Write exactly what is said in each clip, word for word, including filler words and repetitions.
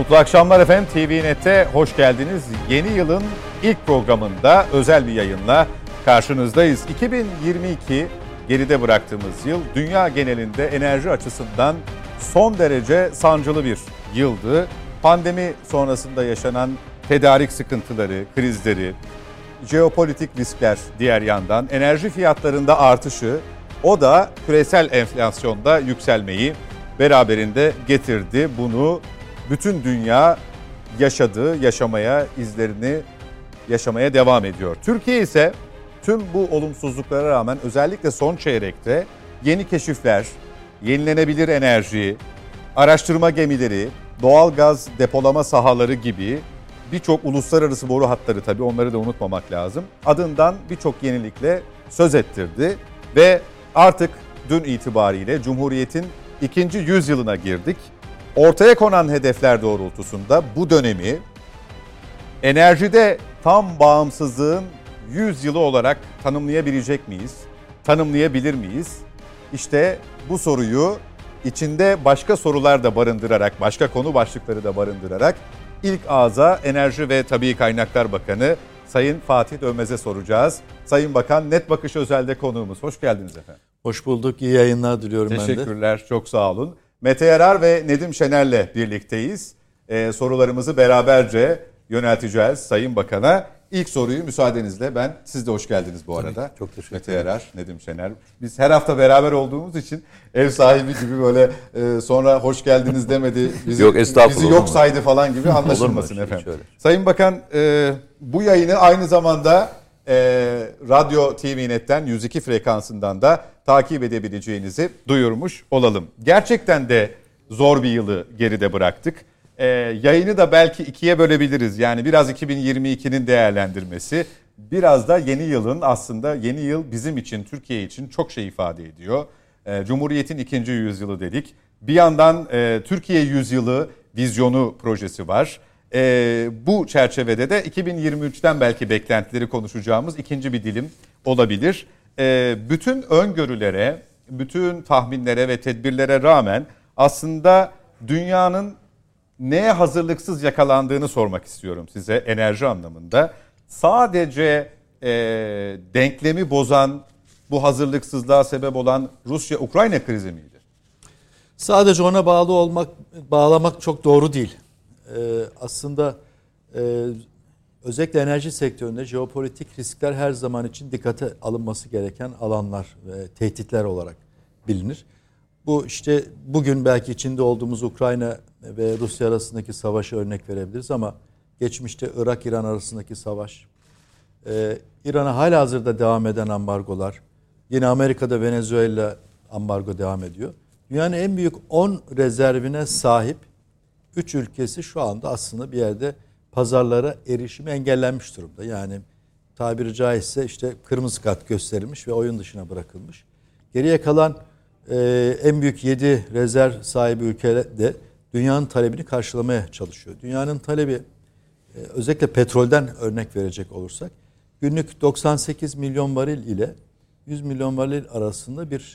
Mutlu akşamlar efendim. T V Net'e hoş geldiniz. Yeni yılın ilk programında özel bir yayınla karşınızdayız. iki bin yirmi iki geride bıraktığımız yıl dünya genelinde enerji açısından son derece sancılı bir yıldı. Pandemi sonrasında yaşanan tedarik sıkıntıları, krizleri, jeopolitik riskler diğer yandan, enerji fiyatlarında artışı, o da küresel enflasyonda yükselmeyi beraberinde getirdi. Bunu bütün dünya yaşadı, yaşamaya, izlerini yaşamaya devam ediyor. Türkiye ise tüm bu olumsuzluklara rağmen özellikle son çeyrekte yeni keşifler, yenilenebilir enerji, araştırma gemileri, doğal gaz depolama sahaları gibi birçok uluslararası boru hatları, tabii onları da unutmamak lazım, adından birçok yenilikle söz ettirdi ve artık dün itibariyle Cumhuriyet'in ikinci yüzyılına girdik. Ortaya konan hedefler doğrultusunda bu dönemi enerjide tam bağımsızlığın yüz yılı olarak tanımlayabilecek miyiz? Tanımlayabilir miyiz? İşte bu soruyu içinde başka sorular da barındırarak, başka konu başlıkları da barındırarak ilk ağza Enerji ve Tabii Kaynaklar Bakanı Sayın Fatih Dönmez'e soracağız. Sayın Bakan, Net Bakış Özel'de konuğumuz. Hoş geldiniz efendim. Hoş bulduk. İyi yayınlar diliyorum ben de. Teşekkürler. Çok sağ olun. Mete Yarar ve Nedim Şener'le birlikteyiz. Ee, sorularımızı beraberce yönelteceğiz Sayın Bakan'a. İlk soruyu müsaadenizle ben, siz de hoş geldiniz bu arada. Tabii, çok teşekkür Mete Yarar, Nedim Şener. Biz her hafta beraber olduğumuz için ev sahibi gibi böyle e, sonra hoş geldiniz demedi, bizi yok, bizi yok saydı falan gibi anlaşılmasın efendim. Şöyle. Sayın Bakan, e, bu yayını aynı zamanda e, Radyo T V Net'ten yüz iki frekansından da takip edebileceğinizi duyurmuş olalım. Gerçekten de zor bir yılı geride bıraktık. Ee, yayını da belki ikiye bölebiliriz. Yani biraz iki bin yirmi ikinin değerlendirmesi, biraz da yeni yılın, aslında yeni yıl bizim için, Türkiye için çok şey ifade ediyor. Ee, Cumhuriyet'in ikinci yüzyılı dedik. Bir yandan e, Türkiye yüzyılı vizyonu projesi var. E, bu çerçevede de iki bin yirmi üçten belki beklentileri konuşacağımız ikinci bir dilim olabilir. E, bütün öngörülere, bütün tahminlere ve tedbirlere rağmen aslında dünyanın neye hazırlıksız yakalandığını sormak istiyorum size enerji anlamında. Sadece e, denklemi bozan, bu hazırlıksızlığa sebep olan Rusya-Ukrayna krizi miydi? Sadece ona bağlı olmak, bağlamak çok doğru değil. Ee, aslında e, özellikle enerji sektöründe jeopolitik riskler her zaman için dikkate alınması gereken alanlar ve tehditler olarak bilinir. Bu işte bugün belki içinde olduğumuz Ukrayna ve Rusya arasındaki savaşı örnek verebiliriz ama geçmişte Irak-İran arasındaki savaş, e, İran'a halihazırda devam eden ambargolar, yine Amerika'da Venezuela ambargo devam ediyor. Dünyanın en büyük on rezervine sahip üç ülkesi şu anda aslında bir yerde pazarlara erişimi engellenmiş durumda. Yani tabiri caizse işte kırmızı kart gösterilmiş ve oyun dışına bırakılmış. Geriye kalan e, en büyük yedi rezerv sahibi ülke de dünyanın talebini karşılamaya çalışıyor. Dünyanın talebi e, özellikle petrolden örnek verecek olursak günlük doksan sekiz milyon varil ile yüz milyon varil arasında bir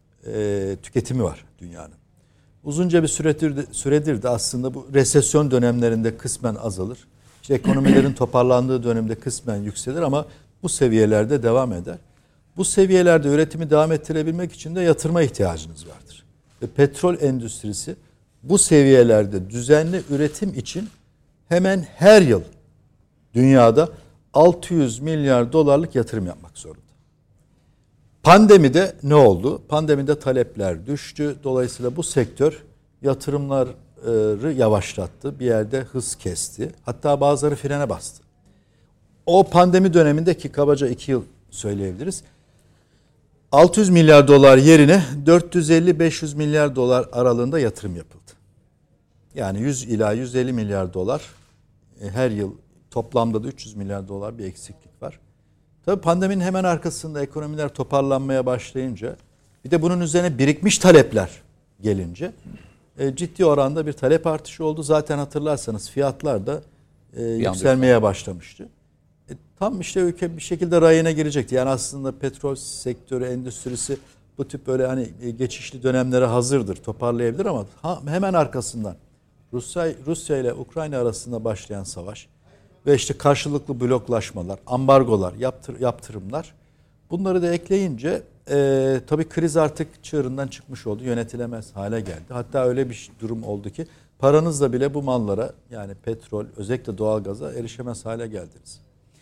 e, tüketimi var dünyanın. Uzunca bir süredir de, süredir de aslında bu resesyon dönemlerinde kısmen azalır. İşte ekonomilerin toparlandığı dönemde kısmen yükselir ama bu seviyelerde devam eder. Bu seviyelerde üretimi devam ettirebilmek için de yatırıma ihtiyacınız vardır. Ve petrol endüstrisi bu seviyelerde düzenli üretim için hemen her yıl dünyada altı yüz milyar dolarlık yatırım yapmak zorunda. Pandemide ne oldu? Pandemide talepler düştü. Dolayısıyla bu sektör yatırımları yavaşlattı. Bir yerde hız kesti. Hatta bazıları frene bastı. O pandemi dönemindeki kabaca iki yıl söyleyebiliriz. altı yüz milyar dolar yerine dört yüz elli beş yüz milyar dolar aralığında yatırım yapıldı. Yani yüz ila yüz elli milyar dolar her yıl, toplamda da üç yüz milyar dolar bir eksiklik var. Tabii pandeminin hemen arkasında ekonomiler toparlanmaya başlayınca, bir de bunun üzerine birikmiş talepler gelince e, ciddi oranda bir talep artışı oldu. Zaten hatırlarsanız fiyatlar da e, yükselmeye başlamıştı. E, tam işte ülke bir şekilde rayına girecekti. Yani aslında petrol sektörü, endüstrisi bu tip böyle hani geçişli dönemlere hazırdır, toparlayabilir ama ha, hemen arkasından Rusya Rusya ile Ukrayna arasında başlayan savaş ve işte karşılıklı bloklaşmalar, ambargolar, yaptır, yaptırımlar, bunları da ekleyince e, tabii kriz artık çığırından çıkmış oldu, yönetilemez hale geldi. Hatta öyle bir durum oldu ki paranızla bile bu mallara, yani petrol, özellikle doğalgaza erişemez hale geldiniz.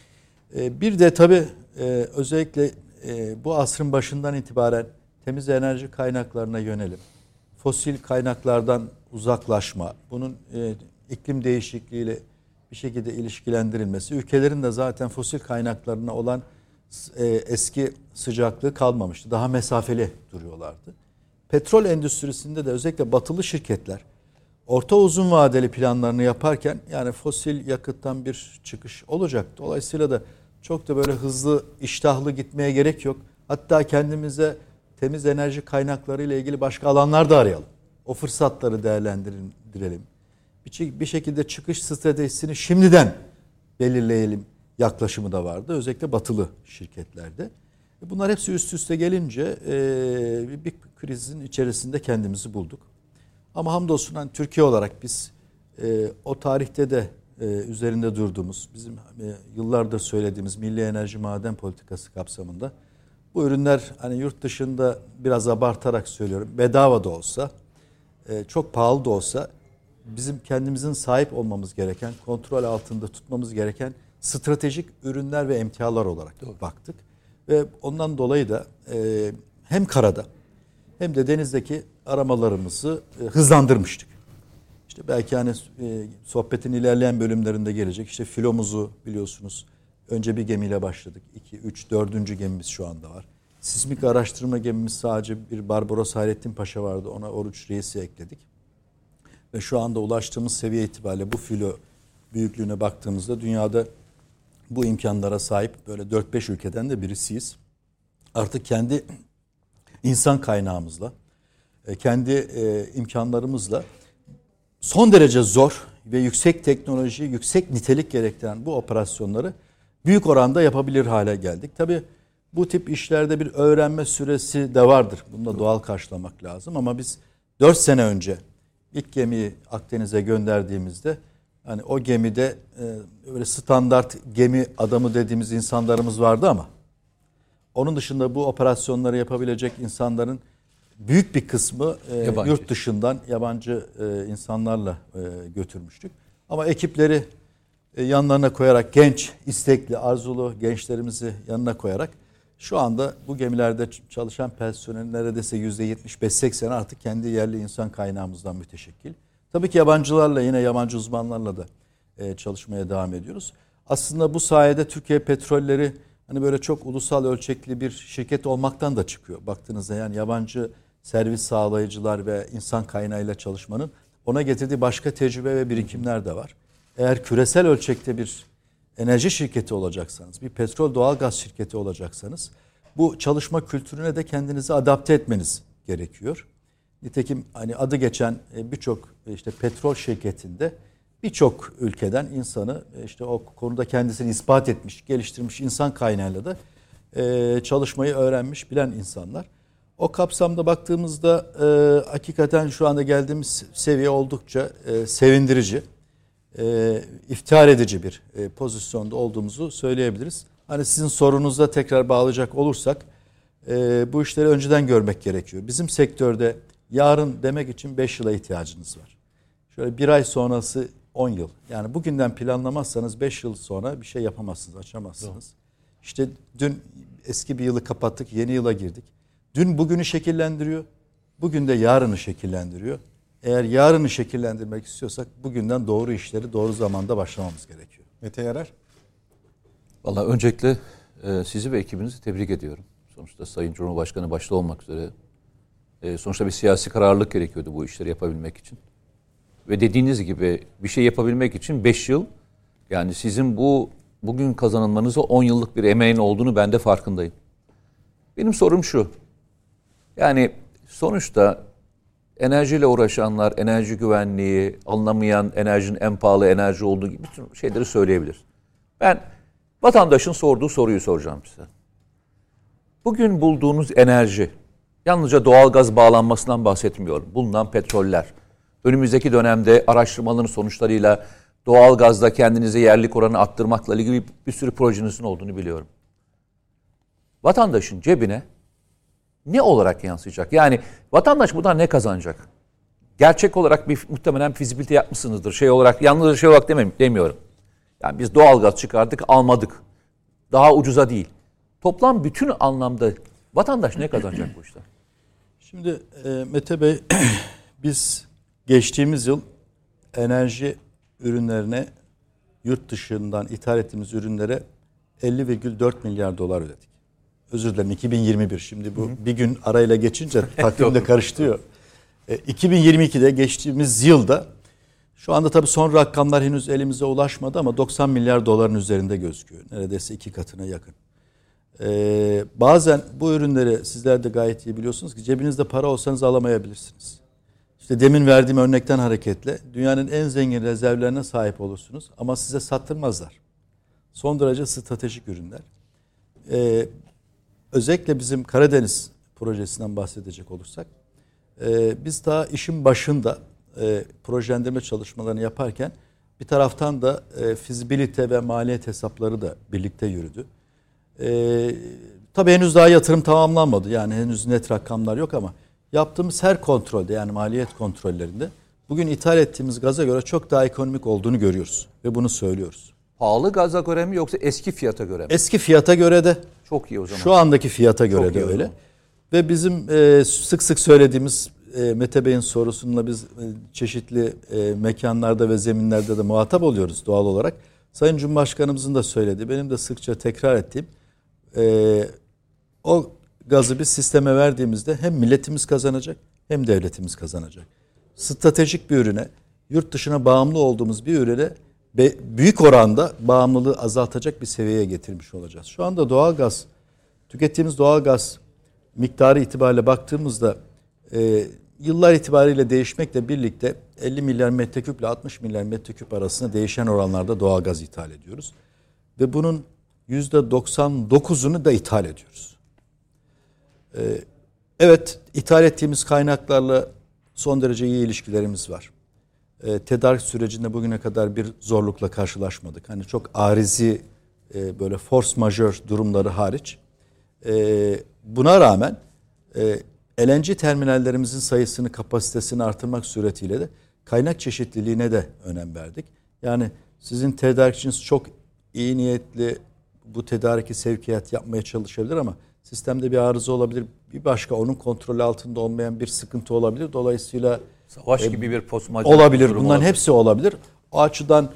E, bir de tabii e, özellikle e, bu asrın başından itibaren temiz enerji kaynaklarına yönelim, fosil kaynaklardan uzaklaşma, bunun e, iklim değişikliğiyle bir şekilde ilişkilendirilmesi, ülkelerin de zaten fosil kaynaklarına olan e, eski sıcaklığı kalmamıştı. Daha mesafeli duruyorlardı. Petrol endüstrisinde de özellikle batılı şirketler orta uzun vadeli planlarını yaparken, yani fosil yakıttan bir çıkış olacak. Dolayısıyla da çok da böyle hızlı, iştahlı gitmeye gerek yok. Hatta kendimize temiz enerji kaynakları ile ilgili başka alanlar da arayalım. O fırsatları değerlendirelim. Bir şekilde çıkış stratejisini şimdiden belirleyelim yaklaşımı da vardı. Özellikle batılı şirketlerde. Bunlar hepsi üst üste gelince bir krizin içerisinde kendimizi bulduk. Ama hamdolsun hani Türkiye olarak biz o tarihte de üzerinde durduğumuz, bizim yıllardır söylediğimiz milli enerji maden politikası kapsamında bu ürünler, hani yurt dışında biraz abartarak söylüyorum, bedava da olsa, çok pahalı da olsa bizim kendimizin sahip olmamız gereken, kontrol altında tutmamız gereken stratejik ürünler ve emtialar olarak Doğru. baktık. Ve ondan dolayı da hem karada hem de denizdeki aramalarımızı hızlandırmıştık. İşte belki hani sohbetin ilerleyen bölümlerinde gelecek. İşte filomuzu biliyorsunuz. Önce bir gemiyle başladık. iki, üç, dördüncü gemimiz şu anda var. Sismik araştırma gemimiz sadece bir Barbaros Hayrettin Paşa vardı. Ona Oruç Reis'i ekledik. Ve şu anda ulaştığımız seviye itibariyle bu filo büyüklüğüne baktığımızda dünyada bu imkanlara sahip böyle dört beş ülkeden de birisiyiz. Artık kendi insan kaynağımızla, kendi imkanlarımızla son derece zor ve yüksek teknoloji, yüksek nitelik gerektiren bu operasyonları büyük oranda yapabilir hale geldik. Tabii bu tip işlerde bir öğrenme süresi de vardır. Bunu da doğal karşılamak lazım. Ama biz dört sene önce ilk gemiyi Akdeniz'e gönderdiğimizde hani o gemide e, öyle standart gemi adamı dediğimiz insanlarımız vardı ama onun dışında bu operasyonları yapabilecek insanların büyük bir kısmı e, yurt dışından yabancı e, insanlarla e, götürmüştük. Ama ekipleri e, yanlarına koyarak, genç, istekli, arzulu gençlerimizi yanına koyarak şu anda bu gemilerde çalışan personelin neredeyse yüzde yetmiş beş seksen artık kendi yerli insan kaynağımızdan müteşekkil. Tabii ki yabancılarla, yine yabancı uzmanlarla da e, çalışmaya devam ediyoruz. Aslında bu sayede Türkiye Petrolleri hani böyle çok ulusal ölçekli bir şirket olmaktan da çıkıyor. Baktığınızda yani yabancı servis sağlayıcılar ve insan kaynağıyla çalışmanın ona getirdiği başka tecrübe ve birikimler de var. Eğer küresel ölçekte bir enerji şirketi olacaksanız, bir petrol doğalgaz şirketi olacaksanız bu çalışma kültürüne de kendinizi adapte etmeniz gerekiyor. Nitekim hani adı geçen birçok işte petrol şirketinde birçok ülkeden insanı işte o konuda kendisini ispat etmiş, geliştirmiş insan kaynağıyla da çalışmayı öğrenmiş, bilen insanlar. O kapsamda baktığımızda e, hakikaten şu anda geldiğimiz seviye oldukça e, sevindirici, e, iftihar edici bir e, pozisyonda olduğumuzu söyleyebiliriz. Hani sizin sorunuza tekrar bağlayacak olursak e, bu işleri önceden görmek gerekiyor. Bizim sektörde yarın demek için beş yıla ihtiyacınız var. Şöyle bir ay sonrası on yıl. Yani bugünden planlamazsanız beş yıl sonra bir şey yapamazsınız, açamazsınız. Doğru. İşte dün eski bir yılı kapattık, yeni yıla girdik. Dün bugünü şekillendiriyor, bugün de yarını şekillendiriyor. Eğer yarını şekillendirmek istiyorsak bugünden doğru işleri doğru zamanda başlamamız gerekiyor. Mete Yarar? Vallahi öncelikle e, sizi ve ekibinizi tebrik ediyorum. Sonuçta Sayın Cumhurbaşkanı başta olmak üzere e, sonuçta bir siyasi kararlılık gerekiyordu bu işleri yapabilmek için. Ve dediğiniz gibi bir şey yapabilmek için beş yıl, yani sizin bu bugün kazanılmanıza on yıllık bir emeğin olduğunu ben de farkındayım. Benim sorum şu. Yani sonuçta enerjiyle uğraşanlar, enerji güvenliği, anlamayan enerjinin en pahalı enerji olduğu gibi bütün şeyleri söyleyebilir. Ben vatandaşın sorduğu soruyu soracağım size. Bugün bulduğunuz enerji, yalnızca doğalgaz bağlanmasından bahsetmiyorum. Bulunan petroller, önümüzdeki dönemde araştırmaların sonuçlarıyla doğalgazda kendinize yerlik oranı arttırmakla ilgili bir sürü projenizin olduğunu biliyorum. Vatandaşın cebine ne olarak yansıyacak? Yani vatandaş buradan ne kazanacak? Gerçek olarak bir muhtemelen fizibilite yapmışsınızdır. Şey olarak, yalnızca şey olarak demem, demiyorum. Yani biz doğalgaz çıkardık, almadık. Daha ucuza değil. Toplam bütün anlamda vatandaş ne kazanacak bu işten? Şimdi e, Mete Bey, biz geçtiğimiz yıl enerji ürünlerine, yurt dışından ithal ettiğimiz ürünlere elli virgül dört milyar dolar ödedik. Özür dilerim, iki bin yirmi bir. Şimdi bu Hı. bir gün arayla geçince takvimde karıştırıyor. E, iki bin yirmi ikide geçtiğimiz yılda, şu anda tabii son rakamlar henüz elimize ulaşmadı ama doksan milyar doların üzerinde gözüküyor. Neredeyse iki katına yakın. Ee, bazen bu ürünleri sizler de gayet iyi biliyorsunuz ki cebinizde para olsanız alamayabilirsiniz. İşte demin verdiğim örnekten hareketle dünyanın en zengin rezervlerine sahip olursunuz ama size sattırmazlar. Son derece stratejik ürünler. Ee, özellikle bizim Karadeniz projesinden bahsedecek olursak e, biz daha işin başında e, projelendirme çalışmalarını yaparken bir taraftan da e, fizibilite ve maliyet hesapları da birlikte yürüdü. Ee, tabii henüz daha yatırım tamamlanmadı. Yani henüz net rakamlar yok ama yaptığımız her kontrolde, yani maliyet kontrollerinde bugün ithal ettiğimiz gaza göre çok daha ekonomik olduğunu görüyoruz ve bunu söylüyoruz. Pahalı gaza göre mi yoksa eski fiyata göre mi? Eski fiyata göre de. Çok iyi o zaman. Şu andaki fiyata göre çok de öyle. Ve bizim e, sık sık söylediğimiz e, Mete Bey'in sorusunla biz e, çeşitli e, mekanlarda ve zeminlerde de muhatap oluyoruz doğal olarak. Sayın Cumhurbaşkanımızın da söylediği, benim de sıkça tekrar ettiğim, Ee, o gazı biz sisteme verdiğimizde hem milletimiz kazanacak hem devletimiz kazanacak. Stratejik bir ürüne, yurt dışına bağımlı olduğumuz bir ürüne büyük oranda bağımlılığı azaltacak bir seviyeye getirmiş olacağız. Şu anda doğalgaz, tükettiğimiz doğalgaz miktarı itibariyle baktığımızda e, yıllar itibariyle değişmekle birlikte elli milyar metreküp ile altmış milyar metreküp arasında değişen oranlarda doğalgaz ithal ediyoruz. Ve bunun yüzde doksan dokuzunu da ithal ediyoruz. Ee, evet, ithal ettiğimiz kaynaklarla son derece iyi ilişkilerimiz var. Ee, tedarik sürecinde bugüne kadar bir zorlukla karşılaşmadık. Hani çok arizi e, böyle force majeure durumları hariç. E, buna rağmen e, L N G terminallerimizin sayısını, kapasitesini artırmak suretiyle de kaynak çeşitliliğine de önem verdik. Yani sizin tedarikçiniz çok iyi niyetli bu tedariki sevkiyat yapmaya çalışabilir ama sistemde bir arıza olabilir. Bir başka onun kontrolü altında olmayan bir sıkıntı olabilir. Dolayısıyla savaş e, gibi bir postmodern olabilir. Bunların olabilir. hepsi olabilir. O açıdan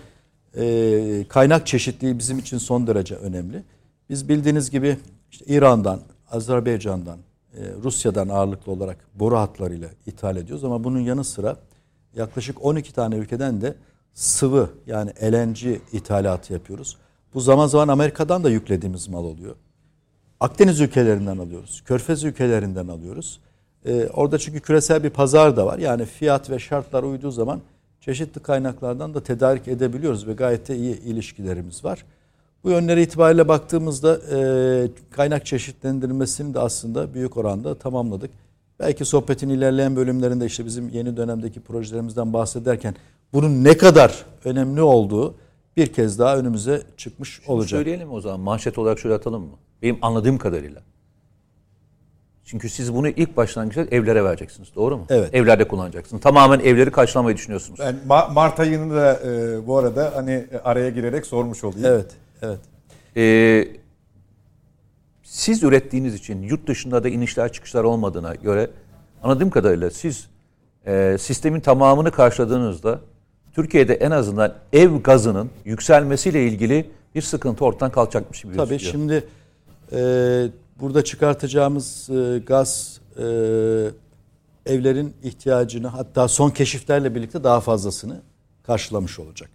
e, kaynak çeşitliliği bizim için son derece önemli. Biz bildiğiniz gibi işte İran'dan, Azerbaycan'dan, e, Rusya'dan ağırlıklı olarak boru hatlarıyla ithal ediyoruz ama bunun yanı sıra yaklaşık on iki tane ülkeden de sıvı, yani L N G ithalatı yapıyoruz. Bu zaman zaman Amerika'dan da yüklediğimiz mal oluyor. Akdeniz ülkelerinden alıyoruz. Körfez ülkelerinden alıyoruz. Ee, orada çünkü küresel bir pazar da var. Yani fiyat ve şartlar uyduğu zaman çeşitli kaynaklardan da tedarik edebiliyoruz ve gayet de iyi ilişkilerimiz var. Bu yönleri itibariyle baktığımızda e, kaynak çeşitlendirilmesini de aslında büyük oranda tamamladık. Belki sohbetin ilerleyen bölümlerinde işte bizim yeni dönemdeki projelerimizden bahsederken bunun ne kadar önemli olduğu bir kez daha önümüze çıkmış Şunu olacak. Söyleyelim mi o zaman? Manşet olarak şöyle atalım mı? Benim anladığım kadarıyla. Çünkü siz bunu ilk başlangıçta evlere vereceksiniz. Doğru mu? Evet. Evlerde kullanacaksınız. Tamamen evleri karşılamayı düşünüyorsunuz. Ben Ma- Mart ayını da e, bu arada hani araya girerek sormuş olayım. Evet. Evet. Ee, siz ürettiğiniz için yurt dışında da inişler çıkışlar olmadığına göre anladığım kadarıyla siz e, sistemin tamamını karşıladığınızda Türkiye'de en azından ev gazının yükselmesiyle ilgili bir sıkıntı ortadan kalkacakmış gibi gözüküyor. Tabii şimdi e, burada çıkartacağımız e, gaz e, evlerin ihtiyacını, hatta son keşiflerle birlikte daha fazlasını karşılamış olacak.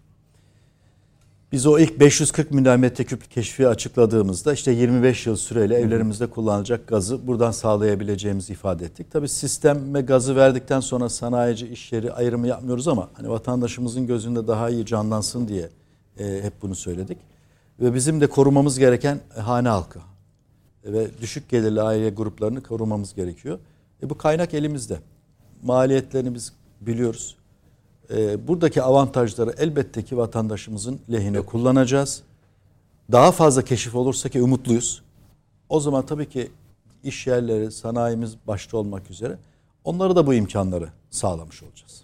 Biz o ilk beş yüz kırk milyar metreküp keşfi açıkladığımızda işte yirmi beş yıl süreyle evlerimizde kullanılacak gazı buradan sağlayabileceğimizi ifade ettik. Tabii sisteme gazı verdikten sonra sanayici, iş yeri ayrımı yapmıyoruz ama hani vatandaşımızın gözünde daha iyi canlansın diye e, hep bunu söyledik. Ve bizim de korumamız gereken hane halkı ve düşük gelirli aile gruplarını korumamız gerekiyor. E bu kaynak elimizde. Maliyetlerini biz biliyoruz. e, buradaki avantajları elbette ki vatandaşımızın lehine kullanacağız. Daha fazla keşif olursa ki umutluyuz. O zaman tabii ki iş yerleri, sanayimiz başta olmak üzere onlara da bu imkanları sağlamış olacağız.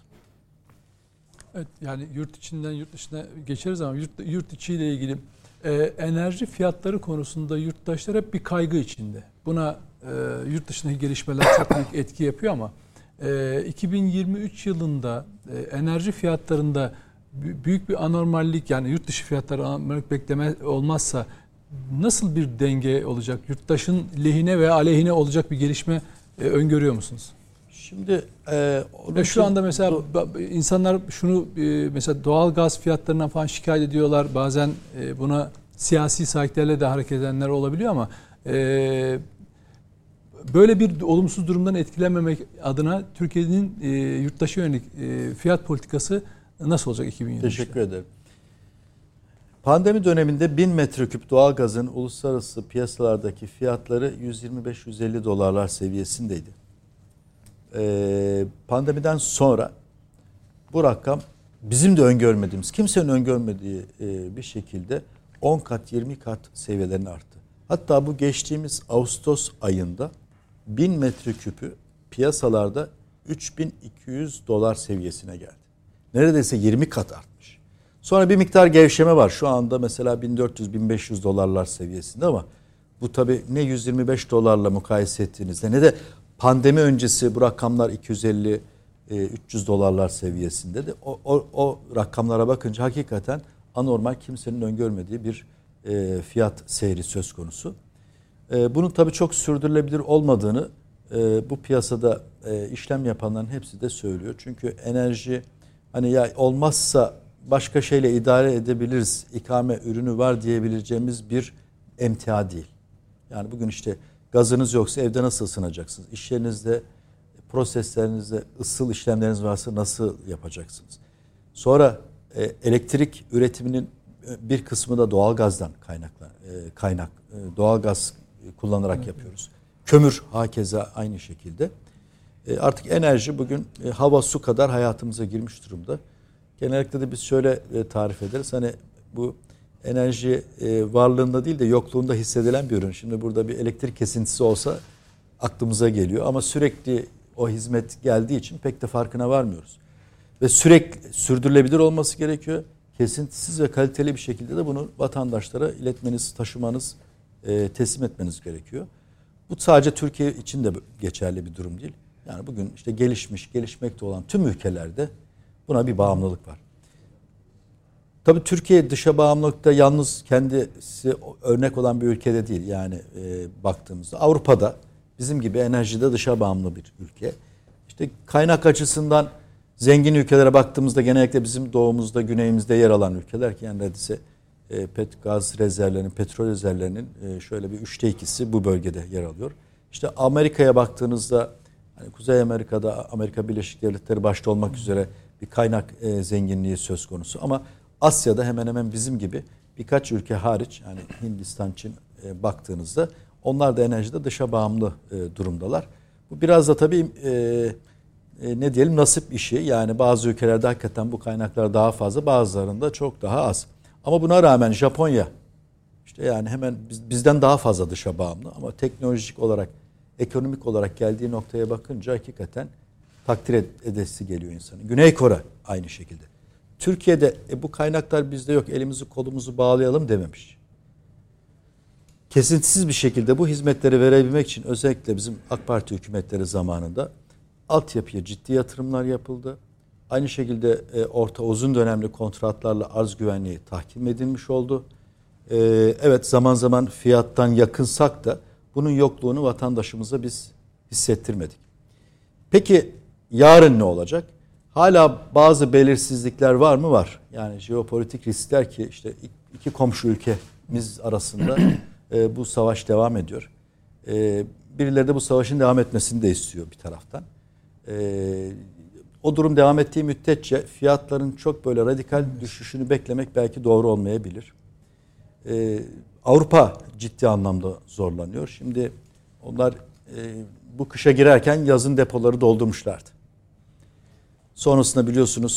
Evet, yani yurt içinden yurt dışına geçeriz ama yurt, yurt içiyle ilgili e, enerji fiyatları konusunda yurttaşlar hep bir kaygı içinde. Buna e, yurt dışındaki gelişmeler çok büyük etki yapıyor ama e, iki bin yirmi üç yılında e, enerji fiyatlarında b- büyük bir anormallik, yani yurt dışı fiyatları anormallik bekleme olmazsa nasıl bir denge olacak? Yurttaşın lehine veya aleyhine olacak bir gelişme e, öngörüyor musunuz? Şimdi e, Ve şu anda mesela insanlar şunu e, mesela doğal gaz fiyatlarından falan şikayet ediyorlar. Bazen e, buna siyasi sahiplerle de hareket edenler olabiliyor ama e, böyle bir olumsuz durumdan etkilenmemek adına Türkiye'nin e, yurttaşa yönelik e, fiyat politikası nasıl olacak iki bin yirmi üçte? Teşekkür ederim. Pandemi döneminde bin metreküp doğalgazın uluslararası piyasalardaki fiyatları yüz yirmi beş yüz elli dolarlar seviyesindeydi. Ee, pandemiden sonra bu rakam bizim de öngörmediğimiz, kimsenin öngörmediği e, bir şekilde on kat yirmi kat seviyelerine arttı. Hatta bu geçtiğimiz Ağustos ayında bin metreküpü piyasalarda üç bin iki yüz dolar seviyesine geldi. Neredeyse yirmi kat artmış. Sonra bir miktar gevşeme var. Şu anda mesela bin dört yüz bin beş yüz dolarlar seviyesinde ama bu tabii ne yüz yirmi beş dolarla mukayese ettiğinizde ne de pandemi öncesi bu rakamlar iki yüz elli üç yüz dolarlar seviyesinde de o, o, o rakamlara bakınca hakikaten anormal, kimsenin öngörmediği bir e, fiyat seyri söz konusu. E, bunun tabii çok sürdürülebilir olmadığını e, bu piyasada e, işlem yapanların hepsi de söylüyor. Çünkü enerji hani ya olmazsa başka şeyle idare edebiliriz, ikame ürünü var diyebileceğimiz bir emtia değil. Yani bugün işte gazınız yoksa evde nasıl ısınacaksınız? İş yerinizde, proseslerinizde ısıl işlemleriniz varsa nasıl yapacaksınız? Sonra e, elektrik üretiminin bir kısmı da doğalgazdan kaynaklı, e, kaynak. E, doğalgaz kullanarak evet. yapıyoruz. Kömür hakeza aynı şekilde. E, artık enerji bugün e, hava, su kadar hayatımıza girmiş durumda. Genellikle de biz şöyle e, tarif ederiz. Hani bu enerji e, varlığında değil de yokluğunda hissedilen bir ürün. Şimdi burada bir elektrik kesintisi olsa aklımıza geliyor ama sürekli o hizmet geldiği için pek de farkına varmıyoruz. Ve sürekli sürdürülebilir olması gerekiyor. Kesintisiz ve kaliteli bir şekilde de bunu vatandaşlara iletmeniz, taşımanız, e, teslim etmeniz gerekiyor. Bu sadece Türkiye için de geçerli bir durum değil. Yani bugün işte gelişmiş, gelişmekte olan tüm ülkelerde buna bir bağımlılık var. Tabii Türkiye dışa bağımlılıkta yalnız kendisi örnek olan bir ülkede değil. Yani e, baktığımızda Avrupa'da bizim gibi enerjide dışa bağımlı bir ülke. İşte kaynak açısından zengin ülkelere baktığımızda genellikle bizim doğumuzda, güneyimizde yer alan ülkeler ki yani neredeyse e, pet, gaz rezervlerinin, petrol rezervlerinin e, şöyle bir üçte ikisi bu bölgede yer alıyor. İşte Amerika'ya baktığınızda hani Kuzey Amerika'da Amerika Birleşik Devletleri başta olmak üzere bir kaynak e, zenginliği söz konusu ama Asya'da hemen hemen bizim gibi birkaç ülke hariç yani Hindistan, Çin e, baktığınızda onlar da enerjide dışa bağımlı e, durumdalar. Bu biraz da tabii e, e, ne diyelim nasip işi. Yani bazı ülkelerde hakikaten bu kaynaklar daha fazla, bazılarında çok daha az. Ama buna rağmen Japonya işte yani hemen biz, bizden daha fazla dışa bağımlı ama teknolojik olarak, ekonomik olarak geldiği noktaya bakınca hakikaten takdir edesi geliyor insanın. Güney Kore aynı şekilde. Türkiye'de e, bu kaynaklar bizde yok, elimizi kolumuzu bağlayalım dememiş. Kesintisiz bir şekilde bu hizmetleri verebilmek için özellikle bizim AK Parti hükümetleri zamanında altyapıya ciddi yatırımlar yapıldı. Aynı şekilde e, orta uzun dönemli kontratlarla arz güvenliği tahkim edilmiş oldu. E, evet zaman zaman fiyattan yakınsak da bunun yokluğunu vatandaşımıza biz hissettirmedik. Peki yarın ne olacak? Hala bazı belirsizlikler var mı? Var. Yani jeopolitik riskler ki işte iki komşu ülkemiz arasında e, bu savaş devam ediyor. E, birileri de bu savaşın devam etmesini de istiyor bir taraftan. E, o durum devam ettiği müddetçe fiyatların çok böyle radikal düşüşünü beklemek belki doğru olmayabilir. E, Avrupa ciddi anlamda zorlanıyor. Şimdi onlar e, bu kışa girerken yazın depoları doldurmuşlardı. Sonrasında biliyorsunuz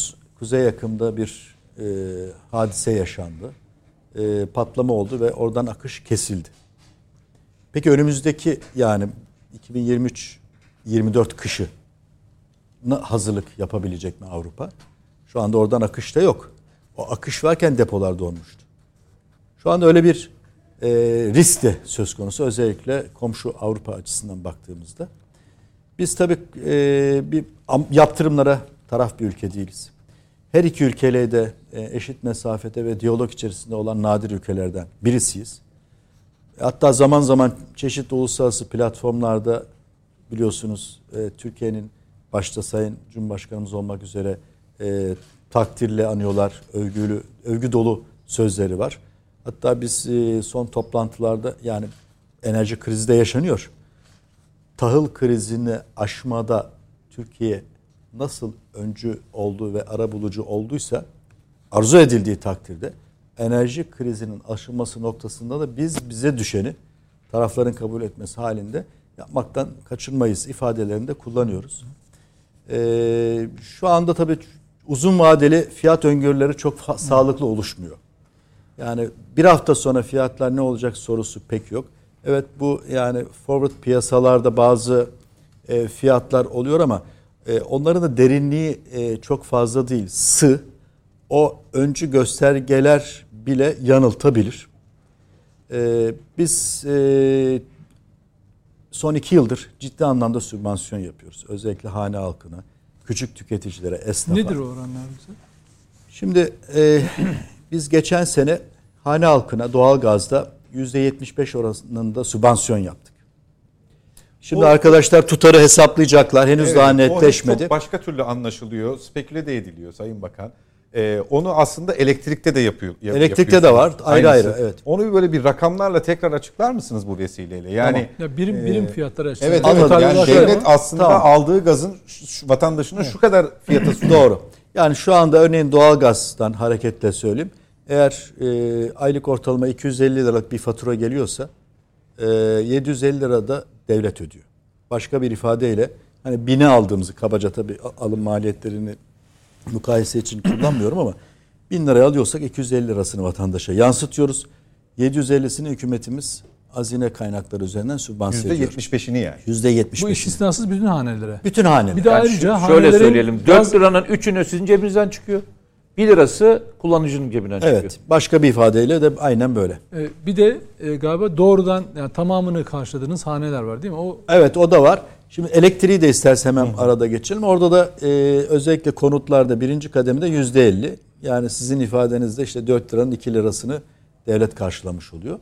Kuzey Yakın'da bir e, hadise yaşandı. E, patlama oldu ve oradan akış kesildi. Peki önümüzdeki yani iki bin yirmi üç yirmi dört kışı hazırlık yapabilecek mi Avrupa? Şu anda oradan akış da yok. O akış varken depolar donmuştu. Şu anda öyle bir e, risk de söz konusu. Özellikle komşu Avrupa açısından baktığımızda. Biz tabii e, bir yaptırımlara taraf bir ülke değiliz. Her iki ülkeyle de e, eşit mesafede ve diyalog içerisinde olan nadir ülkelerden birisiyiz. Hatta zaman zaman çeşitli uluslararası platformlarda biliyorsunuz e, Türkiye'nin başta Sayın Cumhurbaşkanımız olmak üzere e, takdirle anıyorlar, övgülü, övgü dolu sözleri var. Hatta biz e, son toplantılarda yani enerji krizi de yaşanıyor. Tahıl krizini aşmada Türkiye nasıl öncü olduğu ve arabulucu olduysa arzu edildiği takdirde enerji krizinin aşılması noktasında da biz bize düşeni tarafların kabul etmesi halinde yapmaktan kaçınmayız ifadelerini de kullanıyoruz. Ee, şu anda tabii uzun vadeli fiyat öngörüleri çok fa- sağlıklı oluşmuyor. Yani bir hafta sonra fiyatlar ne olacak sorusu pek yok. Evet bu yani forward piyasalarda bazı e, fiyatlar oluyor ama e, onların da derinliği e, çok fazla değil. Sığ. O öncü göstergeler bile yanıltabilir. E, biz e, son iki yıldır ciddi anlamda sübvansiyon yapıyoruz. Özellikle hane halkına, küçük tüketicilere, esnafa. Nedir o oranlar bize? Şimdi e, biz geçen sene hane halkına doğalgazda yüzde yetmiş beş oranında sübvansiyon yaptık. Şimdi o, arkadaşlar tutarı hesaplayacaklar. Henüz evet, daha netleşmedi. O çok başka türlü anlaşılıyor. Speküle de ediliyor Sayın Bakan. Ee, onu aslında elektrikte de yapıyor. Yap, elektrikte de var. Ayrı Aynısı. ayrı. Evet. Onu böyle bir rakamlarla tekrar açıklar mısınız bu vesileyle? Yani tamam. Ya birim birim e, fiyatları açısından. Evet, evet. Yani devlet aslında tamam. aldığı gazın şu, şu, vatandaşına evet. şu kadar fiyata sunuyor. Doğru. Yani şu anda örneğin doğalgazdan hareketle söyleyeyim. Eğer e, aylık ortalama iki yüz elli liralık bir fatura geliyorsa e, yedi yüz elli lira da devlet ödüyor. Başka bir ifadeyle hani bini aldığımızı kabaca tabii alım maliyetlerini mukayese için kullanmıyorum ama bin liraya alıyorsak iki yüz elli lirasını vatandaşa yansıtıyoruz. yedi yüz ellisini hükümetimiz hazine kaynakları üzerinden sübvanse ediyor. yüzde yetmiş beşini yani. yüzde yetmiş beşini. Bu istisnasız bütün hanelere. Bütün hanelere. Bir de yani ayrıca şu, şöyle söyleyelim. gaz... dört liranın üçünü sizin cebinizden çıkıyor. bir lirası kullanıcının cebinden çıkıyor. Evet. Başka bir ifadeyle de aynen böyle. Ee, bir de e, galiba doğrudan yani tamamını karşıladığınız haneler var değil mi? O Evet o da var. Şimdi elektriği de istersen hemen Hı-hı. arada geçelim. Orada da e, özellikle konutlarda birinci kademede yüzde elli. Yani sizin ifadenizde işte dört liranın iki lirasını devlet karşılamış oluyor.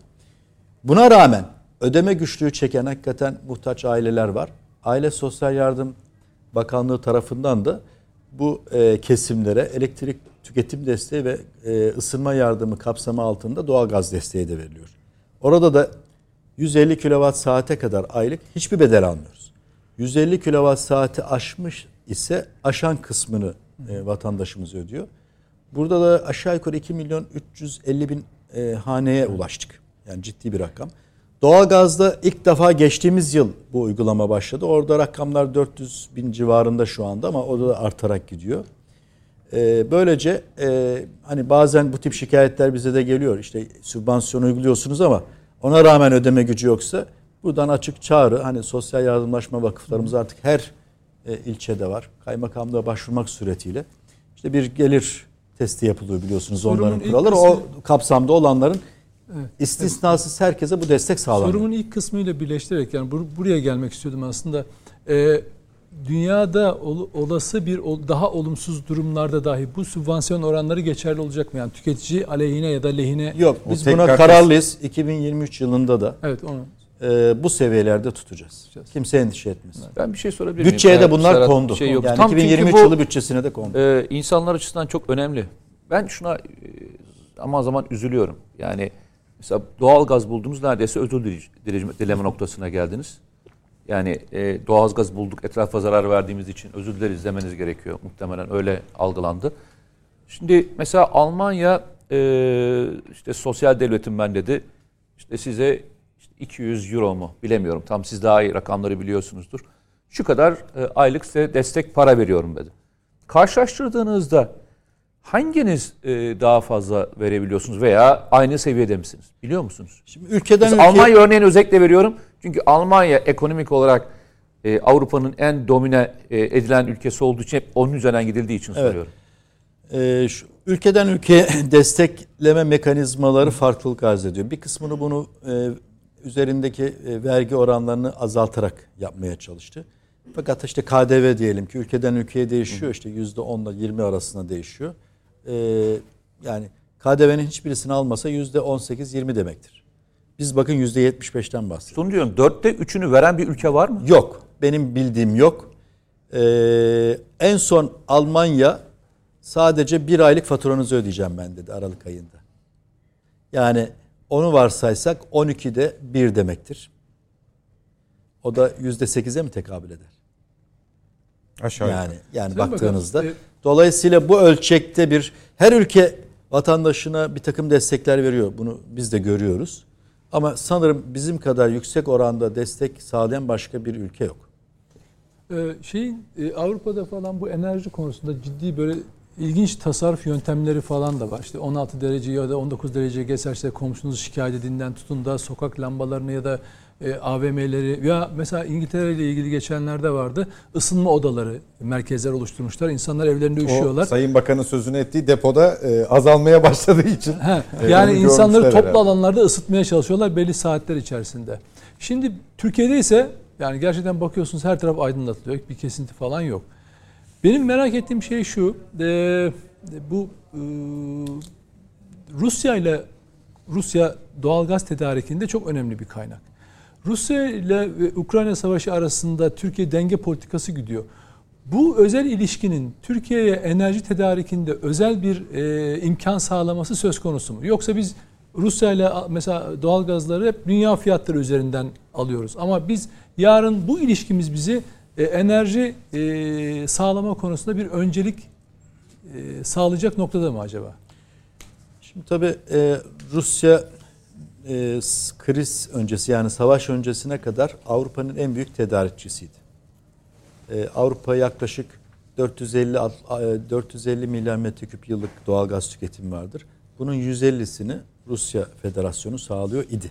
Buna rağmen ödeme güçlüğü çeken hakikaten muhtaç aileler var. Aile Sosyal Yardım Bakanlığı tarafından da bu e, kesimlere elektrik tüketim desteği ve e, ısınma yardımı kapsamı altında doğalgaz desteği de veriliyor. Orada da yüz elli kilowatt saate kadar aylık hiçbir bedel almıyoruz. yüz elli kilowatt saati aşmış ise aşan kısmını e, vatandaşımız ödüyor. Burada da aşağı yukarı iki milyon üç yüz elli bin e, haneye ulaştık. Yani ciddi bir rakam. Doğalgazda ilk defa geçtiğimiz yıl bu uygulama başladı. Orada rakamlar dört yüz bin civarında şu anda ama o da artarak gidiyor. Ee, böylece e, hani bazen bu tip şikayetler bize de geliyor. İşte sübvansiyon uyguluyorsunuz ama ona rağmen ödeme gücü yoksa buradan açık çağrı. Hani sosyal yardımlaşma vakıflarımız artık her e, ilçede var. Kaymakamlığa başvurmak suretiyle işte bir gelir testi yapılıyor biliyorsunuz Sorumun onların kuralları. Kısmı, o kapsamda olanların evet, istisnasız evet. herkese bu destek sağlanıyor. Sorumun ilk kısmıyla birleştirerek yani bur- buraya gelmek istiyordum aslında. Ee, dünyada ol- olası bir ol- daha olumsuz durumlarda dahi bu sübvansiyon oranları geçerli olacak mı? Yani tüketici aleyhine ya da lehine. Yok biz buna kararlıyız. iki bin yirmi üç yılında da evet, onu. E, bu seviyelerde tutacağız. Kimse endişe etmesin. Ben bir şey sorabilir miyim? Bütçeye de bunlar Serhat, kondu. Şey yok. Yani Tam iki bin yirmi üç bu, yılı bütçesine de kondu. E, insanlar açısından çok önemli. Ben şuna e, zaman zaman üzülüyorum. Yani mesela doğalgaz buldunuz neredeyse özür dileme, dileme noktasına geldiniz. Yani e, doğalgaz bulduk etrafa zarar verdiğimiz için özür dileriz demeniz gerekiyor. Muhtemelen öyle algılandı. Şimdi mesela Almanya e, işte sosyal devletim ben dedi. İşte size işte iki yüz euro mu bilemiyorum. Tam siz daha iyi rakamları biliyorsunuzdur. Şu kadar e, aylık size destek para veriyorum dedi. Karşılaştırdığınızda hanginiz e, daha fazla verebiliyorsunuz veya aynı seviyede misiniz? Biliyor musunuz? Şimdi ülkeden Mesela ülkeye... Almanya örneğini özellikle veriyorum. Çünkü Almanya ekonomik olarak e, Avrupa'nın en domine e, edilen ülkesi olduğu için hep onun üzerinden gidildiği için Evet. soruyorum. Ee, şu, ülkeden ülkeye destekleme mekanizmaları farklılık arz ediyor. Bir kısmını bunu e, üzerindeki e, vergi oranlarını azaltarak yapmaya çalıştı. Fakat işte K D V diyelim ki ülkeden ülkeye değişiyor. İşte yüzde on ile yirmi arasında değişiyor. Ee, yani K D V'nin hiçbirisini almasa yüzde on sekiz yirmi demektir. Biz bakın yüzde yetmiş beşten bahsediyoruz. Şunu diyorum, dörtte üçünü veren bir ülke var mı? Yok. Benim bildiğim yok. Ee, en son Almanya sadece bir aylık faturanızı ödeyeceğim ben dedi Aralık ayında. Yani onu varsaysak on ikide bir demektir. O da yüzde sekize mi tekabül eder? Aşağı Yani yukarı. yani Tabii baktığınızda. bakalım. Dolayısıyla bu ölçekte bir her ülke vatandaşına bir takım destekler veriyor. Bunu biz de görüyoruz. Ama sanırım bizim kadar yüksek oranda destek sağlayan başka bir ülke yok. Ee, şeyin e, Avrupa'da falan bu enerji konusunda ciddi böyle ilginç tasarruf yöntemleri falan da var. İşte on altı derece ya da on dokuz derece geçerse komşunuzu şikayet edinden tutun da sokak lambalarını ya da e, A V M'leri ya mesela İngiltere ile ilgili geçenlerde vardı. Isınma odaları, merkezler oluşturmuşlar. İnsanlar evlerinde üşüyorlar. O Sayın Bakan'ın sözünü ettiği depoda e, azalmaya başladığı için. He, e, yani onu insanları görmüşler toplu herhalde. alanlarda ısıtmaya çalışıyorlar belli saatler içerisinde. Şimdi Türkiye'de ise yani gerçekten bakıyorsunuz her taraf aydınlatılıyor. Bir kesinti falan yok. Benim merak ettiğim şey şu. E, bu e, Rusya ile Rusya doğalgaz tedarikinde çok önemli bir kaynak. Rusya ile Ukrayna Savaşı arasında Türkiye denge politikası gidiyor. Bu özel ilişkinin Türkiye'ye enerji tedarikinde özel bir e, imkan sağlaması söz konusu mu? Yoksa biz Rusya ile mesela doğalgazları hep dünya fiyatları üzerinden alıyoruz. Ama biz yarın bu ilişkimiz bizi e, enerji e, sağlama konusunda bir öncelik e, sağlayacak noktada mı acaba? Şimdi tabii e, Rusya e, kriz öncesi yani savaş öncesine kadar Avrupa'nın en büyük tedarikçisiydi. E, Avrupa yaklaşık dört yüz elli dört yüz elli milyar metreküp yıllık doğalgaz tüketimi vardır. Bunun yüz ellisini Rusya Federasyonu sağlıyor idi.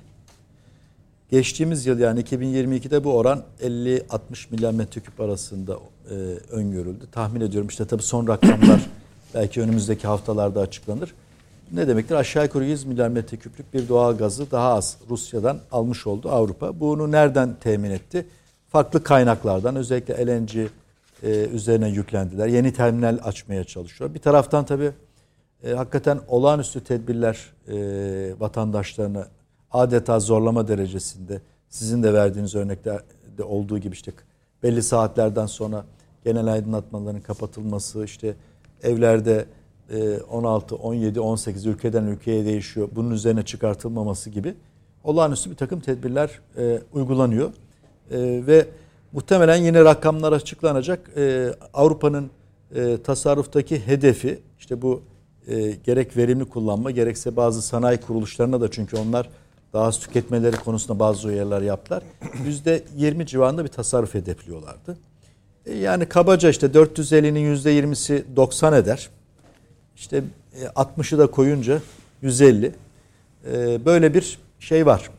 Geçtiğimiz yıl yani iki bin yirmi ikide bu oran elli altmış milyar metreküp arasında e, öngörüldü. Tahmin ediyorum işte tabii son rakamlar belki önümüzdeki haftalarda açıklanır. Ne demektir? Aşağı yukarı yüz milyar metreküplük bir doğal gazı daha az Rusya'dan almış oldu Avrupa. Bunu nereden temin etti? Farklı kaynaklardan özellikle L N G e, üzerine yüklendiler. Yeni terminal açmaya çalışıyor. Bir taraftan tabii e, hakikaten olağanüstü tedbirler e, vatandaşlarını adeta zorlama derecesinde sizin de verdiğiniz örneklerde olduğu gibi işte belli saatlerden sonra genel aydınlatmaların kapatılması, işte evlerde on altı, on yedi, on sekiz ülkeden ülkeye değişiyor. Bunun üzerine çıkartılmaması gibi olağanüstü bir takım tedbirler e, uygulanıyor. E, ve muhtemelen yine rakamlar açıklanacak. E, Avrupa'nın e, tasarruftaki hedefi işte bu e, gerek verimli kullanma gerekse bazı sanayi kuruluşlarına da çünkü onlar daha az tüketmeleri konusunda bazı uyarılar yaptılar. yüzde yirmi civarında bir tasarruf hedefliyorlardı. E, yani kabaca işte dört yüz ellinin yüzde yirmisi doksan eder. İşte altmışı da koyunca yüz elli. Böyle bir şey var.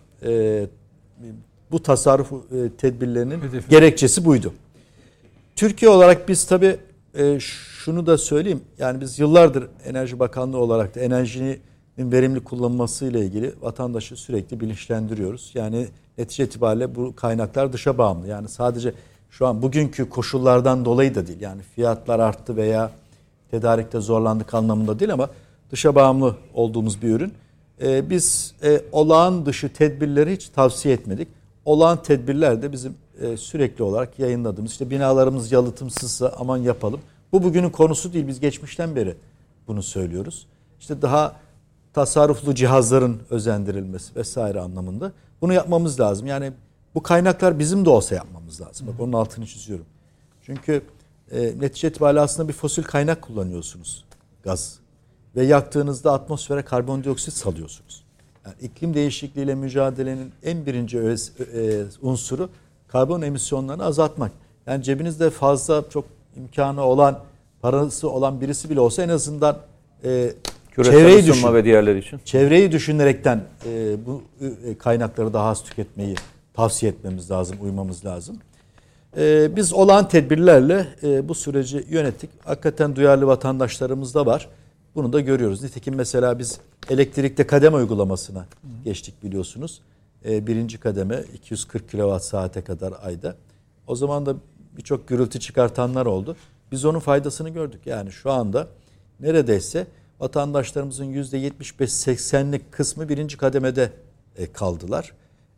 Bu tasarruf tedbirlerinin Hedefi. gerekçesi buydu. Türkiye olarak biz tabii şunu da söyleyeyim. Yani biz yıllardır Enerji Bakanlığı olarak da enerjinin verimli kullanılması ile ilgili vatandaşı sürekli bilinçlendiriyoruz. Yani netice itibariyle bu kaynaklar dışa bağımlı. Yani sadece şu an bugünkü koşullardan dolayı da değil. Yani fiyatlar arttı veya tedarikte zorlandık anlamında değil ama dışa bağımlı olduğumuz bir ürün. Ee, biz e, olağan dışı tedbirleri hiç tavsiye etmedik. Olağan tedbirler de bizim e, sürekli olarak yayınladığımız. İşte binalarımız yalıtımsızsa aman yapalım. Bu bugünün konusu değil. Biz geçmişten beri bunu söylüyoruz. İşte daha tasarruflu cihazların özendirilmesi vesaire anlamında. Bunu yapmamız lazım. Yani bu kaynaklar bizim de olsa yapmamız lazım. Bak onun altını çiziyorum. Çünkü E, netice itibariyle aslında bir fosil kaynak kullanıyorsunuz. Gaz. Ve yaktığınızda atmosfere karbondioksit salıyorsunuz. Yani iklim değişikliğiyle mücadelenin en birinci öz, e, unsuru karbon emisyonlarını azaltmak. Yani cebinizde fazla çok imkanı olan, parası olan birisi bile olsa en azından e, Küresel çevreyi ısınma düşün, ve diğerleri için. çevreyi düşünerekten e, bu e, kaynakları daha az tüketmeyi tavsiye etmemiz lazım, uymamız lazım. E, biz olağan tedbirlerle e, bu süreci yönettik. Hakikaten duyarlı vatandaşlarımız da var. Bunu da görüyoruz. Nitekim mesela biz elektrikte kademe uygulamasına geçtik biliyorsunuz. E, birinci kademe iki yüz kırk kilowatt saate kadar ayda. O zaman da birçok gürültü çıkartanlar oldu. Biz onun faydasını gördük. Yani şu anda neredeyse vatandaşlarımızın yüzde yetmiş beş seksenlik kısmı birinci kademede kaldılar.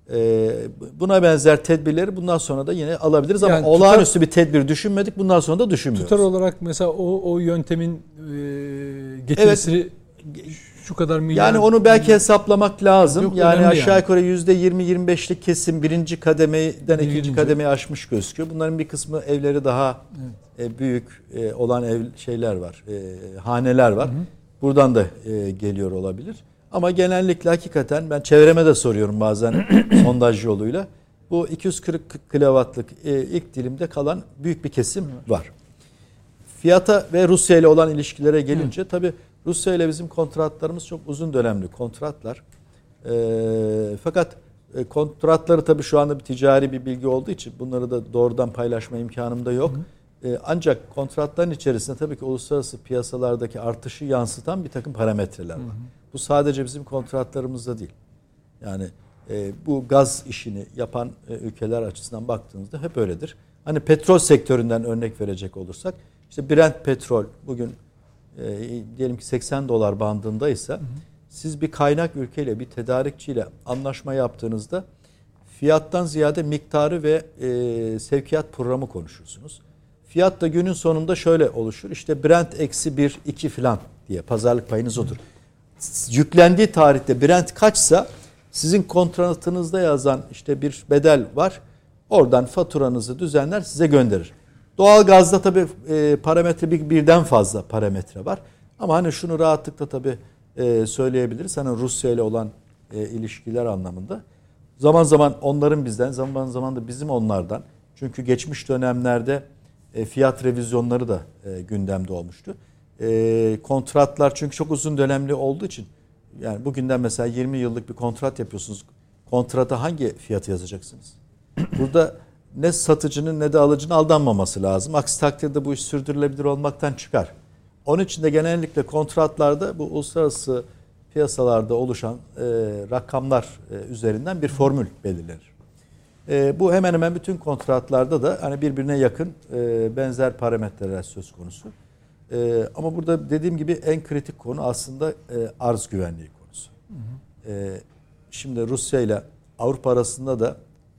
Buna benzer tedbirleri bundan sonra da yine alabiliriz ama yani olağanüstü bir tedbir düşünmedik. Bundan sonra da düşünmüyoruz. Tutar olarak mesela o o yöntemin e, getirisini evet. Şu kadar milyar. Yani onu belki milyar. hesaplamak lazım. Yok, yani aşağı yukarı yani. yüzde yirmi yirmi beşlik kesim birinci kademeden ikinci Birinci. kademeyi aşmış gözüküyor. Bunların bir kısmı evleri daha evet. büyük olan ev şeyler var. Haneler var. Hı hı. Buradan da geliyor olabilir. Ama genellikle hakikaten ben çevreme de soruyorum bazen sondaj yoluyla. Bu iki yüz kırk kilowattlık ilk dilimde kalan büyük bir kesim var. Fiyata ve Rusya ile olan ilişkilere gelince Hı. tabii Rusya ile bizim kontratlarımız çok uzun dönemli kontratlar. E, fakat kontratları tabii şu anda bir ticari bir bilgi olduğu için bunları da doğrudan paylaşma imkanım da yok. Hı. E, ancak kontratların içerisinde tabii ki uluslararası piyasalardaki artışı yansıtan bir takım parametreler var. Hı. Bu sadece bizim kontratlarımızda değil. Yani e, bu gaz işini yapan e, ülkeler açısından baktığınızda hep öyledir. Hani petrol sektöründen örnek verecek olursak, işte Brent petrol bugün e, diyelim ki seksen dolar bandındaysa, hı hı. siz bir kaynak ülkeyle, bir tedarikçiyle anlaşma yaptığınızda fiyattan ziyade miktarı ve e, sevkiyat programı konuşursunuz. Fiyat da günün sonunda şöyle oluşur. İşte Brent eksi bir, iki falan diye pazarlık payınız odur. Yüklendiği tarihte Brent kaçsa sizin kontratınızda yazan işte bir bedel var. Oradan faturanızı düzenler size gönderir. Doğalgazda tabii e, parametre bir, birden fazla parametre var. Ama hani şunu rahatlıkla tabii e, söyleyebiliriz. Hani Rusya ile olan e, ilişkiler anlamında. Zaman zaman onların bizden, zaman zaman da bizim onlardan. Çünkü geçmiş dönemlerde e, fiyat revizyonları da e, gündemde olmuştu. E, kontratlar çünkü çok uzun dönemli olduğu için, yani bugünden mesela yirmi yıllık bir kontrat yapıyorsunuz. Kontrata hangi fiyatı yazacaksınız? Burada ne satıcının ne de alıcının aldanmaması lazım. Aksi takdirde bu iş sürdürülebilir olmaktan çıkar. Onun için de genellikle kontratlarda bu uluslararası piyasalarda oluşan e, rakamlar e, üzerinden bir formül belirlenir. E, bu hemen hemen bütün kontratlarda da hani birbirine yakın e, benzer parametreler söz konusu. Ee, ama burada dediğim gibi en kritik konu aslında e, arz güvenliği konusu. Hı hı. Ee, şimdi Rusya ile Avrupa arasında da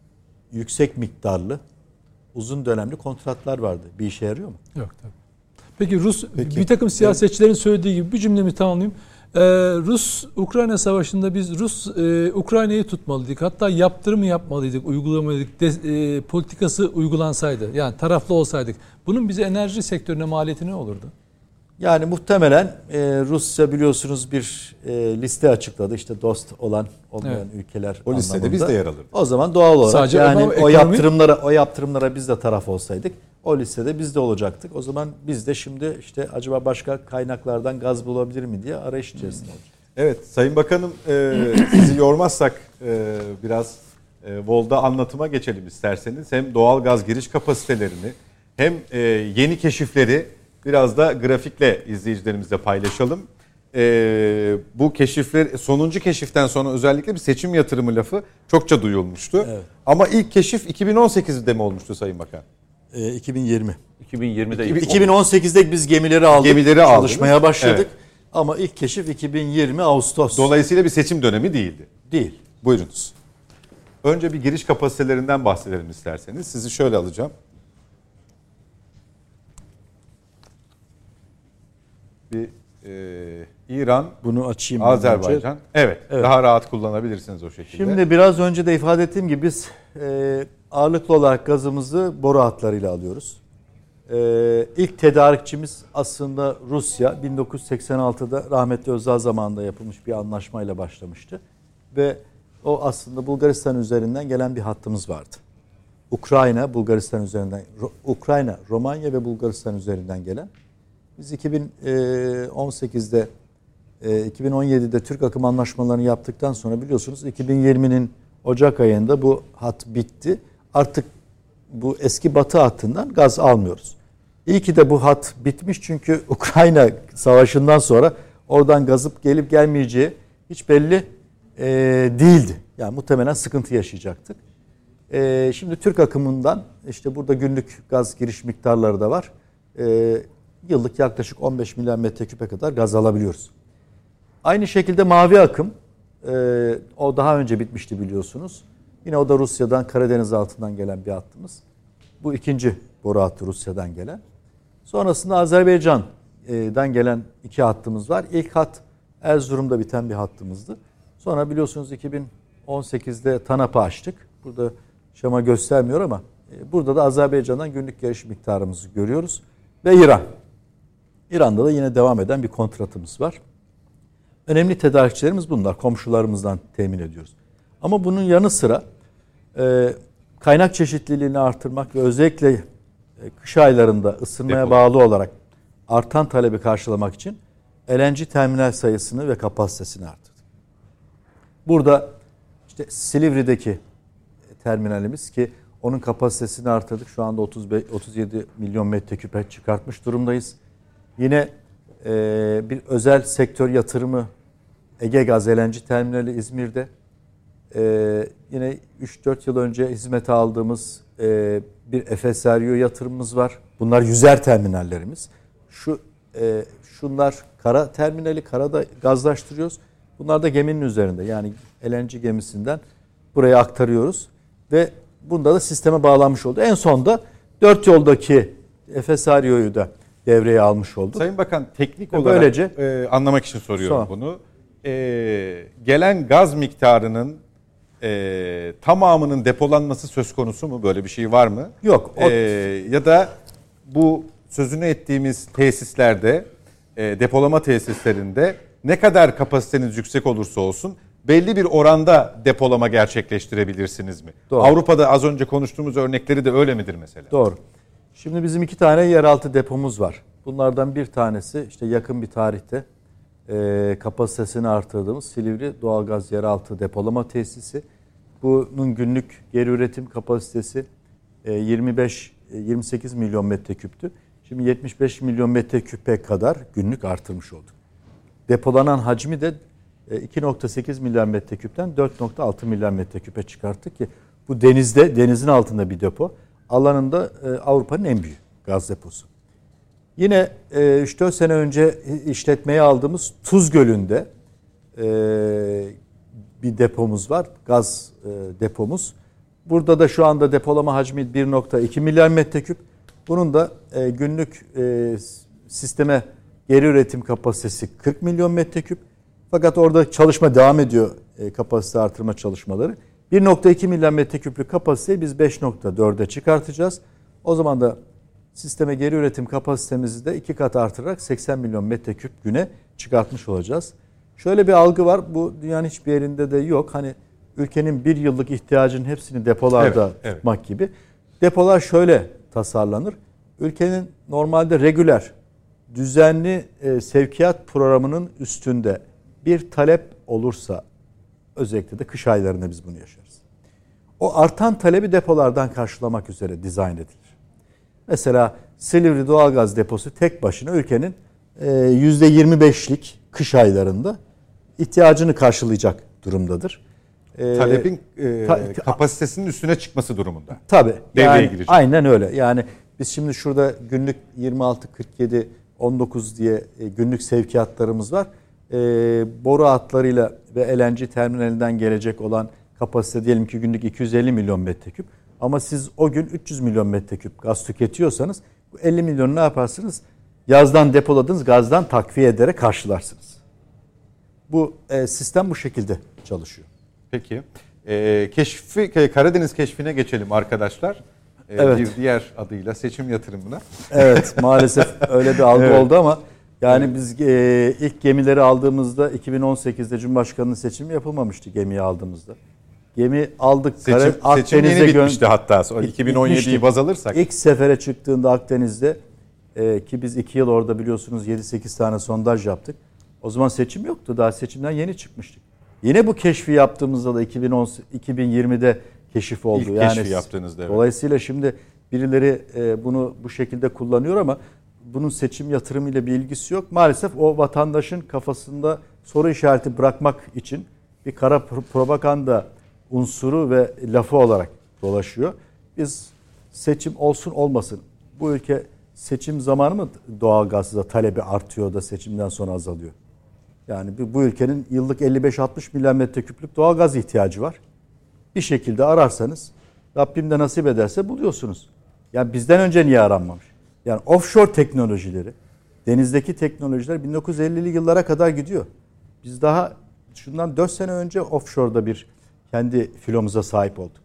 yüksek miktarlı, uzun dönemli kontratlar vardı. Bir işe yarıyor mu? Yok tabii. Peki Rus, Peki. bir takım siyasetçilerin söylediği gibi bir cümlemi tamamlayayım. Ee, Rus-Ukrayna savaşında biz Rus e, Ukrayna'yı tutmalıydık. Hatta yaptırım yapmalıydık, uygulamalıydık. De, e, politikası uygulansaydı. Yani taraflı olsaydık. Bunun bize enerji sektörüne maliyeti ne olurdu? Yani muhtemelen e, Rusya biliyorsunuz bir e, liste açıkladı. İşte dost olan olmayan evet. ülkeler o listede anlamında. Biz de yer alırdık. O zaman doğal olarak Sadece yani o ekonomi... yaptırımlara o yaptırımlara biz de taraf olsaydık o listede biz de olacaktık. O zaman biz de şimdi işte acaba başka kaynaklardan gaz bulabilir mi diye arayış içerisinde olacak. Evet Sayın Bakanım e, sizi yormazsak e, biraz e, Vol'da anlatıma geçelim isterseniz. Hem doğal gaz giriş kapasitelerini hem e, yeni keşifleri biraz da grafikle izleyicilerimizle paylaşalım. Ee, bu keşifler, sonuncu keşiften sonra özellikle bir seçim yatırımı lafı çokça duyulmuştu. Evet. Ama ilk keşif iki bin on sekizde mi olmuştu Sayın Bakan? Ee, iki bin yirmi. iki bin yirmide. iki bin on sekizde biz gemileri aldık. Gemileri çalışmaya aldınız. başladık. Evet. Ama ilk keşif iki bin yirmi Ağustos. Dolayısıyla bir seçim dönemi değildi. Değil. Buyurunuz. Önce bir giriş kapasitelerinden bahsedelim isterseniz. Sizi şöyle alacağım. Bir e, İran, bunu açayım. Azerbaycan. Evet, evet. Daha rahat kullanabilirsiniz o şekilde. Şimdi biraz önce de ifade ettiğim gibi biz e, ağırlıklı olarak gazımızı boru hatlarıyla alıyoruz. E, ilk tedarikçimiz aslında Rusya. bin dokuz yüz seksen altıda rahmetli Özal zamanında yapılmış bir anlaşmayla başlamıştı. Ve o aslında Bulgaristan üzerinden gelen bir hattımız vardı. Ukrayna, Bulgaristan üzerinden, Ukrayna, Romanya ve Bulgaristan üzerinden gelen Biz iki bin on sekizde iki bin on yedide Türk akım anlaşmalarını yaptıktan sonra biliyorsunuz iki bin yirminin Ocak ayında bu hat bitti. Artık bu eski batı hattından gaz almıyoruz. İyi ki de bu hat bitmiş çünkü Ukrayna Savaşı'ndan sonra oradan gazıp gelip gelmeyeceği hiç belli e, değildi. Yani muhtemelen sıkıntı yaşayacaktık. E, şimdi Türk akımından işte burada günlük gaz giriş miktarları da var. E, yıllık yaklaşık on beş milyar metreküpe kadar gaz alabiliyoruz. Aynı şekilde mavi akım, e, o daha önce bitmişti biliyorsunuz. Yine o da Rusya'dan, Karadeniz altından gelen bir hattımız. Bu ikinci boru hattı Rusya'dan gelen. Sonrasında Azerbaycan'dan gelen iki hattımız var. İlk hat Erzurum'da biten bir hattımızdı. Sonra biliyorsunuz iki bin on sekizde TANAP'ı açtık. Burada şema göstermiyor ama burada da Azerbaycan'dan günlük giriş miktarımızı görüyoruz. Ve İran. İran'da da yine devam eden bir kontratımız var. Önemli tedarikçilerimiz bunlar. Komşularımızdan temin ediyoruz. Ama bunun yanı sıra e, kaynak çeşitliliğini artırmak ve özellikle e, kış aylarında ısınmaya Depo. bağlı olarak artan talebi karşılamak için L N G terminal sayısını ve kapasitesini arttırdık. Burada işte Silivri'deki terminalimiz ki onun kapasitesini artırdık. Şu anda otuz beş otuz yedi milyon metreküpe çıkartmış durumdayız. Yine e, bir özel sektör yatırımı Ege Gaz L N G terminali İzmir'de. Ee, yine üç dört yıl önce hizmete aldığımız e, bir Efesaryo yatırımımız var. Bunlar yüzer terminallerimiz. Şu e, şunlar kara terminali, karada gazlaştırıyoruz. Bunlar da geminin üzerinde. Yani L N G gemisinden buraya aktarıyoruz ve bunda da sisteme bağlanmış oldu. En son da dört yoldaki Efesaryo'yu da devreye almış olduk. Sayın Bakan, teknik ve olarak böylece, e, anlamak için soruyorum sonra. bunu. E, gelen gaz miktarının e, tamamının depolanması söz konusu mu? Böyle bir şey var mı? Yok. O... E, ya da bu sözünü ettiğimiz tesislerde, e, depolama tesislerinde ne kadar kapasiteniz yüksek olursa olsun belli bir oranda depolama gerçekleştirebilirsiniz mi? Doğru. Avrupa'da az önce konuştuğumuz örnekleri de öyle midir mesela? Doğru. Şimdi bizim iki tane yeraltı depomuz var. Bunlardan bir tanesi işte yakın bir tarihte e, kapasitesini artırdığımız Silivri Doğalgaz Yeraltı Depolama Tesisi. Bunun günlük geri üretim kapasitesi e, yirmi beş yirmi sekiz milyon metreküptü. Şimdi yetmiş beş milyon metreküpe kadar günlük artırmış olduk. Depolanan hacmi de iki virgül sekiz milyar metreküpten dört virgül altı milyar metreküpe çıkarttık ki bu denizde, denizin altında bir depo. Alanında Avrupa'nın en büyük gaz deposu. Yine üç dört sene önce işletmeye aldığımız Tuz Gölü'nde bir depomuz var. Gaz depomuz. Burada da şu anda depolama hacmi bir virgül iki milyar metreküp. Bunun da günlük sisteme geri üretim kapasitesi kırk milyon metreküp. Fakat orada çalışma devam ediyor, kapasite artırma çalışmaları. bir virgül iki milyar metreküplük kapasiteyi biz beş virgül dörde çıkartacağız. O zaman da sisteme geri üretim kapasitemizi de iki kat artırarak seksen milyon metreküp güne çıkartmış olacağız. Şöyle bir algı var, bu dünyanın hiçbir yerinde de yok. Hani ülkenin bir yıllık ihtiyacının hepsini depolarda evet, tutmak evet. gibi. Depolar şöyle tasarlanır. Ülkenin normalde regüler, düzenli e, sevkiyat programının üstünde bir talep olursa, özellikle de kış aylarında biz bunu yaşarız. O artan talebi depolardan karşılamak üzere dizayn edilir. Mesela Silivri Doğalgaz Deposu tek başına ülkenin yüzde yirmi beşlik kış aylarında ihtiyacını karşılayacak durumdadır. Talebin e, ta, kapasitesinin üstüne çıkması durumunda. Tabii. Devreye Yani, girecek. aynen öyle. Yani biz şimdi şurada günlük yirmi altı kırk yedi on dokuz diye günlük sevkiyatlarımız var. E, boru hatlarıyla ve L N G terminalinden gelecek olan kapasite diyelim ki günlük iki yüz elli milyon metreküp. Ama siz o gün üç yüz milyon metreküp gaz tüketiyorsanız bu elli milyonu ne yaparsınız? Yazdan depoladığınız gazdan takviye ederek karşılarsınız. Bu e, sistem bu şekilde çalışıyor. Peki. E, keşfi, Karadeniz keşfine geçelim arkadaşlar. E, evet. Bir diğer adıyla seçim yatırımına. Evet, maalesef öyle bir algı evet. oldu ama yani evet. biz e, ilk gemileri aldığımızda iki bin on sekizde Cumhurbaşkanı'nın seçimi yapılmamıştı gemiyi aldığımızda. Gemi aldık. Seçim, Akdeniz'e seçim yeni gö- bitmişti hatta. iki bin on yediyi baz alırsak. İlk sefere çıktığında Akdeniz'de Ee, ki biz iki yıl orada biliyorsunuz yedi sekiz tane sondaj yaptık. O zaman seçim yoktu. Daha seçimden yeni çıkmıştık. Yine bu keşfi yaptığımızda da iki bin on, iki bin yirmide keşif oldu. İlk yani keşfi yaptığınızda. Evet. Dolayısıyla şimdi birileri e, bunu bu şekilde kullanıyor ama bunun seçim yatırımıyla bir ilgisi yok. Maalesef o vatandaşın kafasında soru işareti bırakmak için bir kara propaganda unsuru ve lafı olarak dolaşıyor. Biz seçim olsun olmasın. Bu ülke seçim zamanı mı doğalgazda talebi artıyor da seçimden sonra azalıyor? Yani bu ülkenin yıllık elli beş altmış milyar metreküplük doğalgaz ihtiyacı var. Bir şekilde ararsanız Rabbim de nasip ederse buluyorsunuz. Yani bizden önce niye aranmamış? Yani offshore teknolojileri, denizdeki teknolojiler bin dokuz yüz ellili yıllara kadar gidiyor. Biz daha şundan dört sene önce offshore'da bir kendi filomuza sahip olduk.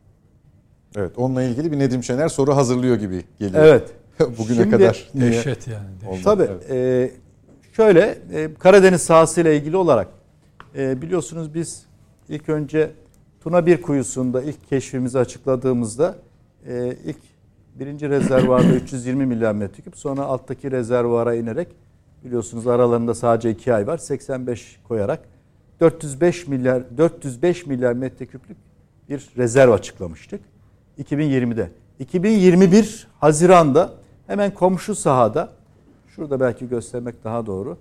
Evet, onunla ilgili bir Nedim Şener soru hazırlıyor gibi geliyor. Evet. Bugüne Şimdi, kadar. Dehşet yani. Dehşet. Tabii. Evet. E, şöyle e, Karadeniz sahasıyla ilgili olarak e, biliyorsunuz biz ilk önce Tuna bir kuyusunda ilk keşfimizi açıkladığımızda e, ilk birinci rezervuarda üç yüz yirmi milyar metreküp, sonra alttaki rezervuara inerek biliyorsunuz aralarında sadece iki ay var, seksen beş koyarak dört yüz beş milyar dört yüz beş milyar metreküplük bir rezerv açıklamıştık iki bin yirmide. iki bin yirmi bir Haziran'da hemen komşu sahada, şurada belki göstermek daha doğru,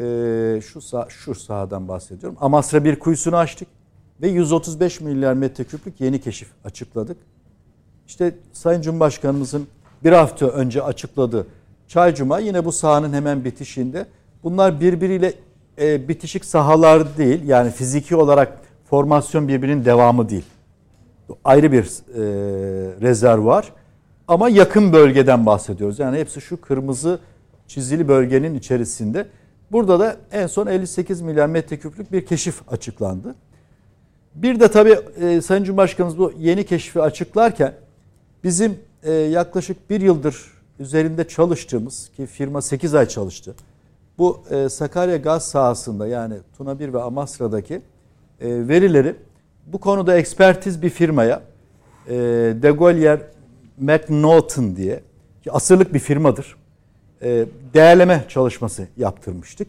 e, şu sah- şu sahadan bahsediyorum. Amasra bir kuyusunu açtık ve yüz otuz beş milyar metreküplük yeni keşif açıkladık. İşte Sayın Cumhurbaşkanımızın bir hafta önce açıkladığı Çaycuma yine bu sahanın hemen bitişinde. Bunlar birbiriyle e, bitişik sahalar değil. Yani fiziki olarak formasyon birbirinin devamı değil. Ayrı bir e, rezervuar ama yakın bölgeden bahsediyoruz. Yani hepsi şu kırmızı çizili bölgenin içerisinde. Burada da en son elli sekiz milyar metreküplük bir keşif açıklandı. Bir de tabii e, Sayın Cumhurbaşkanımız bu yeni keşfi açıklarken bizim e, yaklaşık bir yıldır üzerinde çalıştığımız, ki firma sekiz ay çalıştı. Bu e, Sakarya gaz sahasında, yani Tuna bir ve Amasra'daki e, verileri bu konuda ekspertiz bir firmaya, e, De Golyer McNaughton diye, ki asırlık bir firmadır, e, değerleme çalışması yaptırmıştık.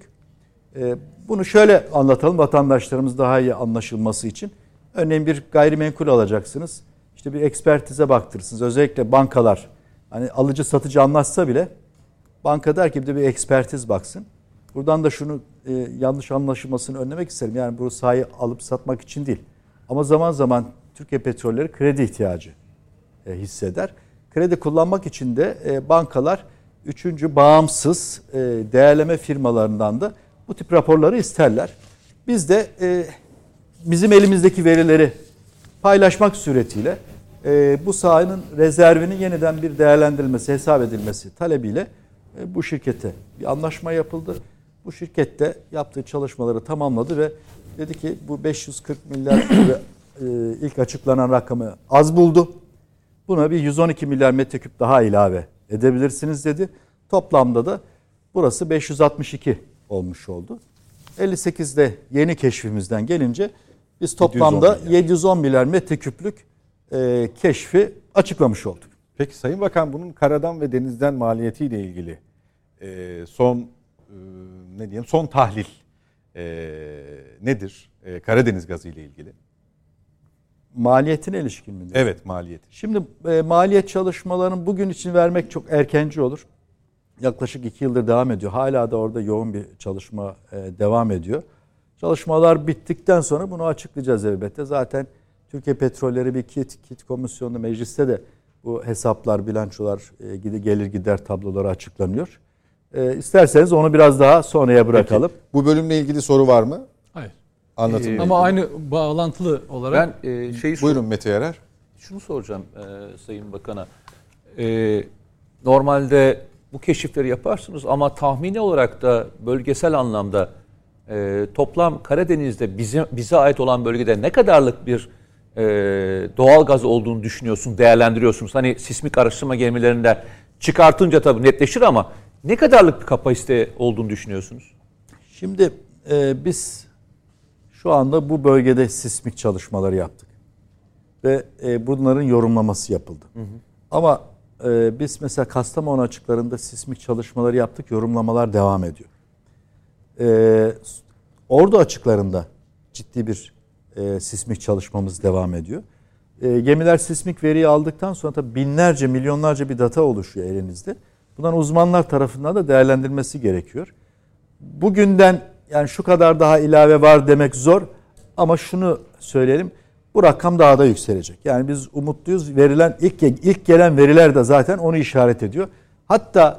E, bunu şöyle anlatalım vatandaşlarımız daha iyi anlaşılması için. Örneğin bir gayrimenkul alacaksınız. İşte bir ekspertize baktırırsınız. Özellikle bankalar, hani alıcı satıcı anlaşsa bile banka der ki bir de bir ekspertiz baksın. Buradan da şunu e, yanlış anlaşılmasını önlemek isterim. Yani bu sahayı alıp satmak için değil. Ama zaman zaman Türkiye Petrolleri kredi ihtiyacı e, hisseder. Kredi kullanmak için de e, bankalar üçüncü bağımsız e, değerleme firmalarından da bu tip raporları isterler. Biz de e, bizim elimizdeki verileri paylaşmak suretiyle e, bu sahanın rezervinin yeniden bir değerlendirilmesi, hesap edilmesi talebiyle e, bu şirkete bir anlaşma yapıldı. Bu şirket de yaptığı çalışmaları tamamladı ve dedi ki bu beş yüz kırk milyar e, ilk açıklanan rakamı az buldu. Buna bir yüz on iki milyar metreküp daha ilave edebilirsiniz dedi. Toplamda da burası beş yüz altmış iki olmuş oldu. elli sekizde yeni keşfimizden gelince biz toplamda yedi yüz on milyar metreküplük e, keşfi açıklamış olduk. Peki Sayın Bakan, bunun karadan ve denizden maliyetiyle ilgili e, son e, ne diyeyim son tahlil e, nedir? E, Karadeniz gazı ile ilgili. Maliyetine ilişkin mi diyorsun? Evet, maliyeti. Şimdi e, maliyet çalışmalarının bugün için vermek çok erkenci olur. Yaklaşık iki yıldır devam ediyor. Hala da orada yoğun bir çalışma e, devam ediyor. Çalışmalar bittikten sonra bunu açıklayacağız elbette. Zaten Türkiye Petrolleri bir kit, kit komisyonu mecliste de bu hesaplar, bilançolar, e, gelir gider tabloları açıklanıyor. E, isterseniz onu biraz daha sonraya bırakalım. Peki, bu bölümle ilgili soru var mı? Hayır. Anlatın. Ee, ama aynı bağlantılı olarak. Ben e, şeyi Buyurun Mete Yarar. Şunu soracağım e, Sayın Bakan'a. E, normalde bu keşifleri yaparsınız ama tahmini olarak da bölgesel anlamda e, toplam Karadeniz'de bize, bize ait olan bölgede ne kadarlık bir e, doğal gaz olduğunu düşünüyorsun, değerlendiriyorsunuz? Hani sismik araştırma gemilerinde çıkartınca tabii netleşir ama ne kadarlık bir kapasite olduğunu düşünüyorsunuz? Şimdi e, biz şu anda bu bölgede sismik çalışmaları yaptık. Ve e, bunların yorumlaması yapıldı. Hı hı. Ama e, biz mesela Kastamonu açıklarında sismik çalışmaları yaptık. Yorumlamalar devam ediyor. E, Ordu açıklarında ciddi bir e, sismik çalışmamız devam ediyor. E, gemiler sismik veriyi aldıktan sonra tabii binlerce, milyonlarca bir data oluşuyor elinizde. Bundan uzmanlar tarafından da değerlendirilmesi gerekiyor. Bugünden yani şu kadar daha ilave var demek zor ama şunu söyleyelim. Bu rakam daha da yükselecek. Yani biz umutluyuz. Verilen ilk ilk gelen veriler de zaten onu işaret ediyor. Hatta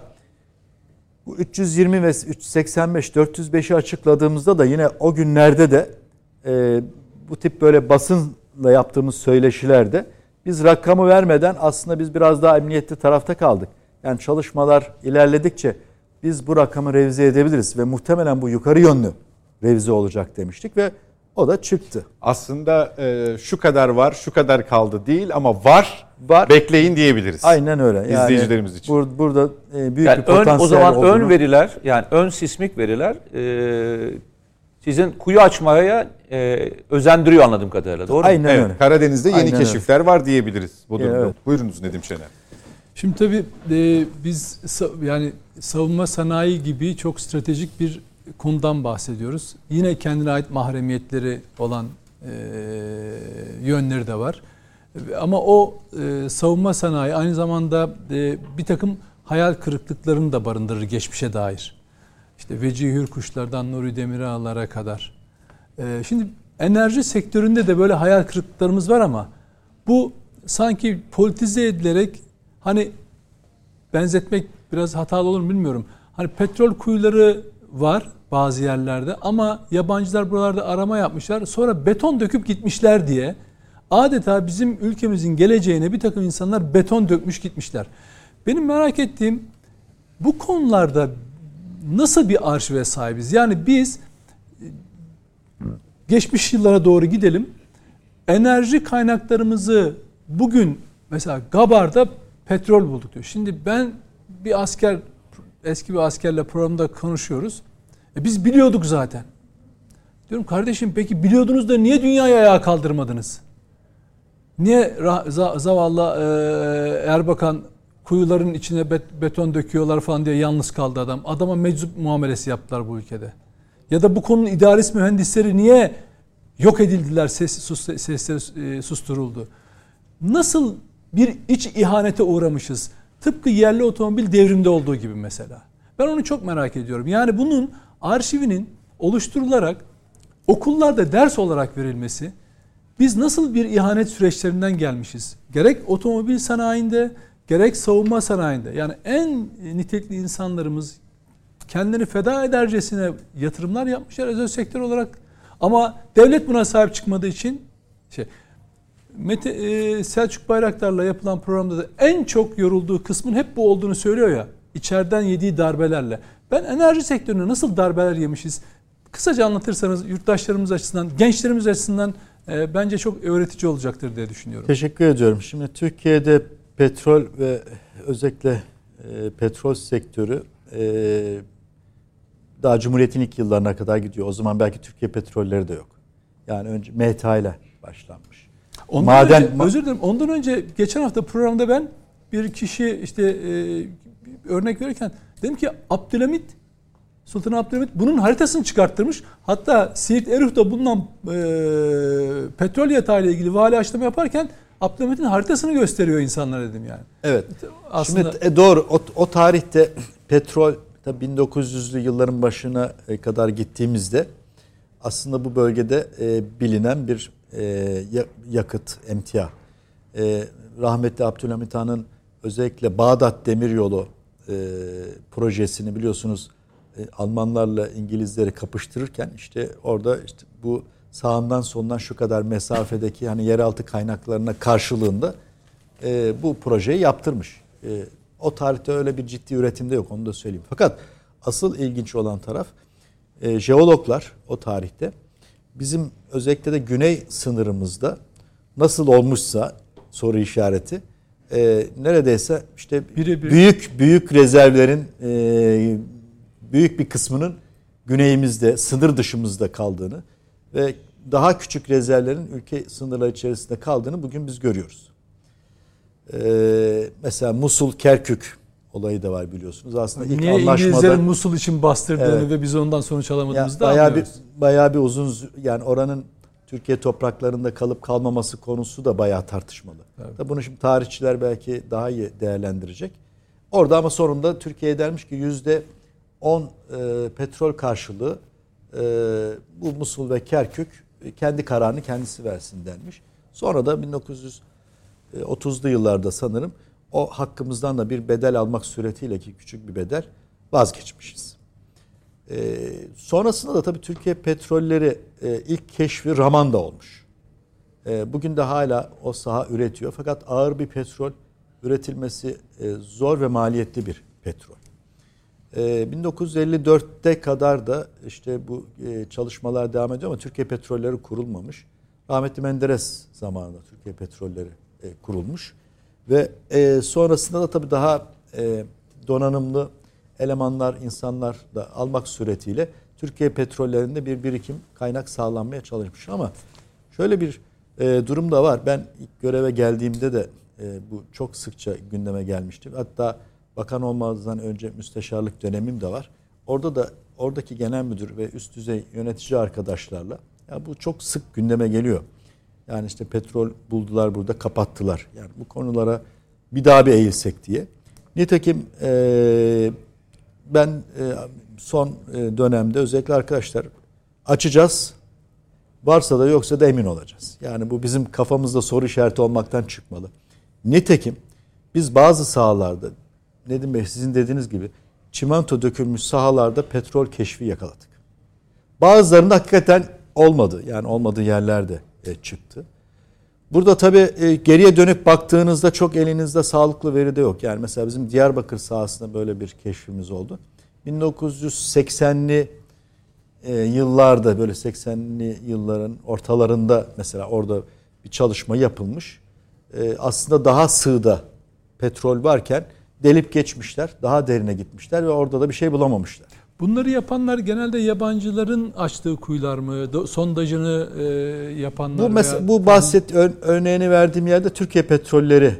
bu üç yüz yirmi ve üç yüz seksen beş dört yüz beşi açıkladığımızda da yine o günlerde de e, bu tip böyle basınla yaptığımız söyleşilerde biz rakamı vermeden aslında biz biraz daha emniyetli tarafta kaldık. Yani çalışmalar ilerledikçe biz bu rakamı revize edebiliriz ve muhtemelen bu yukarı yönlü revize olacak demiştik ve o da çıktı. Aslında e, şu kadar var, şu kadar kaldı değil ama var, Var. Bekleyin diyebiliriz. Aynen öyle. Yani İzleyicilerimiz için. Bur- burada e, büyük Yani bir potansiyel ön, o zaman olduğunu... ön veriler, yani ön sismik veriler e, sizin kuyu açmaya e, özendiriyor anladığım kadarıyla. Doğru mu? Aynen Evet, öyle. Karadeniz'de yeni Aynen keşifler öyle. var diyebiliriz bu durumda. Evet. Buyurunuz Nedim Şener. Şimdi tabii e, biz sa- yani savunma sanayi gibi çok stratejik bir konudan bahsediyoruz. Yine kendine ait mahremiyetleri olan e, yönleri de var. Ama o e, savunma sanayi aynı zamanda e, bir takım hayal kırıklıklarını da barındırır geçmişe dair. İşte Vecihi Hürkuşlardan Nuri Demirağlar'a kadar. E, şimdi enerji sektöründe de böyle hayal kırıklıklarımız var ama bu sanki politize edilerek, hani benzetmek biraz hatalı olur mu bilmiyorum. Hani petrol kuyuları var bazı yerlerde ama yabancılar buralarda arama yapmışlar. Sonra beton döküp gitmişler diye adeta bizim ülkemizin geleceğine bir takım insanlar beton dökmüş gitmişler. Benim merak ettiğim, bu konularda nasıl bir arşive sahibiz? Yani biz geçmiş yıllara doğru gidelim. Enerji kaynaklarımızı bugün mesela Gabar'da petrol bulduk diyor. Şimdi ben bir asker, eski bir askerle programda konuşuyoruz. E biz biliyorduk zaten. Diyorum kardeşim, peki biliyordunuz da niye dünyayı ayağa kaldırmadınız? Niye zavallı e, Erbakan kuyuların içine bet- beton döküyorlar falan diye yalnız kaldı adam. Adama meczup muamelesi yaptılar bu ülkede. Ya da bu konunun idarist mühendisleri niye yok edildiler, ses, sus, sesleri e, susturuldu? Nasıl bir iç ihanete uğramışız? Tıpkı yerli otomobil devrimde olduğu gibi mesela. Ben onu çok merak ediyorum. Yani bunun arşivinin oluşturularak okullarda ders olarak verilmesi, biz nasıl bir ihanet süreçlerinden gelmişiz? Gerek otomobil sanayinde, gerek savunma sanayinde. Yani en nitelikli insanlarımız kendini feda edercesine yatırımlar yapmışlar özel sektör olarak. Ama devlet buna sahip çıkmadığı için şey, Mete, e, Selçuk Bayraktar'la yapılan programda da en çok yorulduğu kısmın hep bu olduğunu söylüyor ya. İçeriden yediği darbelerle. Ben enerji sektörüne nasıl darbeler yemişiz? Kısaca anlatırsanız yurttaşlarımız açısından, gençlerimiz açısından e, bence çok öğretici olacaktır diye düşünüyorum. Teşekkür ediyorum. Şimdi Türkiye'de petrol ve özellikle e, petrol sektörü e, daha Cumhuriyet'in ilk yıllarına kadar gidiyor. O zaman belki Türkiye petrolleri de yok. Yani önce M T A ile başlanmış. Ondan Maden, önce, özür dilerim. Ondan önce geçen hafta programda ben bir kişi işte e, örnek verirken dedim ki Abdülhamit, Sultan Abdülhamit bunun haritasını çıkarttırmış. Hatta Siirt Eruh'ta bulunan e, petrol yatağıyla ilgili vali açıklama yaparken Abdülhamit'in haritasını gösteriyor insanlara dedim yani. Evet. Aslında Şimdi e, doğru o, o tarihte petrol tabii bin dokuz yüzlü yılların başına kadar gittiğimizde aslında bu bölgede e, bilinen bir e, yakıt, emtia. E, rahmetli Abdülhamit Han'ın özellikle Bağdat Demiryolu e, projesini biliyorsunuz e, Almanlarla İngilizleri kapıştırırken işte orada işte bu sağından solundan şu kadar mesafedeki hani yeraltı kaynaklarına karşılığında e, bu projeyi yaptırmış. E, o tarihte öyle bir ciddi üretimde yok, onu da söyleyeyim. Fakat asıl ilginç olan taraf e, jeologlar o tarihte bizim özellikle de güney sınırımızda nasıl olmuşsa soru işareti e, neredeyse işte Birebir. büyük büyük rezervlerin e, büyük bir kısmının güneyimizde, sınır dışımızda kaldığını ve daha küçük rezervlerin ülke sınırları içerisinde kaldığını bugün biz görüyoruz. Ee, mesela Musul Kerkük olayı da var biliyorsunuz. Aslında ilk Niye anlaşmada İngilizlerin Musul için bastırdığını evet. ve biz ondan sonuç alamadığımızı da bayağı anlıyoruz. bir bayağı bir uzun, yani oranın Türkiye topraklarında kalıp kalmaması konusu da bayağı tartışmalı. Evet. Tabii bunu şimdi tarihçiler belki daha iyi değerlendirecek. Orada ama sonunda Türkiye dermiş ki yüzde on e, petrol karşılığı e, bu Musul ve Kerkük kendi kararını kendisi versin denmiş. Sonra da bin dokuz yüz otuzlu yıllarda sanırım o hakkımızdan da bir bedel almak suretiyle, ki küçük bir bedel, vazgeçmişiz. Ee, sonrasında da tabii Türkiye petrolleri e, ilk keşfi Raman'da olmuş. E, bugün de hala o saha üretiyor. Fakat ağır bir petrol, üretilmesi e, zor ve maliyetli bir petrol. E, bin dokuz yüz elli dörtte kadar da işte bu e, çalışmalar devam ediyor ama Türkiye petrolleri kurulmamış. Rahmetli Menderes zamanında Türkiye petrolleri e, kurulmuş. Ve e, sonrasında da tabii daha e, donanımlı elemanlar, insanlar da almak suretiyle Türkiye petrollerinde bir birikim, kaynak sağlanmaya çalışmış. Ama şöyle bir e, durum da var. Ben ilk göreve geldiğimde de e, bu çok sıkça gündeme gelmişti. Hatta bakan olmadan önce müsteşarlık dönemim de var. Orada da oradaki genel müdür ve üst düzey yönetici arkadaşlarla ya bu çok sık gündeme geliyor. Yani işte petrol buldular burada, kapattılar. Yani bu konulara bir daha bir eğilsek diye. Nitekim e, ben e, son e, dönemde özellikle arkadaşlar açacağız. Varsa da yoksa da emin olacağız. Yani bu bizim kafamızda soru işareti olmaktan çıkmalı. Nitekim biz bazı sahalarda, Nedim Bey sizin dediğiniz gibi çimento dökülmüş sahalarda petrol keşfi yakaladık. Bazılarında hakikaten olmadı. Yani olmadığı yerlerde e, çıktı. Burada tabii e, geriye dönüp baktığınızda çok elinizde sağlıklı veri de yok. Yani mesela bizim Diyarbakır sahasında böyle bir keşfimiz oldu. bin dokuz yüz seksenli e, yıllarda, böyle seksenli yılların ortalarında mesela orada bir çalışma yapılmış. E, aslında daha sığda petrol varken delip geçmişler, daha derine gitmişler ve orada da bir şey bulamamışlar. Bunları yapanlar genelde yabancıların açtığı kuyular mı? Sondajını e, yapanlar Bu mesela veya... bu bahset örneğini verdiğim yerde Türkiye Petrolleri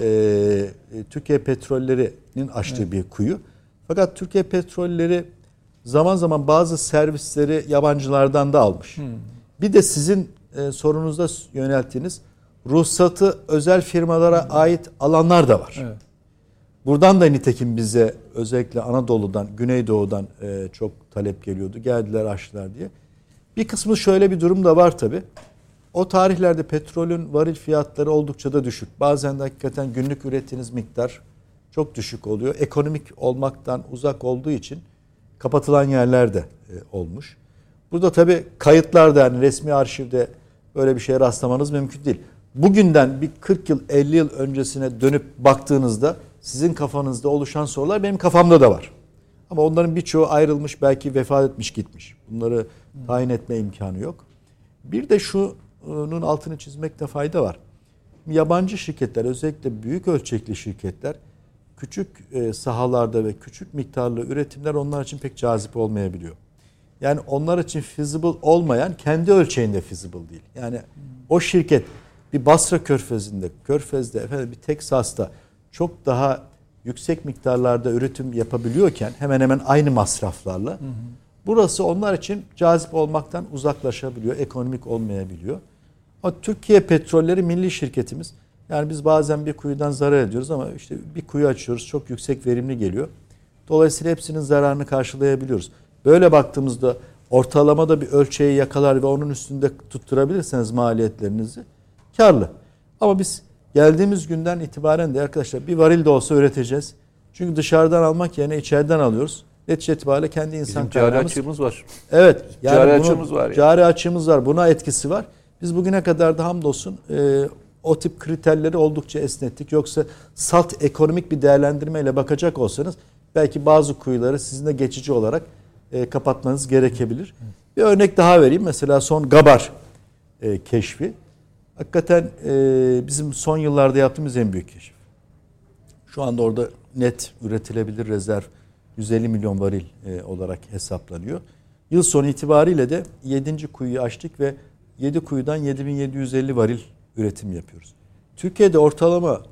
e, Türkiye Petrolleri'nin açtığı evet. bir kuyu. Fakat Türkiye Petrolleri zaman zaman bazı servisleri yabancılardan da almış. Hmm. Bir de sizin e, sorunuzda yönelttiğiniz ruhsatı özel firmalara hmm. ait alanlar da var. Evet. Buradan da nitekim bize özellikle Anadolu'dan, Güneydoğu'dan e, çok talep geliyordu. Geldiler, açtılar diye. Bir kısmı şöyle bir durum da var tabii. O tarihlerde petrolün varil fiyatları oldukça da düşük. Bazen de hakikaten günlük ürettiğiniz miktar çok düşük oluyor. Ekonomik olmaktan uzak olduğu için kapatılan yerler de e, olmuş. Burada tabii kayıtlarda, yani resmi arşivde böyle bir şeye rastlamanız mümkün değil. Bugünden bir kırk yıl, elli yıl öncesine dönüp baktığınızda sizin kafanızda oluşan sorular benim kafamda da var. Ama onların birçoğu ayrılmış, belki vefat etmiş, gitmiş. Bunları tayin etme imkanı yok. Bir de şunun altını çizmekte fayda var. Yabancı şirketler, özellikle büyük ölçekli şirketler, küçük sahalarda ve küçük miktarlı üretimler onlar için pek cazip olmayabiliyor. Yani onlar için feasible olmayan, kendi ölçeğinde feasible değil. Yani o şirket bir Basra Körfezi'nde, Körfez'de, efendim bir Teksas'ta çok daha yüksek miktarlarda üretim yapabiliyorken hemen hemen aynı masraflarla, hı hı. burası onlar için cazip olmaktan uzaklaşabiliyor, ekonomik olmayabiliyor. Ama Türkiye Petrolleri milli şirketimiz. Yani biz bazen bir kuyudan zarar ediyoruz ama işte bir kuyu açıyoruz, çok yüksek verimli geliyor. Dolayısıyla hepsinin zararını karşılayabiliyoruz. Böyle baktığımızda ortalamada bir ölçeği yakalar ve onun üstünde tutturabilirseniz maliyetlerinizi karlı. Ama biz geldiğimiz günden itibaren de arkadaşlar bir varil de olsa üreteceğiz. Çünkü dışarıdan almak yerine içeriden alıyoruz. Netice itibariyle kendi insan Bizim cari kaynağımız. açığımız var. Evet. Yani cari bunu, açığımız var. Yani. Cari açığımız var. Buna etkisi var. Biz bugüne kadar da hamdolsun e, o tip kriterleri oldukça esnettik. Yoksa salt ekonomik bir değerlendirmeyle bakacak olsanız belki bazı kuyuları sizin de geçici olarak e, kapatmanız gerekebilir. Bir örnek daha vereyim. Mesela son Gabar e, keşfi. Hakikaten e, bizim son yıllarda yaptığımız en büyük keşif. Şu anda orada net üretilebilir rezerv yüz elli milyon varil e, olarak hesaplanıyor. Yıl sonu itibariyle de yedinci kuyuyu açtık ve yedi kuyudan yedi bin yedi yüz elli varil üretim yapıyoruz. Türkiye'de ortalama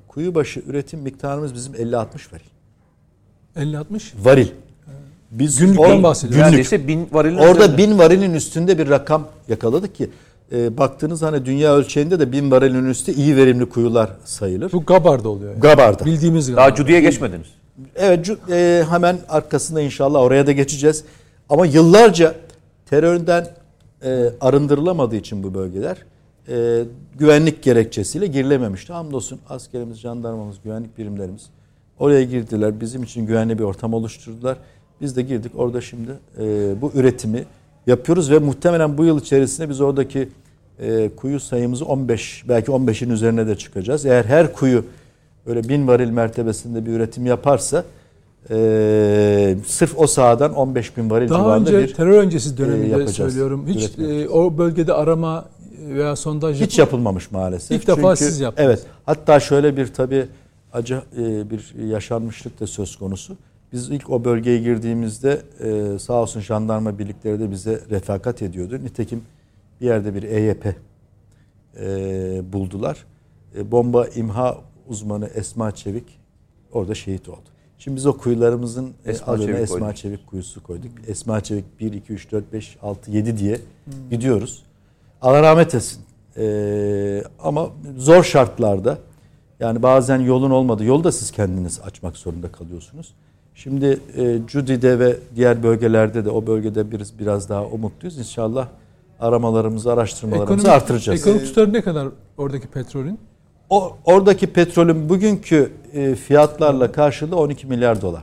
kuyu başı üretim miktarımız bizim elli altmış varil. elli altmış Varil. Biz günlükten bahsediyoruz. Neredeyse bin varilin Orada üzerinde. bin varilin üstünde bir rakam yakaladık ki e, baktığınız hani dünya ölçeğinde de bin varilin üstü iyi verimli kuyular sayılır. Bu Gabar'da oluyor. Yani. Gabar'da. Bildiğimiz Daha Gabar. Cudi'ye geçmediniz. Evet e, hemen arkasında inşallah oraya da geçeceğiz. Ama yıllarca terörden e, arındırılamadığı için bu bölgeler e, güvenlik gerekçesiyle girilememişti. Hamdolsun askerimiz, jandarmamız, güvenlik birimlerimiz oraya girdiler. Bizim için güvenli bir ortam oluşturdular. Biz de girdik. Orada şimdi e, bu üretimi yapıyoruz ve muhtemelen bu yıl içerisinde biz oradaki e, kuyu sayımızı on beş belki on beşin üzerine de çıkacağız. Eğer her kuyu öyle bin varil mertebesinde bir üretim yaparsa e, sırf o sahadan on beş bin varil Daha civarında önce bir terör öncesi döneminde e, yapacağız, söylüyorum. Hiç üretmek. e, o bölgede arama veya sondaj hiç yapılmamış maalesef. İlk defa Çünkü, siz yaptınız. Evet. Hatta şöyle bir tabii acı e, bir yaşanmışlık da söz konusu. Biz ilk o bölgeye girdiğimizde e, sağ olsun jandarma birlikleri de bize refakat ediyordu. Nitekim bir yerde bir E Y P e, buldular. E, bomba imha uzmanı Esma Çevik orada şehit oldu. Şimdi biz o kuyularımızın Esma adına Çevik Esma koyduk. Çevik kuyusu koyduk. Esma Çevik bir, iki, üç, dört, beş, altı, yedi diye hmm. gidiyoruz. Allah rahmet etsin. E, ama zor şartlarda yani bazen yolun olmadı. Yolu da siz kendiniz açmak zorunda kalıyorsunuz. Şimdi e, Cudi'de ve diğer bölgelerde de o bölgede biraz, biraz daha umutluyuz. İnşallah aramalarımızı, araştırmalarımızı ekonomik, artıracağız. Ekonomik tutarı ne kadar oradaki petrolün? O, oradaki petrolün bugünkü e, fiyatlarla karşılığı on iki milyar dolar.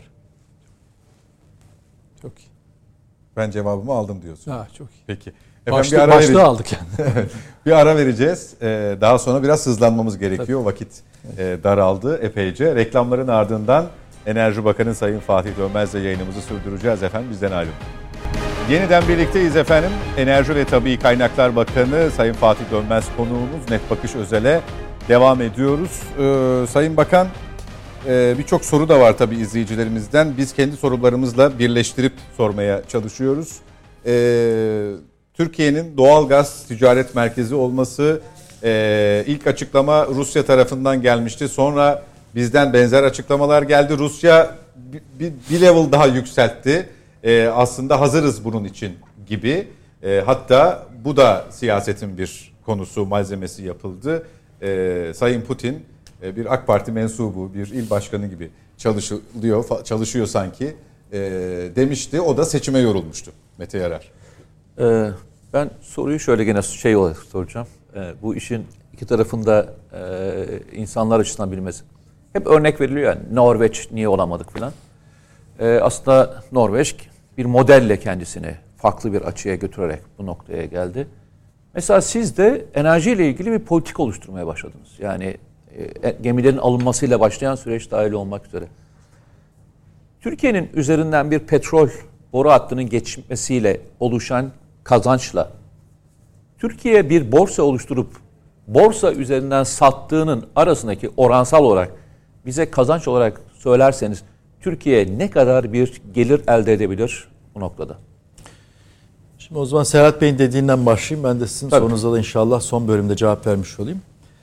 Çok iyi. Ben cevabımı aldım diyorsun. Ha, çok iyi. Peki. Başlığı, bir ara başlığı vereceğiz. aldık yani. Bir ara vereceğiz. Ee, daha sonra biraz hızlanmamız gerekiyor. Tabii. Vakit e, daraldı epeyce. Reklamların ardından Enerji Bakanı Sayın Fatih Dönmez'le yayınımızı sürdüreceğiz efendim. Bizden ayrılın. Yeniden birlikteyiz efendim. Enerji ve Tabii Kaynaklar Bakanı Sayın Fatih Dönmez konuğumuz. Net Bakış Özel'e devam ediyoruz. Ee, Sayın Bakan, e, birçok soru da var tabii izleyicilerimizden. Biz kendi sorularımızla birleştirip sormaya çalışıyoruz. Ee, Türkiye'nin doğalgaz ticaret merkezi olması, e, ilk açıklama Rusya tarafından gelmişti. Sonra bizden benzer açıklamalar geldi. Rusya bir, bir level daha yükseltti. E, aslında hazırız bunun için gibi. E, hatta bu da siyasetin bir konusu, malzemesi yapıldı. E, Sayın Putin e, bir AK Parti mensubu, bir il başkanı gibi çalışılıyor, çalışıyor sanki e, demişti. O da seçime yorulmuştu. Mete Yarar. Ee, ben soruyu şöyle gene şey olarak soracağım. Ee, bu işin iki tarafında e, insanlar açısından bilmesi. Hep örnek veriliyor yani Norveç niye olamadık filan. Ee, aslında Norveç bir modelle kendisini farklı bir açıya götürerek bu noktaya geldi. Mesela siz de enerjiyle ilgili bir politik oluşturmaya başladınız. Yani e, gemilerin alınmasıyla başlayan süreç dahil olmak üzere. Türkiye'nin üzerinden bir petrol boru hattının geçmesiyle oluşan kazançla Türkiye bir borsa oluşturup borsa üzerinden sattığının arasındaki oransal olarak bize kazanç olarak söylerseniz Türkiye ne kadar bir gelir elde edebilir bu noktada? Şimdi o zaman Serhat Bey'in dediğinden başlayayım. Ben de sizin tabii. sorunuza da inşallah son bölümde cevap vermiş olayım.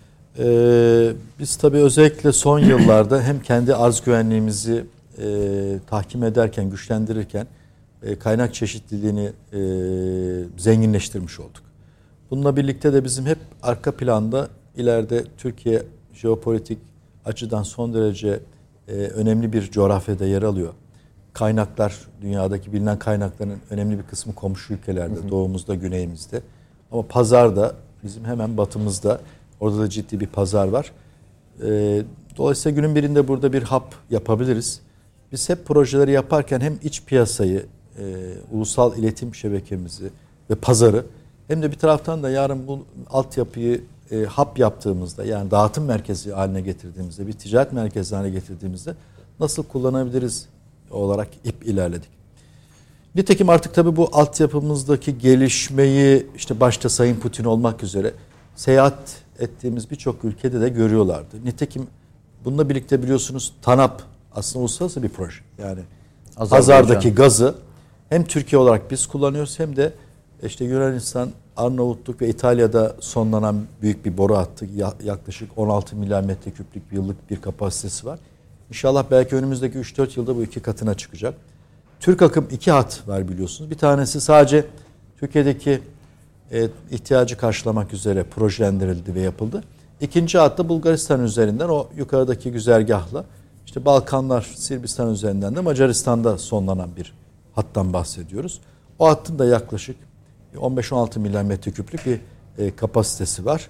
Ee, biz tabii özellikle son yıllarda hem kendi arz güvenliğimizi e, tahkim ederken, güçlendirirken e, kaynak çeşitliliğini e, zenginleştirmiş olduk. Bununla birlikte de bizim hep arka planda ileride Türkiye jeopolitik açıdan son derece e, önemli bir coğrafyada yer alıyor. Kaynaklar, dünyadaki bilinen kaynakların önemli bir kısmı komşu ülkelerde, hı hı. doğumuzda, güneyimizde. Ama pazar da bizim hemen batımızda, orada da ciddi bir pazar var. E, dolayısıyla günün birinde burada bir hub yapabiliriz. Biz hep projeleri yaparken hem iç piyasayı, e, ulusal iletim şebekemizi ve pazarı hem de bir taraftan da yarın bu altyapıyı e, hub yaptığımızda, yani dağıtım merkezi haline getirdiğimizde, bir ticaret merkezi haline getirdiğimizde nasıl kullanabiliriz olarak ip ilerledik. Nitekim artık tabii bu altyapımızdaki gelişmeyi işte başta Sayın Putin olmak üzere seyahat ettiğimiz birçok ülkede de görüyorlardı. Nitekim bununla birlikte biliyorsunuz TANAP aslında uluslararası bir proje. Yani pazardaki gazı hem Türkiye olarak biz kullanıyoruz hem de işte Yunanistan, Arnavutluk ve İtalya'da sonlanan büyük bir boru hattı. Yaklaşık on altı milyar metreküplük yıllık bir kapasitesi var. İnşallah belki önümüzdeki üç dört yılda bu iki katına çıkacak. Türk akım iki hat var biliyorsunuz. Bir tanesi sadece Türkiye'deki e, ihtiyacı karşılamak üzere projelendirildi ve yapıldı. İkinci hat da Bulgaristan üzerinden o yukarıdaki güzergahla işte Balkanlar, Sırbistan üzerinden de Macaristan'da sonlanan bir hattan bahsediyoruz. O hattın da yaklaşık on beş on altı milyar metreküplük bir e, kapasitesi var.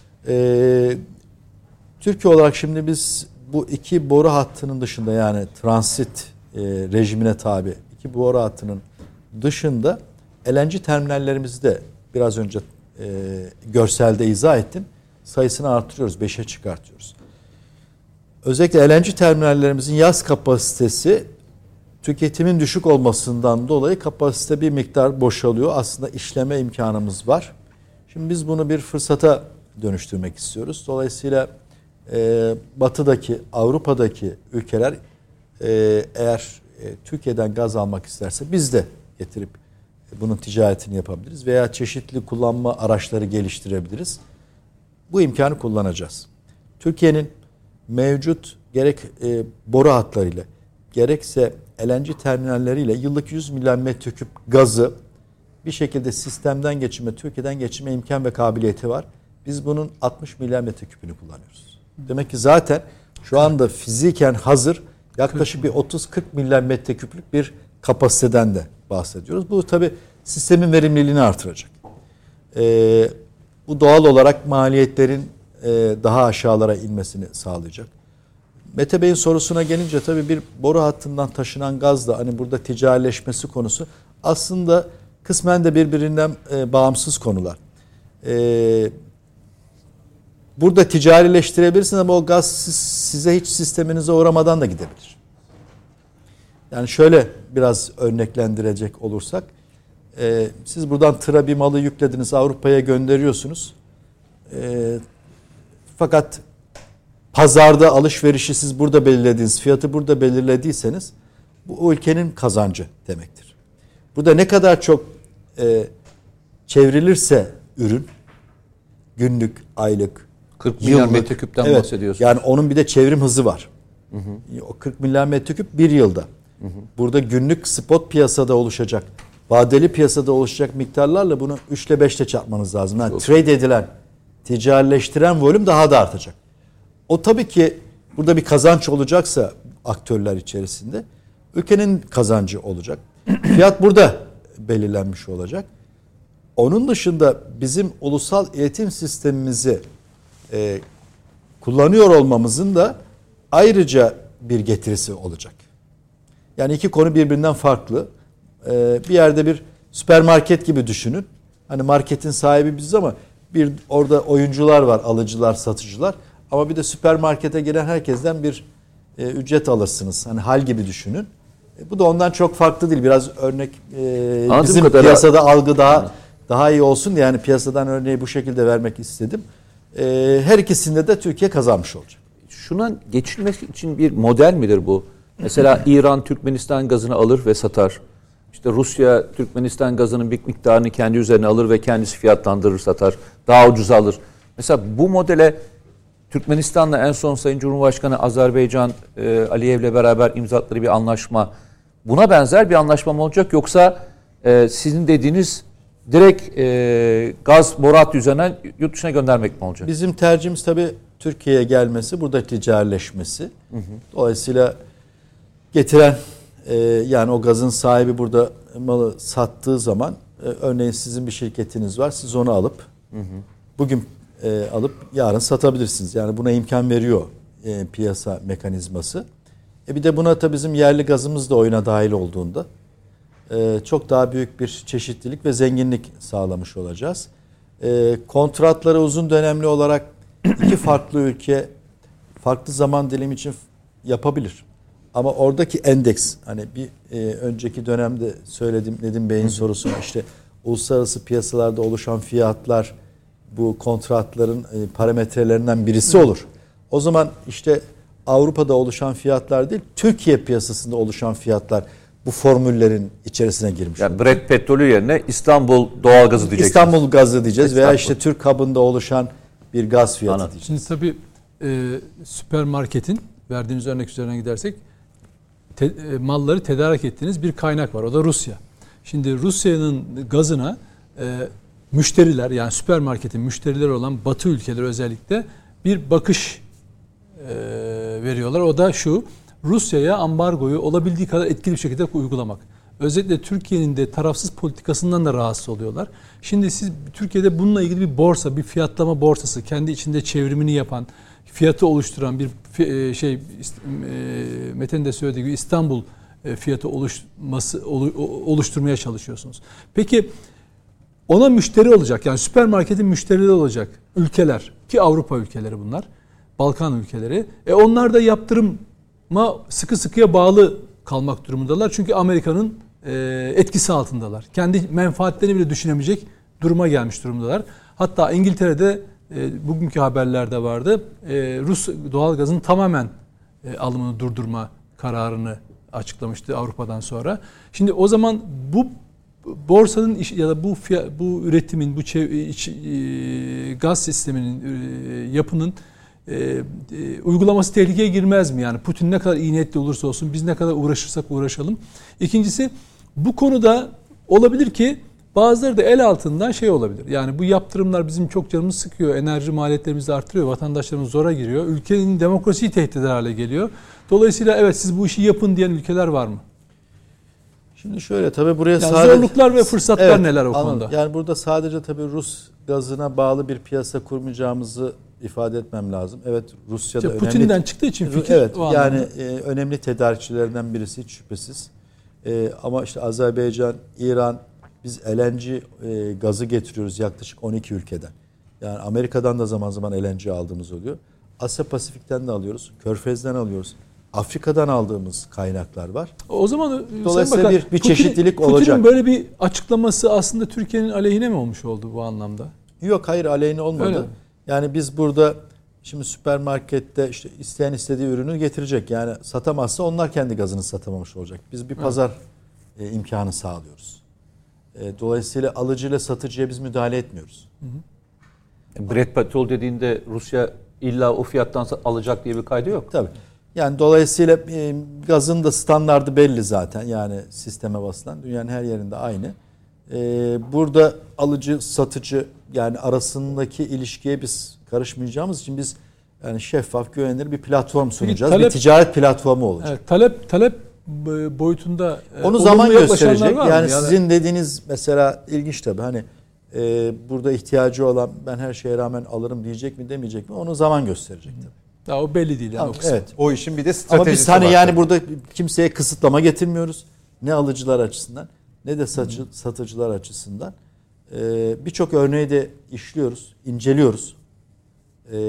E, Türkiye olarak şimdi biz bu iki boru hattının dışında yani transit e, rejimine tabi iki boru hattının dışında L N G terminallerimizi de biraz önce e, görselde izah ettim. Sayısını artırıyoruz, beşe çıkartıyoruz. Özellikle L N G terminallerimizin yaz kapasitesi tüketimin düşük olmasından dolayı kapasite bir miktar boşalıyor. Aslında işleme imkanımız var. Şimdi biz bunu bir fırsata dönüştürmek istiyoruz. Dolayısıyla e, batıdaki, Avrupa'daki ülkeler e, eğer e, Türkiye'den gaz almak isterse biz de getirip e, bunun ticaretini yapabiliriz. Veya çeşitli kullanma araçları geliştirebiliriz. Bu imkanı kullanacağız. Türkiye'nin mevcut gerek e, boru hatlarıyla gerekse L N G terminalleriyle yıllık yüz milyar metreküp gazı bir şekilde sistemden geçirme, Türkiye'den geçirme imkan ve kabiliyeti var. Biz bunun altmış milyar metreküpünü kullanıyoruz. Demek ki zaten şu anda fiziken hazır yaklaşık bir otuz kırk milyar metreküplük bir kapasiteden de bahsediyoruz. Bu tabii sistemin verimliliğini artıracak. Ee, bu doğal olarak maliyetlerin e, daha aşağılara inmesini sağlayacak. Mete Bey'in sorusuna gelince tabii bir boru hattından taşınan gaz da hani burada ticarileşmesi konusu aslında kısmen de birbirinden e, bağımsız konular. E, burada ticarileştirebilirsiniz ama o gaz siz, size hiç sisteminize uğramadan da gidebilir. Yani şöyle biraz örneklendirecek olursak e, siz buradan tıra bir malı yüklediniz, Avrupa'ya gönderiyorsunuz. E, fakat pazarda alışverişi siz burada belirlediğiniz, fiyatı burada belirlediyseniz bu ülkenin kazancı demektir. Burada ne kadar çok e, çevrilirse ürün, günlük, aylık, kırk milyar metreküpten evet, bahsediyorsunuz. yani onun bir de çevrim hızı var. Hı hı. O kırk milyar metreküp bir yılda. Hı hı. Burada günlük spot piyasada oluşacak, vadeli piyasada oluşacak miktarlarla bunu üç ile beş ile çarpmanız lazım. Yani trade edilen, ticarileştiren volüm daha da artacak. O tabii ki burada bir kazanç olacaksa aktörler içerisinde ülkenin kazancı olacak. Fiyat burada belirlenmiş olacak. Onun dışında bizim ulusal iletim sistemimizi e, kullanıyor olmamızın da ayrıca bir getirisi olacak. Yani iki konu birbirinden farklı. E, bir yerde bir süpermarket gibi düşünün. Hani marketin sahibi biziz ama bir orada oyuncular var, alıcılar, satıcılar. Ama bir de süpermarkete gelen herkesten bir e, ücret alırsınız. Hani hal gibi düşünün. E, bu da ondan çok farklı değil. Biraz örnek e, bizim kadar piyasada algı daha Hı. daha iyi olsun diye yani piyasadan örneği bu şekilde vermek istedim. E, her ikisinde de Türkiye kazanmış olacak. Şuna geçilmek için bir model midir bu? Mesela İran Türkmenistan gazını alır ve satar. İşte Rusya Türkmenistan gazının bir miktarını kendi üzerine alır ve kendisi fiyatlandırır, satar. Daha ucuza alır. Mesela bu modele Türkmenistan'la en son Sayın Cumhurbaşkanı Azerbaycan e, Aliyev'le beraber imzaladıkları bir anlaşma. Buna benzer bir anlaşma mı olacak yoksa e, sizin dediğiniz direkt e, gaz boru hattı üzerinden yurt dışına göndermek mi olacak? Bizim tercihimiz tabii Türkiye'ye gelmesi, burada ticarileşmesi. Hı hı. Dolayısıyla getiren e, yani o gazın sahibi burada malı sattığı zaman e, örneğin sizin bir şirketiniz var, siz onu alıp hı hı. bugün E, alıp yarın satabilirsiniz. Yani buna imkan veriyor e, piyasa mekanizması. E bir de buna tabii bizim yerli gazımız da oyuna dahil olduğunda e, çok daha büyük bir çeşitlilik ve zenginlik sağlamış olacağız. E, kontratları uzun dönemli olarak iki farklı ülke farklı zaman dilimi için yapabilir. Ama oradaki endeks hani bir e, önceki dönemde söyledim Nedim Bey'in sorusuna işte uluslararası piyasalarda oluşan fiyatlar bu kontratların parametrelerinden birisi olur. O zaman işte Avrupa'da oluşan fiyatlar değil, Türkiye piyasasında oluşan fiyatlar bu formüllerin içerisine girmiş. Yani Brent petrolü yerine İstanbul doğalgazı diyeceksiniz. İstanbul gazı diyeceğiz veya İstanbul. işte Türk hub'ında oluşan bir gaz fiyatı Anladım. diyeceğiz. Şimdi tabii e, süpermarketin verdiğiniz örnek üzerine gidersek te, e, malları tedarik ettiğiniz bir kaynak var. O da Rusya. Şimdi Rusya'nın gazına e, müşteriler, yani süpermarketin müşterileri olan Batı ülkeleri özellikle bir bakış e, veriyorlar. O da şu: Rusya'ya ambargoyu olabildiği kadar etkili bir şekilde uygulamak. Özellikle Türkiye'nin de tarafsız politikasından da rahatsız oluyorlar. Şimdi siz Türkiye'de bununla ilgili bir borsa, bir fiyatlama borsası, kendi içinde çevrimini yapan, fiyatı oluşturan bir şey, Mete'nin de söylediği gibi İstanbul fiyatı oluşması oluşturmaya çalışıyorsunuz. Peki ona müşteri olacak, yani süpermarketin müşterileri olacak ülkeler, ki Avrupa ülkeleri bunlar, Balkan ülkeleri. E onlar da yaptırıma sıkı sıkıya bağlı kalmak durumundalar. Çünkü Amerika'nın e, etkisi altındalar. Kendi menfaatlerini bile düşünemeyecek duruma gelmiş durumdalar. Hatta İngiltere'de e, bugünkü haberlerde vardı. E, Rus doğalgazın tamamen e, alımını durdurma kararını açıklamıştı Avrupa'dan sonra. Şimdi o zaman bu borsanın iş, ya da bu fiyat, bu üretimin, bu çev, iç, e, gaz sisteminin, e, yapının e, e, uygulaması tehlikeye girmez mi? Yani Putin ne kadar iyi niyetli olursa olsun, biz ne kadar uğraşırsak uğraşalım. İkincisi, bu konuda olabilir ki bazıları da el altından şey olabilir. Yani bu yaptırımlar bizim çok canımızı sıkıyor, enerji maliyetlerimizi artırıyor, vatandaşlarımız zora giriyor, ülkenin demokrasiyi tehdit eder hale geliyor. Dolayısıyla evet, siz bu işi yapın diyen ülkeler var mı? Şimdi şöyle, tabii buraya yani sadece zorluklar ve fırsatlar evet, neler o anladım. konuda? Yani burada sadece tabii Rus gazına bağlı bir piyasa kurmayacağımızı ifade etmem lazım. Evet, Rusya'da işte önemli. Putin'den çıktığı için fikir evet, o yani anlamda. e, önemli tedarikçilerinden birisi hiç şüphesiz. E, ama işte Azerbaycan, İran, biz L N G e, gazı getiriyoruz yaklaşık on iki ülkeden. Yani Amerika'dan da zaman zaman L N G aldığımız oluyor. Asya Pasifik'ten de alıyoruz. Körfez'den alıyoruz. Afrika'dan aldığımız kaynaklar var. O zaman dolayısıyla bakın, bir, bir Putin, çeşitlilik Putin'in olacak. böyle bir açıklaması aslında Türkiye'nin aleyhine mi olmuş oldu bu anlamda? Yok, hayır, aleyhine olmadı. Öyle. Yani biz burada şimdi süpermarkette işte isteyen istediği ürünü getirecek. Yani satamazsa onlar kendi gazını satamamış olacak. Biz bir pazar evet. e, imkanı sağlıyoruz. E, dolayısıyla alıcıyla satıcıya biz müdahale etmiyoruz. Hı hı. Brent petrol dediğinde Rusya illa o fiyattan alacak diye bir kaydı yok. Tabii. Yani dolayısıyla e, gazın da standardı belli zaten. Yani sisteme basılan dünyanın her yerinde aynı. E, burada alıcı satıcı yani arasındaki ilişkiye biz karışmayacağımız için biz yani şeffaf, güvenilir bir platform sunacağız. Talep, bir ticaret platformu olacak. Evet, talep talep boyutunda onu zaman gösterecek. Yani, yani sizin dediğiniz mesela ilginç tabii. Hani e, burada ihtiyacı olan ben her şeye rağmen alırım diyecek mi demeyecek mi? Onu zaman gösterecek tabii. Ya o belli değil yani tamam, o kısım. Evet. O işin bir de stratejisi var. Ama biz hani var yani burada kimseye kısıtlama getirmiyoruz. Ne alıcılar açısından ne de satıcı, hmm. satıcılar açısından. Ee, birçok örneği de işliyoruz, inceliyoruz. Ee,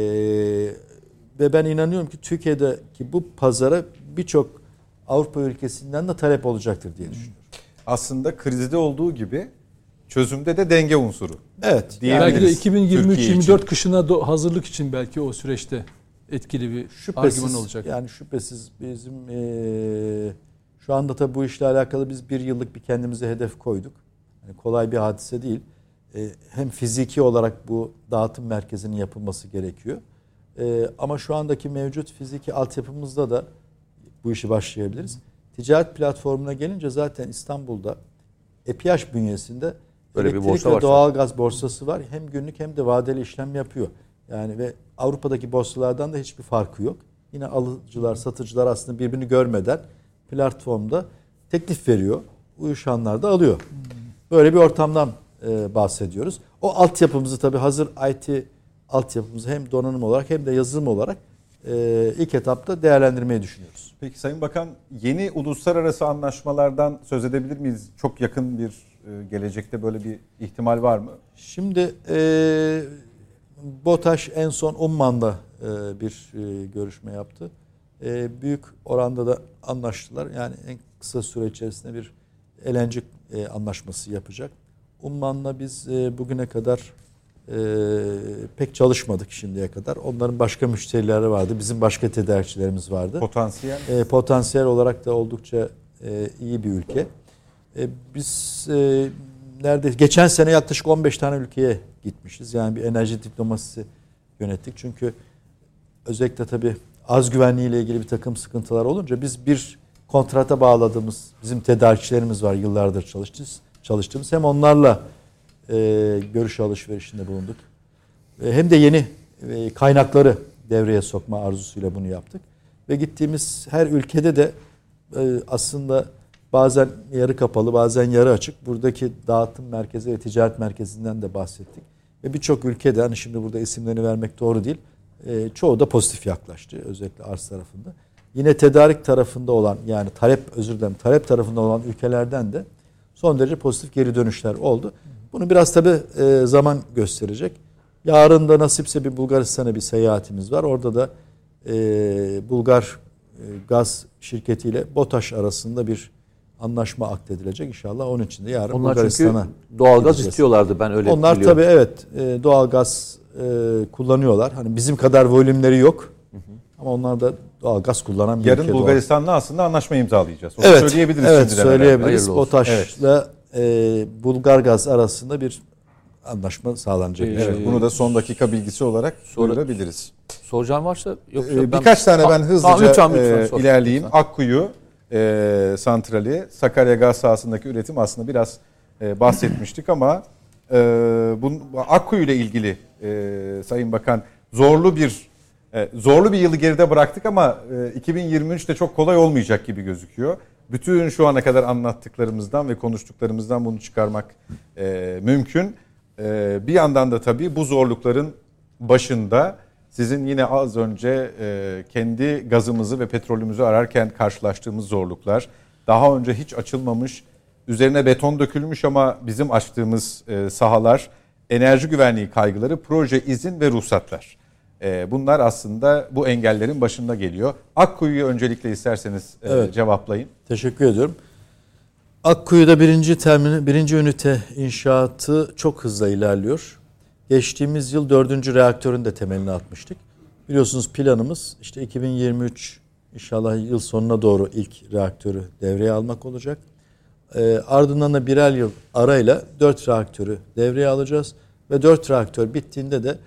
ve ben inanıyorum ki Türkiye'deki bu pazara birçok Avrupa ülkesinden de talep olacaktır diye düşünüyorum. Aslında krizde olduğu gibi çözümde de denge unsuru. Evet. Yani belki de iki bin yirmi üç yirmi dört kışına hazırlık için belki o süreçte etkili bir şüphesiz, argüman olacak. Yani şüphesiz bizim e, şu anda tabii bu işle alakalı biz bir yıllık bir kendimize hedef koyduk. Yani kolay bir hadise değil. E, hem fiziki olarak bu dağıtım merkezinin yapılması gerekiyor. E, ama şu andaki mevcut fiziki altyapımızda da bu işi başlayabiliriz. Hı. Ticaret platformuna gelince zaten İstanbul'da EPİAŞ bünyesinde böyle elektrik bir ve doğalgaz borsası var. Hem günlük hem de vadeli işlem yapıyor. Yani ve Avrupa'daki borsalardan da hiçbir farkı yok. Yine alıcılar, satıcılar aslında birbirini görmeden platformda teklif veriyor. Uyuşanlar da alıyor. Böyle bir ortamdan e, bahsediyoruz. O altyapımızı tabii hazır I T altyapımızı hem donanım olarak hem de yazılım olarak e, ilk etapta değerlendirmeyi düşünüyoruz. Peki Sayın Bakan, yeni uluslararası anlaşmalardan söz edebilir miyiz? Çok yakın bir e, gelecekte böyle bir ihtimal var mı? Şimdi e, BOTAŞ en son Umman'da e, bir e, görüşme yaptı. E, büyük oranda da anlaştılar. Yani en kısa süre içerisinde bir L N G e, anlaşması yapacak. Umman'la biz e, bugüne kadar e, pek çalışmadık şimdiye kadar. Onların başka müşterileri vardı. Bizim başka tedarikçilerimiz vardı. Potansiyel? E, potansiyel olarak da oldukça e, iyi bir ülke. E, biz e, nerede geçen sene yaklaşık on beş tane ülkeye gitmişiz. Yani bir enerji diplomasisi yönettik. Çünkü özellikle tabii arz güvenliği ile ilgili bir takım sıkıntılar olunca biz bir kontrata bağladığımız bizim tedarikçilerimiz var, yıllardır çalıştığımız. çalıştığımız. Hem onlarla e, görüş alışverişinde bulunduk. E, hem de yeni e, kaynakları devreye sokma arzusuyla bunu yaptık. Ve gittiğimiz her ülkede de e, aslında bazen yarı kapalı, bazen yarı açık. Buradaki dağıtım merkezi ve ticaret merkezinden de bahsettik. Ve birçok ülkede, hani şimdi burada isimlerini vermek doğru değil, e, çoğu da pozitif yaklaştı. Özellikle arz tarafında. Yine tedarik tarafında olan, yani talep, özür dilerim, talep tarafında olan ülkelerden de son derece pozitif geri dönüşler oldu. Bunu biraz tabii e, zaman gösterecek. Yarın da nasipse bir Bulgaristan'a bir seyahatimiz var. Orada da e, Bulgar e, gaz şirketiyle BOTAŞ arasında bir anlaşma akdedilecek inşallah. Onun için de yarın Onlar Bulgaristan'a çünkü doğalgaz gideceğiz. istiyorlardı, ben öyle Onlar biliyorum. tabii evet e, doğalgaz e, kullanıyorlar. Hani bizim kadar volümleri yok. Hı hı. Ama onlar da doğalgaz kullanan bir Yarın ülke. Bulgaristan'la doğal. aslında anlaşma imzalayacağız. Onu evet, söyleyebiliriz evet, şimdiden. söyleyebiliriz. Hayırlı olsun. BOTAŞ'la e, Bulgargaz arasında bir anlaşma sağlanacak. Evet, Ee, bunu da son dakika bilgisi olarak sonra- duyurabiliriz. Soracağın varsa yoksa Ee, ben- birkaç tane ben Tamam, hızlıca lütfen, lütfen, e, sor. ilerleyeyim. Lütfen. Akkuyu e, santrali, Sakarya gaz sahasındaki üretim aslında biraz e, bahsetmiştik ama e, bunun, Akkuyu ile ilgili e, Sayın Bakan zorlu bir e, zorlu bir yılı geride bıraktık ama e, iki bin yirmi üç de çok kolay olmayacak gibi gözüküyor. Bütün şu ana kadar anlattıklarımızdan ve konuştuklarımızdan bunu çıkarmak e, mümkün. E, bir yandan da tabii bu zorlukların başında sizin yine az önce e, kendi gazımızı ve petrolümüzü ararken karşılaştığımız zorluklar, daha önce hiç açılmamış, üzerine beton dökülmüş ama bizim açtığımız e, sahalar, enerji güvenliği kaygıları, proje izin ve ruhsatlar. E, bunlar aslında bu engellerin başında geliyor. Akkuyu'yu öncelikle isterseniz e, Evet. cevaplayın. Teşekkür ediyorum. Akkuyu'da birinci termini, birinci ünite inşaatı çok hızla ilerliyor. Geçtiğimiz yıl dördüncü reaktörün de temelini atmıştık. Biliyorsunuz planımız işte iki bin yirmi üç inşallah yıl sonuna doğru ilk reaktörü devreye almak olacak. E, ardından da birer yıl arayla dört reaktörü devreye alacağız. Ve dört reaktör bittiğinde de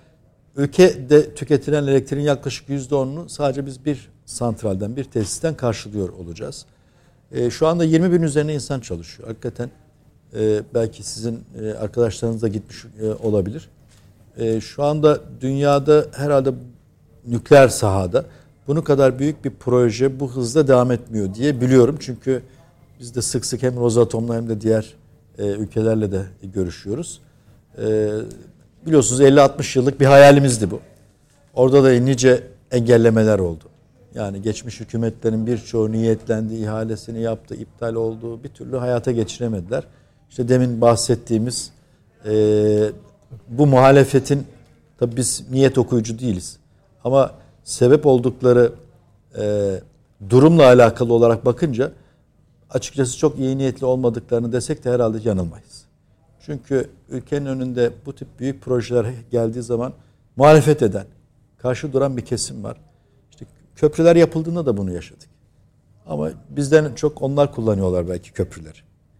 ülkede tüketilen elektriğin yaklaşık yüzde onunu sadece biz bir santralden, bir tesisten karşılıyor olacağız. E, şu anda yirmi bin üzerine insan çalışıyor. Hakikaten e, belki sizin e, arkadaşlarınız da gitmiş e, olabilir. E, şu anda dünyada herhalde nükleer sahada bunu kadar büyük bir proje bu hızla devam etmiyor diye biliyorum. Çünkü biz de sık sık hem Rosatom'la hem de diğer e, ülkelerle de görüşüyoruz. E, biliyorsunuz elli altmış yıllık bir hayalimizdi bu. Orada da nice engellemeler oldu. Yani geçmiş hükümetlerin birçoğu niyetlendi, ihalesini yaptı, iptal oldu, bir türlü hayata geçiremediler. İşte demin bahsettiğimiz e, bu muhalefetin, tabii biz niyet okuyucu değiliz. Ama sebep oldukları e, durumla alakalı olarak bakınca açıkçası çok iyi niyetli olmadıklarını desek de herhalde yanılmayız. Çünkü ülkenin önünde bu tip büyük projeler geldiği zaman muhalefet eden, karşı duran bir kesim var. İşte köprüler yapıldığında da bunu yaşadık. Ama bizden çok onlar kullanıyorlar belki köprüleri.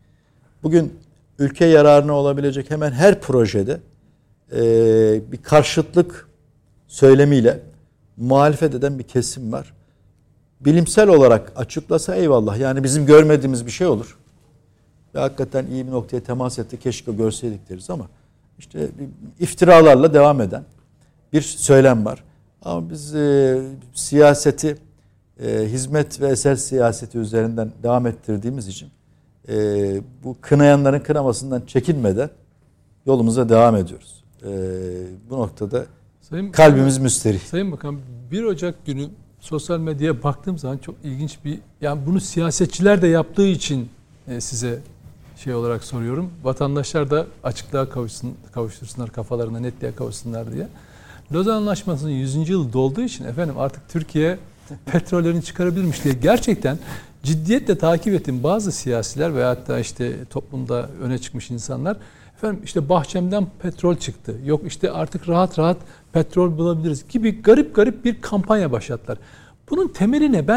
Bugün ülke yararına olabilecek hemen her projede e, bir karşıtlık söylemiyle muhalefet eden bir kesim var. Bilimsel olarak açıklasa eyvallah. Yani bizim görmediğimiz bir şey olur. Ve hakikaten iyi bir noktaya temas etti. Keşke görseydik deriz ama işte iftiralarla devam eden bir söylem var. Ama biz e, siyaseti e, hizmet ve eser siyaseti üzerinden devam ettirdiğimiz için e, bu kınayanların kınamasından çekinmeden yolumuza devam ediyoruz. E, bu noktada Sayın, kalbimiz müsterih. Sayın Bakan, bir Ocak günü sosyal medyaya baktığım zaman çok ilginç bir, yani bunu siyasetçiler de yaptığı için e, size şey olarak soruyorum. Vatandaşlar da açıklığa kavuşsun, kavuştursunlar, kafalarına netliğe kavuşsunlar diye. Lozan Anlaşması'nın yüzüncü yılı dolduğu için efendim artık Türkiye petrollerini çıkarabilirmiş diye gerçekten ciddiyetle takip ettiğim bazı siyasiler veya hatta işte toplumda öne çıkmış insanlar, efendim işte bahçemden petrol çıktı, yok işte artık rahat rahat petrol bulabiliriz gibi garip garip bir kampanya başlattılar. Bunun temeline ben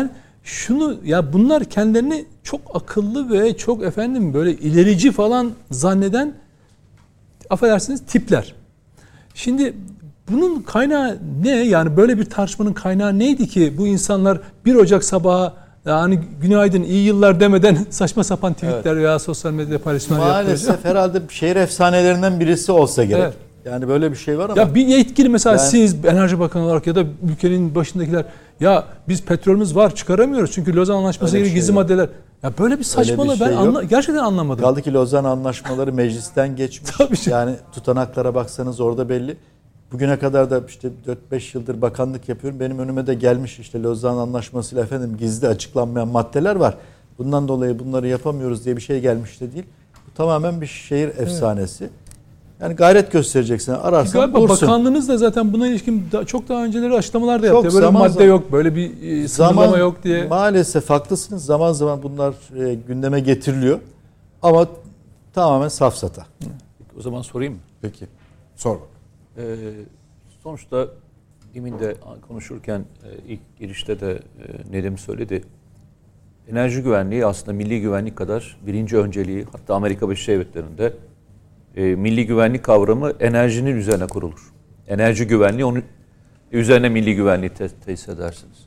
şunu ya bunlar kendilerini çok akıllı ve çok efendim böyle ilerici falan zanneden affedersiniz tipler. Şimdi bunun kaynağı ne? Yani böyle bir tartışmanın kaynağı neydi ki bu insanlar bir Ocak sabahı yani günaydın iyi yıllar demeden saçma sapan tweetler evet. veya sosyal medyada paylaşımlar yapıyor. Maalesef herhalde şehir efsanelerinden birisi olsa gerek. Evet. Yani böyle bir şey var ama. Ya bir yetkili mesela yani, siz Enerji Bakanı olarak ya da ülkenin başındakiler ya biz petrolümüz var çıkaramıyoruz çünkü Lozan Anlaşması gibi gizli maddeler. Ya böyle bir saçmalığı ben şey anla, gerçekten anlamadım. Kaldı ki Lozan Anlaşmaları meclisten geçmiş. Tabii. Yani tutanaklara baksanız orada belli. Bugüne kadar da işte dört beş yıldır bakanlık yapıyorum. Benim önüme de gelmiş işte Lozan Anlaşması'yla efendim gizli açıklanmayan maddeler var. Bundan dolayı bunları yapamıyoruz diye bir şey gelmiş de değil. Bu tamamen bir şehir efsanesi. Evet. Yani gayret göstereceksin. Ararsan galiba bulursun. Bakanlığınız da zaten buna ilişkin çok daha önceleri açıklamalar da yaptı. Çok böyle zaman madde zaman, yok, böyle bir sınırlama zaman, yok diye. Maalesef haklısınız. Zaman zaman bunlar e, gündeme getiriliyor. Ama tamamen safsata. O zaman sorayım mı? Peki. Sor. Ee, sonuçta demin de konuşurken e, ilk girişte de e, Nedim söyledi. Enerji güvenliği aslında milli güvenlik kadar birinci önceliği, hatta Amerika Birleşik Devletleri'nde e, milli güvenlik kavramı enerjinin üzerine kurulur. Enerji güvenliği onun üzerine milli güvenliği te- tesis edersiniz.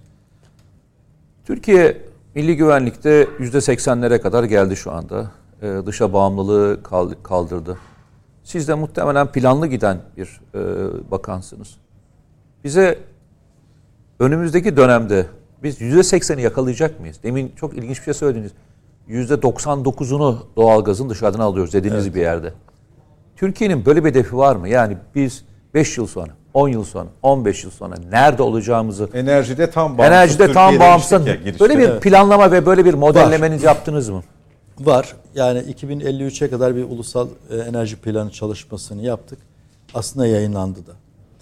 Türkiye milli güvenlikte yüzde seksenlere kadar geldi şu anda. E, dışa bağımlılığı kaldırdı. Siz de muhtemelen planlı giden bir e, bakansınız. Bize önümüzdeki dönemde biz yüzde sekseni yakalayacak mıyız? Demin çok ilginç bir şey söylediniz. yüzde doksan dokuzunu doğalgazın dışarıdan alıyoruz dediğiniz evet. bir yerde. Türkiye'nin böyle bir hedefi var mı? Yani biz beş yıl sonra, on yıl sonra, on beş yıl sonra nerede olacağımızı... Enerjide tam bağımsız. Enerjide tam bağımsız. Böyle bir evet. planlama ve böyle bir modellemenizi var. yaptınız mı? Var. Yani iki bin elli üçe kadar bir ulusal enerji planı çalışmasını yaptık. Aslında yayınlandı da.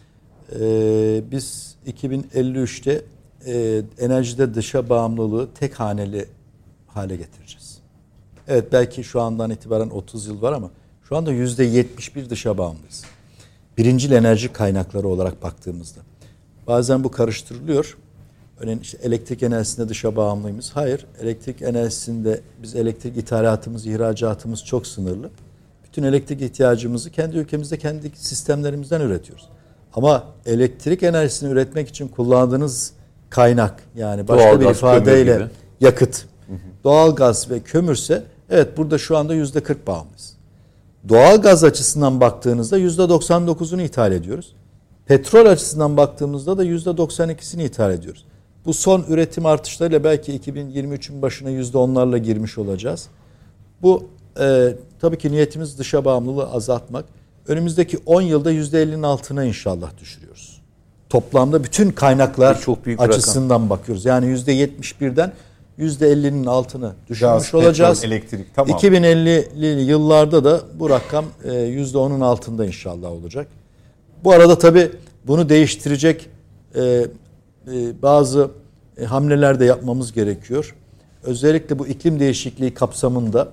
Ee, biz iki bin elli üçte e, enerjide dışa bağımlılığı tek haneli hale getireceğiz. Evet belki şu andan itibaren otuz yıl var ama şu anda yüzde yetmiş bir dışa bağımlıyız. Birincil enerji kaynakları olarak baktığımızda. Bazen bu karıştırılıyor. Örneğin işte elektrik enerjisinde dışa bağımlıyız. Hayır, elektrik enerjisinde biz elektrik ithalatımız, ihracatımız çok sınırlı. Bütün elektrik ihtiyacımızı kendi ülkemizde, kendi sistemlerimizden üretiyoruz. Ama elektrik enerjisini üretmek için kullandığınız kaynak, yani başka doğal bir gaz, ifadeyle yakıt, hı hı. doğalgaz ve kömürse, evet burada şu anda yüzde kırk bağımlıyız. Doğalgaz açısından baktığınızda yüzde doksan dokuzunu ithal ediyoruz. Petrol açısından baktığımızda da yüzde doksan ikisini ithal ediyoruz. Bu son üretim artışlarıyla belki iki bin yirmi üçün başına yüzde onlarla girmiş olacağız. Bu e, tabii ki niyetimiz dışa bağımlılığı azaltmak. Önümüzdeki on yılda yüzde ellinin altına inşallah düşürüyoruz. Toplamda bütün kaynaklar çok büyük açısından rakam. Bakıyoruz. Yani yüzde yetmiş birden yüzde ellinin altına düşürmüş Gaz, olacağız. Petrol, elektrik, tamam. iki bin elli yıllarda da bu rakam yüzde onun altında inşallah olacak. Bu arada tabii bunu değiştirecek e, bazı hamleler de yapmamız gerekiyor. Özellikle bu iklim değişikliği kapsamında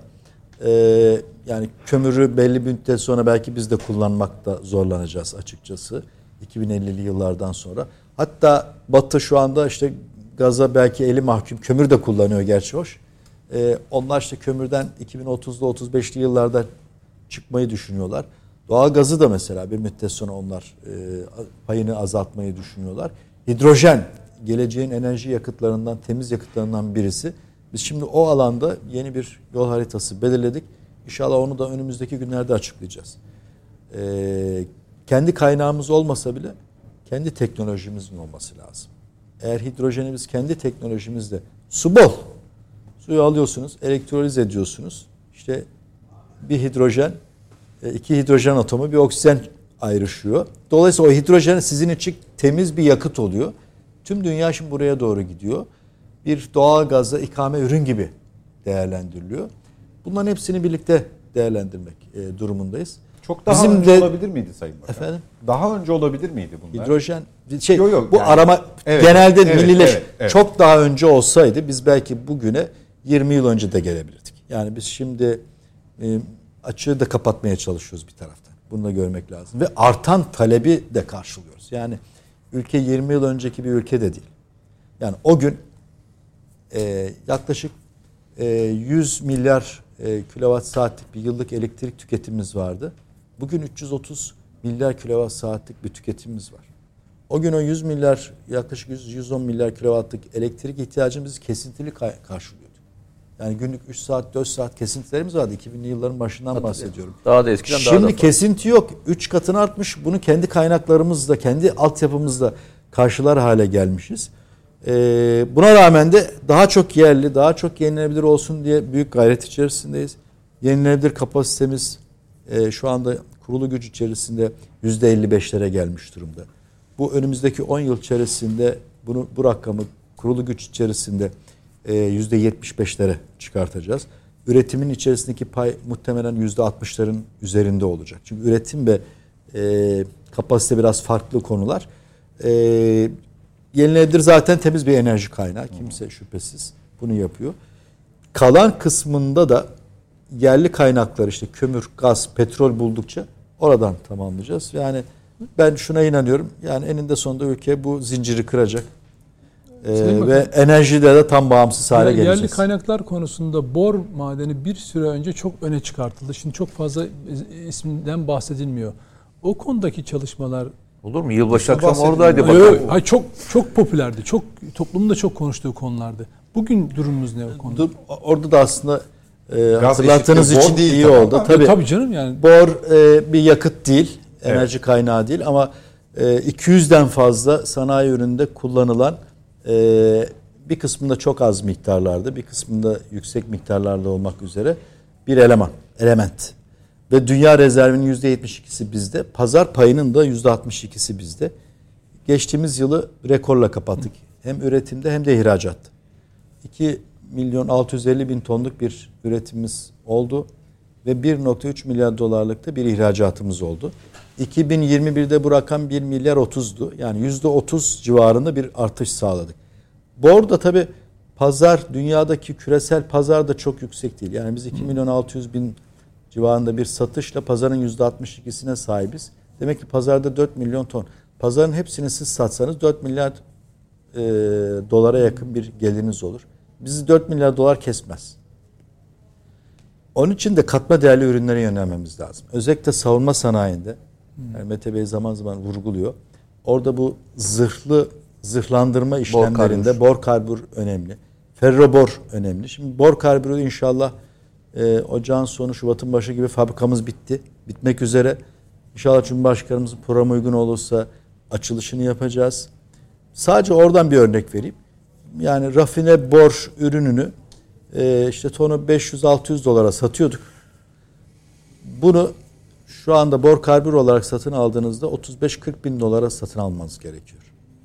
yani kömürü belli bir müddet sonra belki biz de kullanmakta zorlanacağız açıkçası. iki bin ellili yıllardan sonra. Hatta Batı şu anda işte gaza belki eli mahkum, kömür de kullanıyor gerçi hoş. Onlar işte kömürden iki bin otuzlu otuz beşli yıllarda çıkmayı düşünüyorlar. Doğalgazı da mesela bir müddet sonra onlar payını azaltmayı düşünüyorlar. Hidrojen, geleceğin enerji yakıtlarından, temiz yakıtlarından birisi. Biz şimdi o alanda yeni bir yol haritası belirledik. İnşallah onu da önümüzdeki günlerde açıklayacağız. Ee, kendi kaynağımız olmasa bile kendi teknolojimizin olması lazım. Eğer hidrojeni biz kendi teknolojimizle, su bol, suyu alıyorsunuz, elektroliz ediyorsunuz. İşte bir hidrojen, iki hidrojen atomu, bir oksijen ayrışıyor. Dolayısıyla o hidrojen sizin için temiz bir yakıt oluyor. Tüm dünya şimdi buraya doğru gidiyor. Bir doğal gazla ikame ürün gibi değerlendiriliyor. Bunların hepsini birlikte değerlendirmek e, durumundayız. Çok daha Bizim önce de, olabilir miydi Sayın Bakan? Efendim? Daha önce olabilir miydi bunlar? Hidrojen şey yok, yok, bu yani, arama evet, genelde evet, millileş. Evet, evet. Çok daha önce olsaydı biz belki bugüne yirmi yıl önce de gelebilirdik. Yani biz şimdi e, açığı da kapatmaya çalışıyoruz bir taraftan. Bunu da görmek lazım. Ve artan talebi de karşılıyoruz. Yani ülke yirmi yıl önceki bir ülke de değil. Yani o gün e, yaklaşık e, yüz milyar e, kilowatt saatlik bir yıllık elektrik tüketimimiz vardı. Bugün üç yüz otuz milyar kilowatt saatlik bir tüketimimiz var. O gün o yüz milyar, yaklaşık yüz yüz on milyar kilowattlık elektrik ihtiyacımızı kesintili karşılıyordu. Yani günlük üç saat dört saat kesintilerimiz vardı. iki binli yılların başından bahsediyorum. Daha da eskiden Şimdi daha da kesinti yok. üç katına artmış. Bunu kendi kaynaklarımızla, kendi altyapımızla karşılar hale gelmişiz. Ee, buna rağmen de daha çok yerli, daha çok yenilenebilir olsun diye büyük gayret içerisindeyiz. Yenilenebilir kapasitemiz e, şu anda kurulu güç içerisinde yüzde elli beşlere gelmiş durumda. Bu önümüzdeki on yıl içerisinde bunu bu rakamı kurulu güç içerisinde e, yüzde yetmiş beşlere çıkartacağız. Üretimin içerisindeki pay muhtemelen yüzde altmışların üzerinde olacak. Çünkü üretim ve e, kapasite biraz farklı konular. E, yenilenebilir zaten temiz bir enerji kaynağı. Kimse şüphesiz bunu yapıyor. Kalan kısmında da yerli kaynaklar işte kömür, gaz, petrol buldukça oradan tamamlayacağız. Yani ben şuna inanıyorum. Yani eninde sonunda ülke bu zinciri kıracak. Ee, ve enerjide de tam bağımsız hale yerli geleceğiz. Yerli kaynaklar konusunda bor madeni bir süre önce çok öne çıkartıldı. Şimdi çok fazla isminden bahsedilmiyor. O konudaki çalışmalar olur mu? Yılbaşı akşam oradaydı. Hayır, çok çok popülerdi. Çok toplumun da çok konuştuğu konulardı. Bugün durumumuz ne o konuda? Orada da aslında e, hatırlattığınız için değil, iyi tamam. oldu. Tabii, tabii canım yani. Bor e, bir yakıt değil, enerji evet. kaynağı değil ama e, iki yüzden fazla sanayi ürününde kullanılan e, bir kısmında çok az miktarlarda, bir kısmında yüksek miktarlarda olmak üzere bir eleman, element. Ve dünya rezervinin yüzde yetmiş ikisi bizde. Pazar payının da yüzde altmış ikisi bizde. Geçtiğimiz yılı rekorla kapattık. Hem üretimde hem de ihracatta. iki milyon altı yüz elli bin tonluk bir üretimimiz oldu. Ve bir virgül üç milyar dolarlık da bir ihracatımız oldu. iki bin yirmi birde bu rakam bir milyar otuzdu. Yani yüzde otuz civarında bir artış sağladık. Bu arada tabii pazar, dünyadaki küresel pazar da çok yüksek değil. Yani biz iki milyon altı yüz bin civarında bir satışla pazarın yüzde altmış ikisine sahibiz. Demek ki pazarda dört milyon ton. Pazarın hepsini siz satsanız dört milyar e, dolara yakın bir geliriniz olur. Bizi dört milyar dolar kesmez. Onun için de katma değerli ürünlere yönelmemiz lazım. Özellikle savunma sanayinde, yani Mete Bey zaman zaman vurguluyor. Orada bu zırhlı zırhlandırma işlemlerinde bor karbür önemli. Ferrobor önemli. Şimdi bor karbürü inşallah e, ocağın sonu Şubat'ın başı gibi fabrikamız bitti. Bitmek üzere. İnşallah Cumhurbaşkanımızın programı uygun olursa açılışını yapacağız. Sadece oradan bir örnek vereyim. Yani rafine bor ürününü e, işte tonu beş yüz altı yüz dolara satıyorduk. Bunu şu anda bor karbür olarak satın aldığınızda otuz beş kırk bin dolara satın almanız gerekiyor.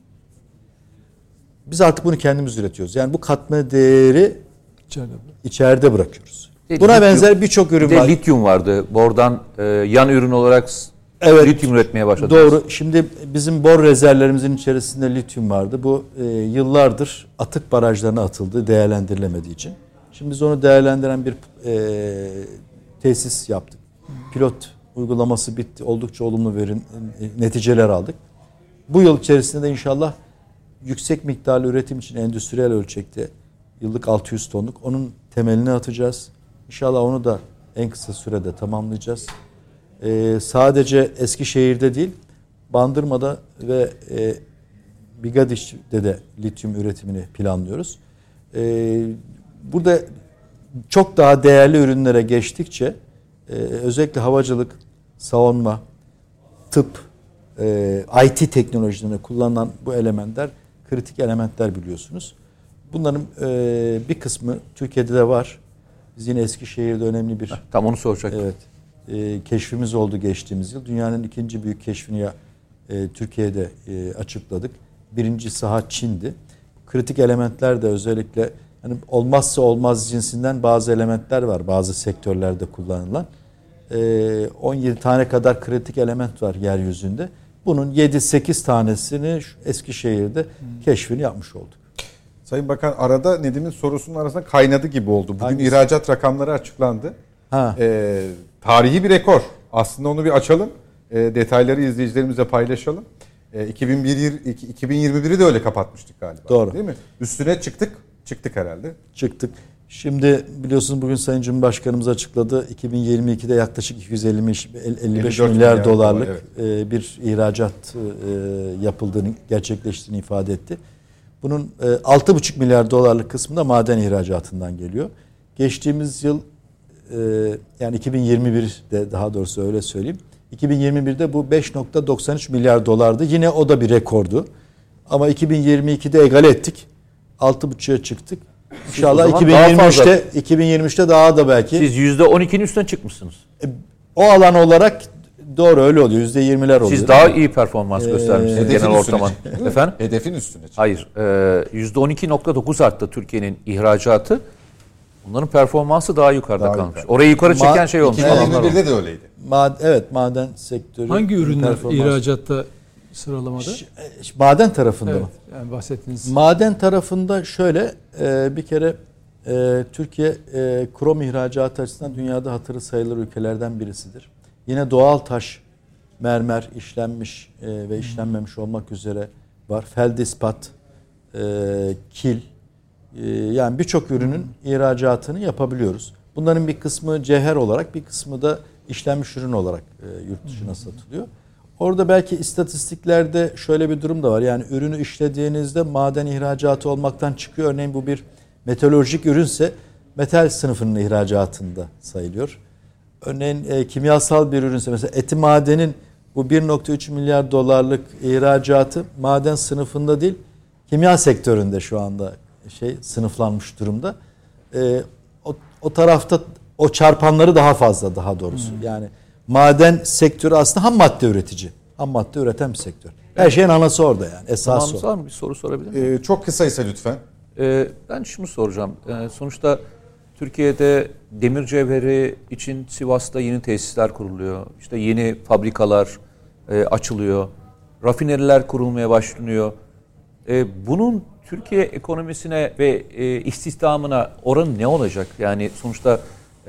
Biz artık bunu kendimiz üretiyoruz. Yani bu katma değeri içeride, içeride bırakıyoruz. De, Buna lityum, benzer birçok ürün de var. Lityum vardı. Bordan e, yan ürün olarak evet, lityum üretmeye başladık. Doğru. Şimdi bizim bor rezervlerimizin içerisinde lityum vardı. Bu e, yıllardır atık barajlarına atıldı değerlendirilemediği için. Şimdi biz onu değerlendiren bir e, tesis yaptık. Pilot uygulaması bitti. Oldukça olumlu verin e, neticeler aldık. Bu yıl içerisinde de inşallah yüksek miktarlı üretim için endüstriyel ölçekte yıllık altı yüz tonluk onun temelini atacağız. İnşallah onu da en kısa sürede tamamlayacağız. Ee, sadece Eskişehir'de değil, Bandırma'da ve e, Bigadiç'te de lityum üretimini planlıyoruz. Ee, burada çok daha değerli ürünlere geçtikçe e, özellikle havacılık, savunma, tıp, e, I T teknolojilerinde kullanılan bu elementler kritik elementler biliyorsunuz. Bunların e, bir kısmı Türkiye'de de var. Biz yine Eskişehir'de önemli bir... Tam onu soracaktım. Evet. E, keşfimiz oldu geçtiğimiz yıl. Dünyanın ikinci büyük keşfini e, Türkiye'de e, açıkladık. Birinci saha Çin'di. Kritik elementler de özellikle hani olmazsa olmaz cinsinden bazı elementler var. Bazı sektörlerde kullanılan. E, on yedi tane kadar kritik element var yeryüzünde. Bunun yedi sekiz tanesini Eskişehir'de hmm. keşfini yapmış olduk. Sayın Bakan arada Nedim'in sorusunun arasında kaynadı gibi oldu. Bugün Hangisi? ihracat rakamları açıklandı. Ha. Ee, tarihi bir rekor. Aslında onu bir açalım. E, detayları izleyicilerimizle paylaşalım. E, iki bin bir, iki bin yirmi biri de öyle kapatmıştık galiba. Doğru. Değil mi? Üstüne çıktık. Çıktık herhalde. Çıktık. Şimdi biliyorsunuz bugün Sayın Cumhurbaşkanımız açıkladı. iki bin yirmi ikide yaklaşık iki yüz elli beş milyar dolarlık dolar, evet. bir ihracat yapıldığını, gerçekleştiğini ifade etti. Bunun altı buçuk milyar dolarlık kısmı da maden ihracatından geliyor. Geçtiğimiz yıl yani iki bin yirmi birde daha doğrusu öyle söyleyeyim. iki bin yirmi birde bu beş virgül doksan üç milyar dolardı. Yine o da bir rekordu. Ama iki bin yirmi ikide egale ettik. altı buçuğa çıktık. İnşallah iki bin yirmi üçte iki bin yirmi üçte daha da belki. Siz yüzde on ikinin üstüne çıkmışsınız. O alan olarak doğru öyle oluyor. yüzde yirmiler oluyor. Siz daha iyi performans ee, göstermişsiniz genel ortama. Efendim? Hedefin üstüne çıktı. Hayır. yüzde on iki virgül dokuz arttı Türkiye'nin ihracatı. Bunların performansı daha yukarıda daha kalmış. Yukarı. Orayı yukarı çeken Ma- şey olmuş. iki bin yirmi birde de öyleydi. Ma- evet maden sektörü. Hangi ürünler ihracatta sıralamada? Ş- maden tarafında evet, mı? Yani bahsettiğiniz. Maden tarafında şöyle e, bir kere e, Türkiye e, krom ihracatı açısından dünyada hatırı sayılır ülkelerden birisidir. Yine doğal taş, mermer işlenmiş e, ve işlenmemiş olmak üzere var. Feldispat, e, kil, e, yani birçok ürünün ihracatını yapabiliyoruz. Bunların bir kısmı cevher olarak, bir kısmı da işlenmiş ürün olarak e, yurt dışına satılıyor. Orada belki istatistiklerde şöyle bir durum da var. Yani ürünü işlediğinizde maden ihracatı olmaktan çıkıyor. Örneğin bu bir metalurjik ürünse metal sınıfının ihracatında sayılıyor. Örneğin e, kimyasal bir ürünse mesela eti madenin bu bir virgül üç milyar dolarlık ihracatı maden sınıfında değil, kimya sektöründe şu anda şey sınıflanmış durumda. E, o, o tarafta o çarpanları daha fazla daha doğrusu. Hmm. Yani maden sektörü aslında ham madde üretici. Ham madde üreten bir sektör. Her şeyin anası orada yani. Esas o. Var mı? Bir soru sorabilir miyim? Ee, çok kısa ise lütfen. Ee, ben şunu soracağım. Ee, sonuçta Türkiye'de demir cevheri için Sivas'ta yeni tesisler kuruluyor. İşte yeni fabrikalar e, açılıyor. Rafineriler kurulmaya başlanıyor. E, bunun Türkiye ekonomisine ve e, istihdamına oranı ne olacak? Yani sonuçta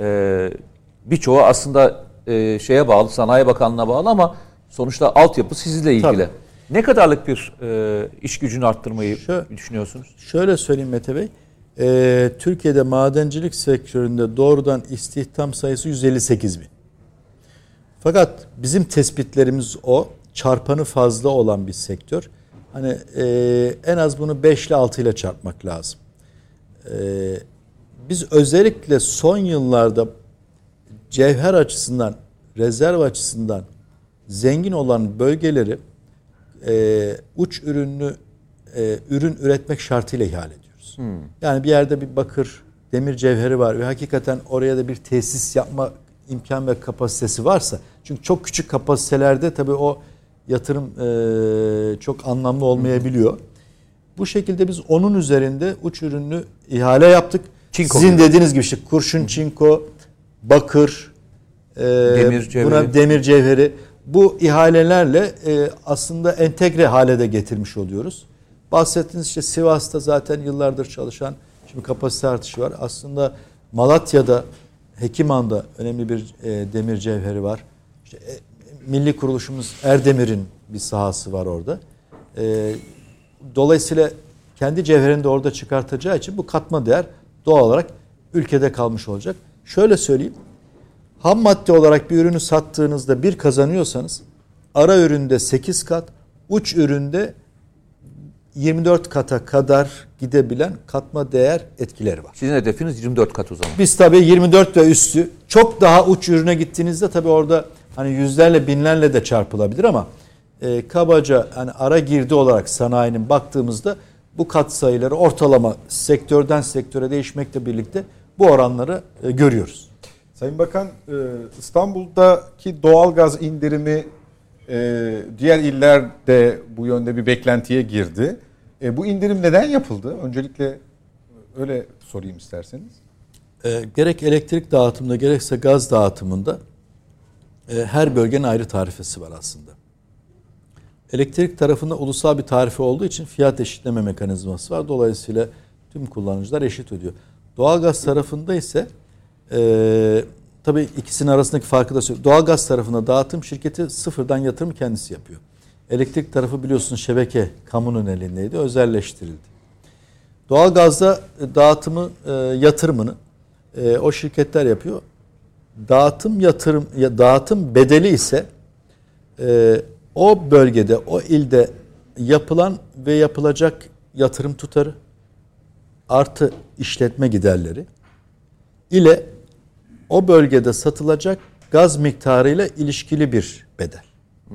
e, birçoğu aslında e, şeye bağlı, Sanayi Bakanlığı'na bağlı ama sonuçta altyapı sizinle ilgili. Tabii. Ne kadarlık bir e, iş gücünü arttırmayı şöyle, düşünüyorsunuz? Şöyle söyleyeyim Mete Bey. E, Türkiye'de madencilik sektöründe doğrudan istihdam sayısı yüz elli sekiz bin. Fakat bizim tespitlerimiz o. Çarpanı fazla olan bir sektör. Hani e, en az bunu beş ile altı ile çarpmak lazım. E, biz özellikle son yıllarda cevher açısından, rezerv açısından zengin olan bölgeleri e, uç ürünlü e, ürün üretmek şartıyla ihale ediyoruz. Hmm. Yani bir yerde bir bakır, demir cevheri var ve hakikaten oraya da bir tesis yapma imkan ve kapasitesi varsa, çünkü çok küçük kapasitelerde tabii o yatırım e, çok anlamlı olmayabiliyor. Hmm. Bu şekilde biz onun üzerinde uç ürünlü ihale yaptık. Çinko Sizin gibi. Dediğiniz gibi işte kurşun, çinko, bakır, e, demir cevheri. Buna demir cevheri. Bu ihalelerle e, aslında entegre hale de getirmiş oluyoruz. Bahsettiğiniz işte Sivas'ta zaten yıllardır çalışan, şimdi kapasite artışı var. Aslında Malatya'da, Hekiman'da önemli bir e, demir cevheri var. İşte, e, milli kuruluşumuz Erdemir'in bir sahası var orada. E, dolayısıyla kendi cevherini de orada çıkartacağı için bu katma değer doğal olarak ülkede kalmış olacak. Şöyle söyleyeyim. Ham madde olarak bir ürünü sattığınızda bir kazanıyorsanız ara üründe sekiz kat, uç üründe yirmi dört kata kadar gidebilen katma değer etkileri var. Sizin hedefiniz yirmi dört kat o zaman. Biz tabii yirmi dört ve üstü, çok daha uç ürüne gittiğinizde tabii orada hani yüzlerle binlerle de çarpılabilir ama e, kabaca hani ara girdi olarak sanayinin baktığımızda bu katsayıları ortalama sektörden sektöre değişmekle birlikte bu oranları e, görüyoruz. Sayın Bakan, İstanbul'daki doğalgaz indirimi diğer iller de bu yönde bir beklentiye girdi. Bu indirim neden yapıldı? Öncelikle öyle sorayım isterseniz. E, gerek elektrik dağıtımında gerekse gaz dağıtımında e, her bölgenin ayrı tarifesi var aslında. Elektrik tarafında ulusal bir tarife olduğu için fiyat eşitleme mekanizması var. Dolayısıyla tüm kullanıcılar eşit ödüyor. Doğalgaz tarafında ise Ee, tabii ikisinin arasındaki farkı da söyleyeyim. Doğalgaz tarafında dağıtım şirketi sıfırdan yatırım kendisi yapıyor. Elektrik tarafı biliyorsunuz şebeke kamunun elindeydi, özelleştirildi. Doğalgazda dağıtımı, e, yatırımını e, o şirketler yapıyor. Dağıtım yatırım ya dağıtım bedeli ise e, o bölgede, o ilde yapılan ve yapılacak yatırım tutarı artı işletme giderleri ile o bölgede satılacak gaz miktarıyla ilişkili bir bedel. Hmm.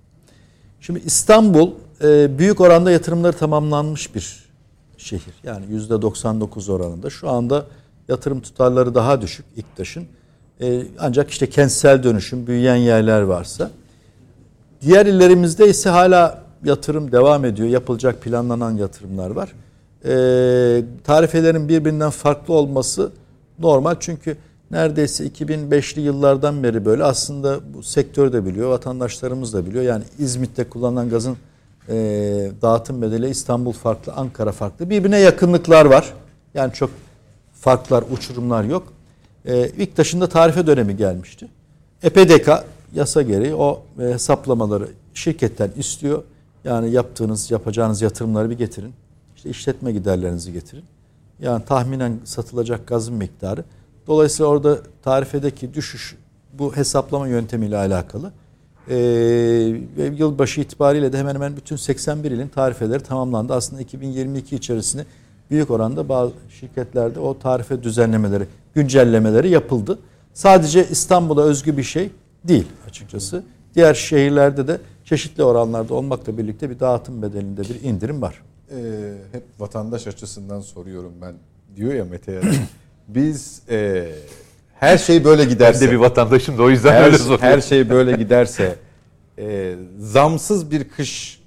Şimdi İstanbul e, büyük oranda yatırımları tamamlanmış bir şehir. Yani yüzde doksan dokuz oranında. Şu anda yatırım tutarları daha düşük İKTAŞ'ın. E, ancak işte kentsel dönüşüm, büyüyen yerler varsa. Diğer illerimizde ise hala yatırım devam ediyor. Yapılacak planlanan yatırımlar var. E, tarifelerin birbirinden farklı olması normal. Çünkü neredeyse iki bin beşli yıllardan beri böyle, aslında bu sektör de biliyor, vatandaşlarımız da biliyor. Yani İzmit'te kullanılan gazın e, dağıtım bedeli İstanbul farklı, Ankara farklı. Birbirine yakınlıklar var. Yani çok farklar, uçurumlar yok. E, İKTAŞ'ın da tarife dönemi gelmişti. E P D K yasa gereği o e, hesaplamaları şirketten istiyor. Yani yaptığınız, yapacağınız yatırımları bir getirin. İşte işletme giderlerinizi getirin. Yani tahminen satılacak gazın miktarı. Dolayısıyla orada tarifedeki düşüş bu hesaplama yöntemiyle alakalı. Ee, ve yılbaşı itibariyle de hemen hemen bütün seksen bir ilin tarifeleri tamamlandı. Aslında iki bin yirmi iki içerisinde büyük oranda bazı şirketlerde o tarife düzenlemeleri, güncellemeleri yapıldı. Sadece İstanbul'a özgü bir şey değil açıkçası. Diğer şehirlerde de çeşitli oranlarda olmakla birlikte bir dağıtım bedelinde bir indirim var. Ee, hep vatandaş açısından soruyorum ben, diyor ya Mete Yarar. Biz e, her şey böyle giderse, Ben de bir vatandaşım da o yüzden her, öyle soruyorum. her şey böyle giderse e, zamsız bir kış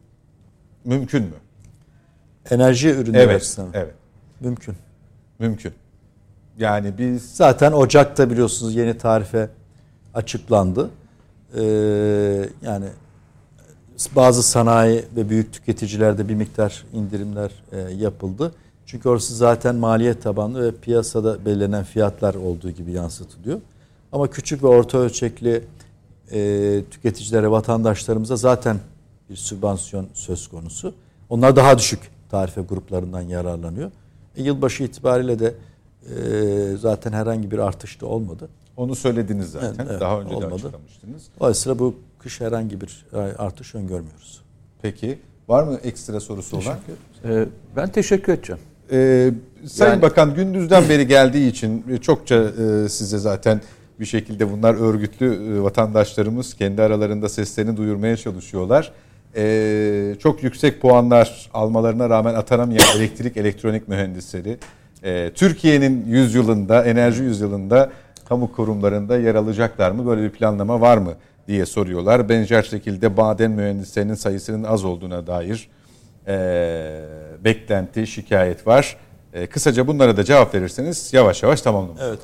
mümkün mü? Enerji ürünleri Evet, açısından. evet. Mümkün. Mümkün. Yani biz Zaten Ocak'ta biliyorsunuz yeni tarife açıklandı. Ee, yani bazı sanayi ve büyük tüketicilerde bir miktar indirimler e, yapıldı. Çünkü orası zaten maliyet tabanlı ve piyasada belirlenen fiyatlar olduğu gibi yansıtılıyor. Ama küçük ve orta ölçekli e, tüketicilere, vatandaşlarımıza zaten bir sübvansiyon söz konusu. Onlar daha düşük tarife gruplarından yararlanıyor. E, yılbaşı itibariyle de e, zaten herhangi bir artış da olmadı. onu söylediniz zaten. Evet, evet, Daha önce olmadı. de açıklamıştınız. Dolayısıyla bu kış herhangi bir artış öngörmüyoruz. Peki var mı ekstra sorusu olan? Ee, ben teşekkür edeceğim. Ee, Sayın Yani- Bakan gündüzden beri geldiği için çokça e, size zaten bir şekilde bunlar örgütlü e, vatandaşlarımız kendi aralarında seslerini duyurmaya çalışıyorlar. Ee, çok yüksek puanlar almalarına rağmen atanamayan elektrik elektronik mühendisleri e, Türkiye'nin yüzyılında, enerji yüzyılında kamu kurumlarında yer alacaklar mı? Böyle bir planlama var mı diye soruyorlar. Benzer şekilde maden mühendislerinin sayısının az olduğuna dair e, beklenti, şikayet var. E, kısaca bunlara da cevap verirseniz yavaş yavaş tamamlamış. Evet.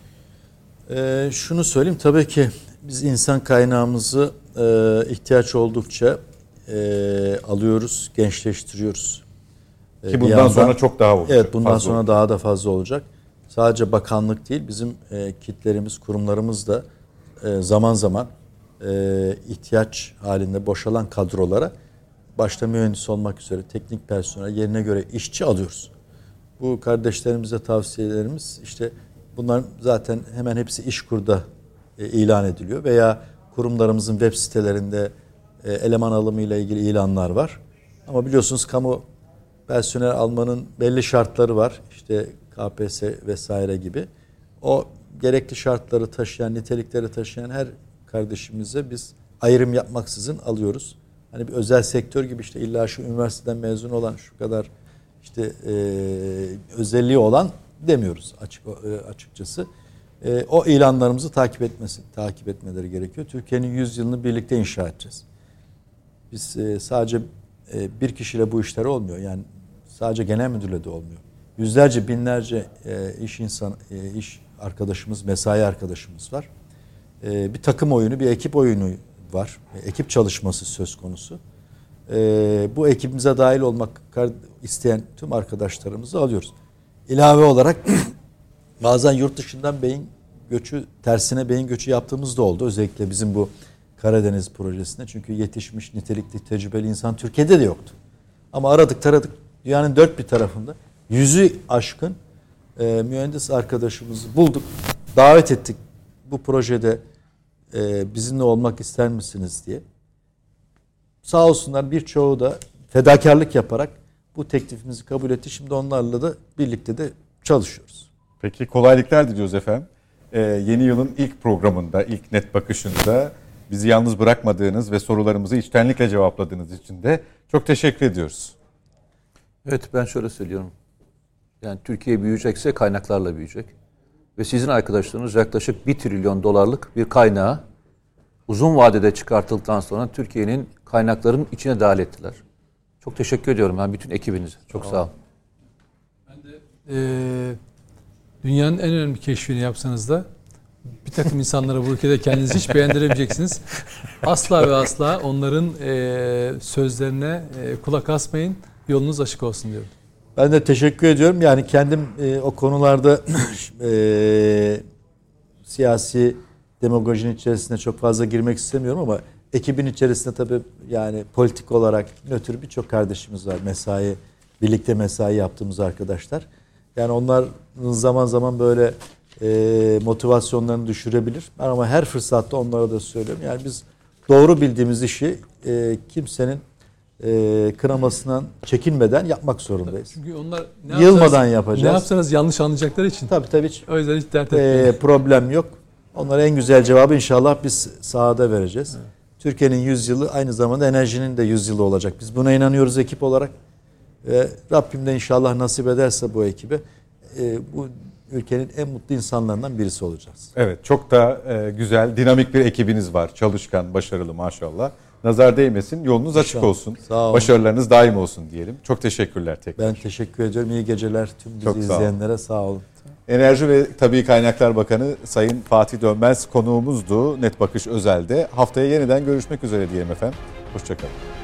Ee, şunu söyleyeyim, tabii ki biz insan kaynağımızı e, ihtiyaç oldukça e, alıyoruz, gençleştiriyoruz. E, Ki bir bundan yandan, sonra çok daha olacak. Evet, bundan fazla sonra olacak. daha da fazla olacak. Sadece bakanlık değil, bizim e, kitlerimiz, kurumlarımız da e, zaman zaman e, ihtiyaç halinde boşalan kadrolara, başta mühendis olmak üzere teknik personel, yerine göre işçi alıyoruz. Bu kardeşlerimize tavsiyelerimiz, işte bunlar zaten hemen hepsi İşkur'da e, ilan ediliyor veya kurumlarımızın web sitelerinde e, eleman alımı ile ilgili ilanlar var. Ama biliyorsunuz kamu personel almanın belli şartları var. İşte K P S S vesaire gibi. O gerekli şartları taşıyan, nitelikleri taşıyan her kardeşimize biz ayrım yapmaksızın alıyoruz. Hani bir özel sektör gibi işte illa şu üniversiteden mezun olan şu kadar işte e, özelliği olan demiyoruz açık e, açıkçası. E, o ilanlarımızı takip etmesi, takip etmeleri gerekiyor. Türkiye'nin yüz yılını birlikte inşa edeceğiz. Biz e, sadece e, bir kişiyle bu işler olmuyor. Yani sadece genel müdürle de olmuyor. Yüzlerce, binlerce e, iş insan, e, iş arkadaşımız, mesai arkadaşımız var. E, bir takım oyunu, bir ekip oyunu var. E, ekip çalışması söz konusu. E, bu ekibimize dahil olmak isteyen tüm arkadaşlarımızı alıyoruz. İlave olarak bazen yurt dışından beyin göçü, tersine beyin göçü yaptığımız da oldu. Özellikle bizim bu Karadeniz projesinde. Çünkü yetişmiş, nitelikli, tecrübeli insan Türkiye'de de yoktu. Ama aradık taradık Dünyanın dört bir tarafında yüzü aşkın e, mühendis arkadaşımızı bulduk. Davet ettik. Bu projede e, bizimle olmak ister misiniz diye. Sağ olsunlar birçoğu da fedakarlık yaparak bu teklifimizi kabul etti. Şimdi onlarla da birlikte de çalışıyoruz. Peki kolaylıklar diliyoruz efendim. Ee, yeni yılın ilk programında, ilk net bakışında bizi yalnız bırakmadığınız ve sorularımızı içtenlikle cevapladığınız için de çok teşekkür ediyoruz. Evet, ben şöyle söylüyorum. Yani Türkiye büyüyecekse kaynaklarla büyüyecek. Ve sizin arkadaşlarınız yaklaşık bir trilyon dolarlık bir kaynağı uzun vadede çıkartıldıktan sonra Türkiye'nin kaynakların içine dahil ettiler. Çok teşekkür ediyorum ben bütün ekibinize. Çok sağ olun. Ben de e, dünyanın en önemli keşfini yapsanız da bir takım insanlara bu ülkede kendinizi hiç beğendiremeyeceksiniz. Asla ve asla onların e, sözlerine e, kulak asmayın. Yolunuz açık olsun diyorum. Ben de teşekkür ediyorum. Yani kendim e, o konularda e, siyasi demagojinin içerisine çok fazla girmek istemiyorum ama ekibin içerisinde tabii yani politik olarak nötr birçok kardeşimiz var. Mesai, birlikte mesai yaptığımız arkadaşlar. Yani onlar zaman zaman böyle e, motivasyonlarını düşürebilir. Ben ama her fırsatta onlara da söylüyorum. Yani biz doğru bildiğimiz işi e, kimsenin e, kınamasından çekinmeden yapmak zorundayız. Çünkü onlar ne yılmadan yapacağız. Ne yapsanız yanlış anlayacakları için. Tabii tabii hiç O yüzden hiç dert etmeyin. e, problem yok. Onlara en güzel cevabı inşallah biz sahada vereceğiz. Evet. Türkiye'nin yüz yılı aynı zamanda enerjinin de yüz yılı olacak. Biz buna inanıyoruz ekip olarak. Ve Rabbim de inşallah nasip ederse bu ekibe e, bu ülkenin en mutlu insanlarından birisi olacağız. Evet, çok da e, güzel, dinamik bir ekibiniz var. Çalışkan, başarılı maşallah. Nazar değmesin, yolunuz açık İnşallah. olsun. Sağ olun. Başarılarınız daim olsun diyelim. Çok teşekkürler tekrar. Ben teşekkür ediyorum. İyi geceler tüm bizi Çok sağ olun. izleyenlere. Sağ olun. Enerji ve Tabii Kaynaklar Bakanı Sayın Fatih Dönmez konuğumuzdu. Net Bakış Özel'de. Haftaya yeniden görüşmek üzere diyelim efendim. Hoşçakalın.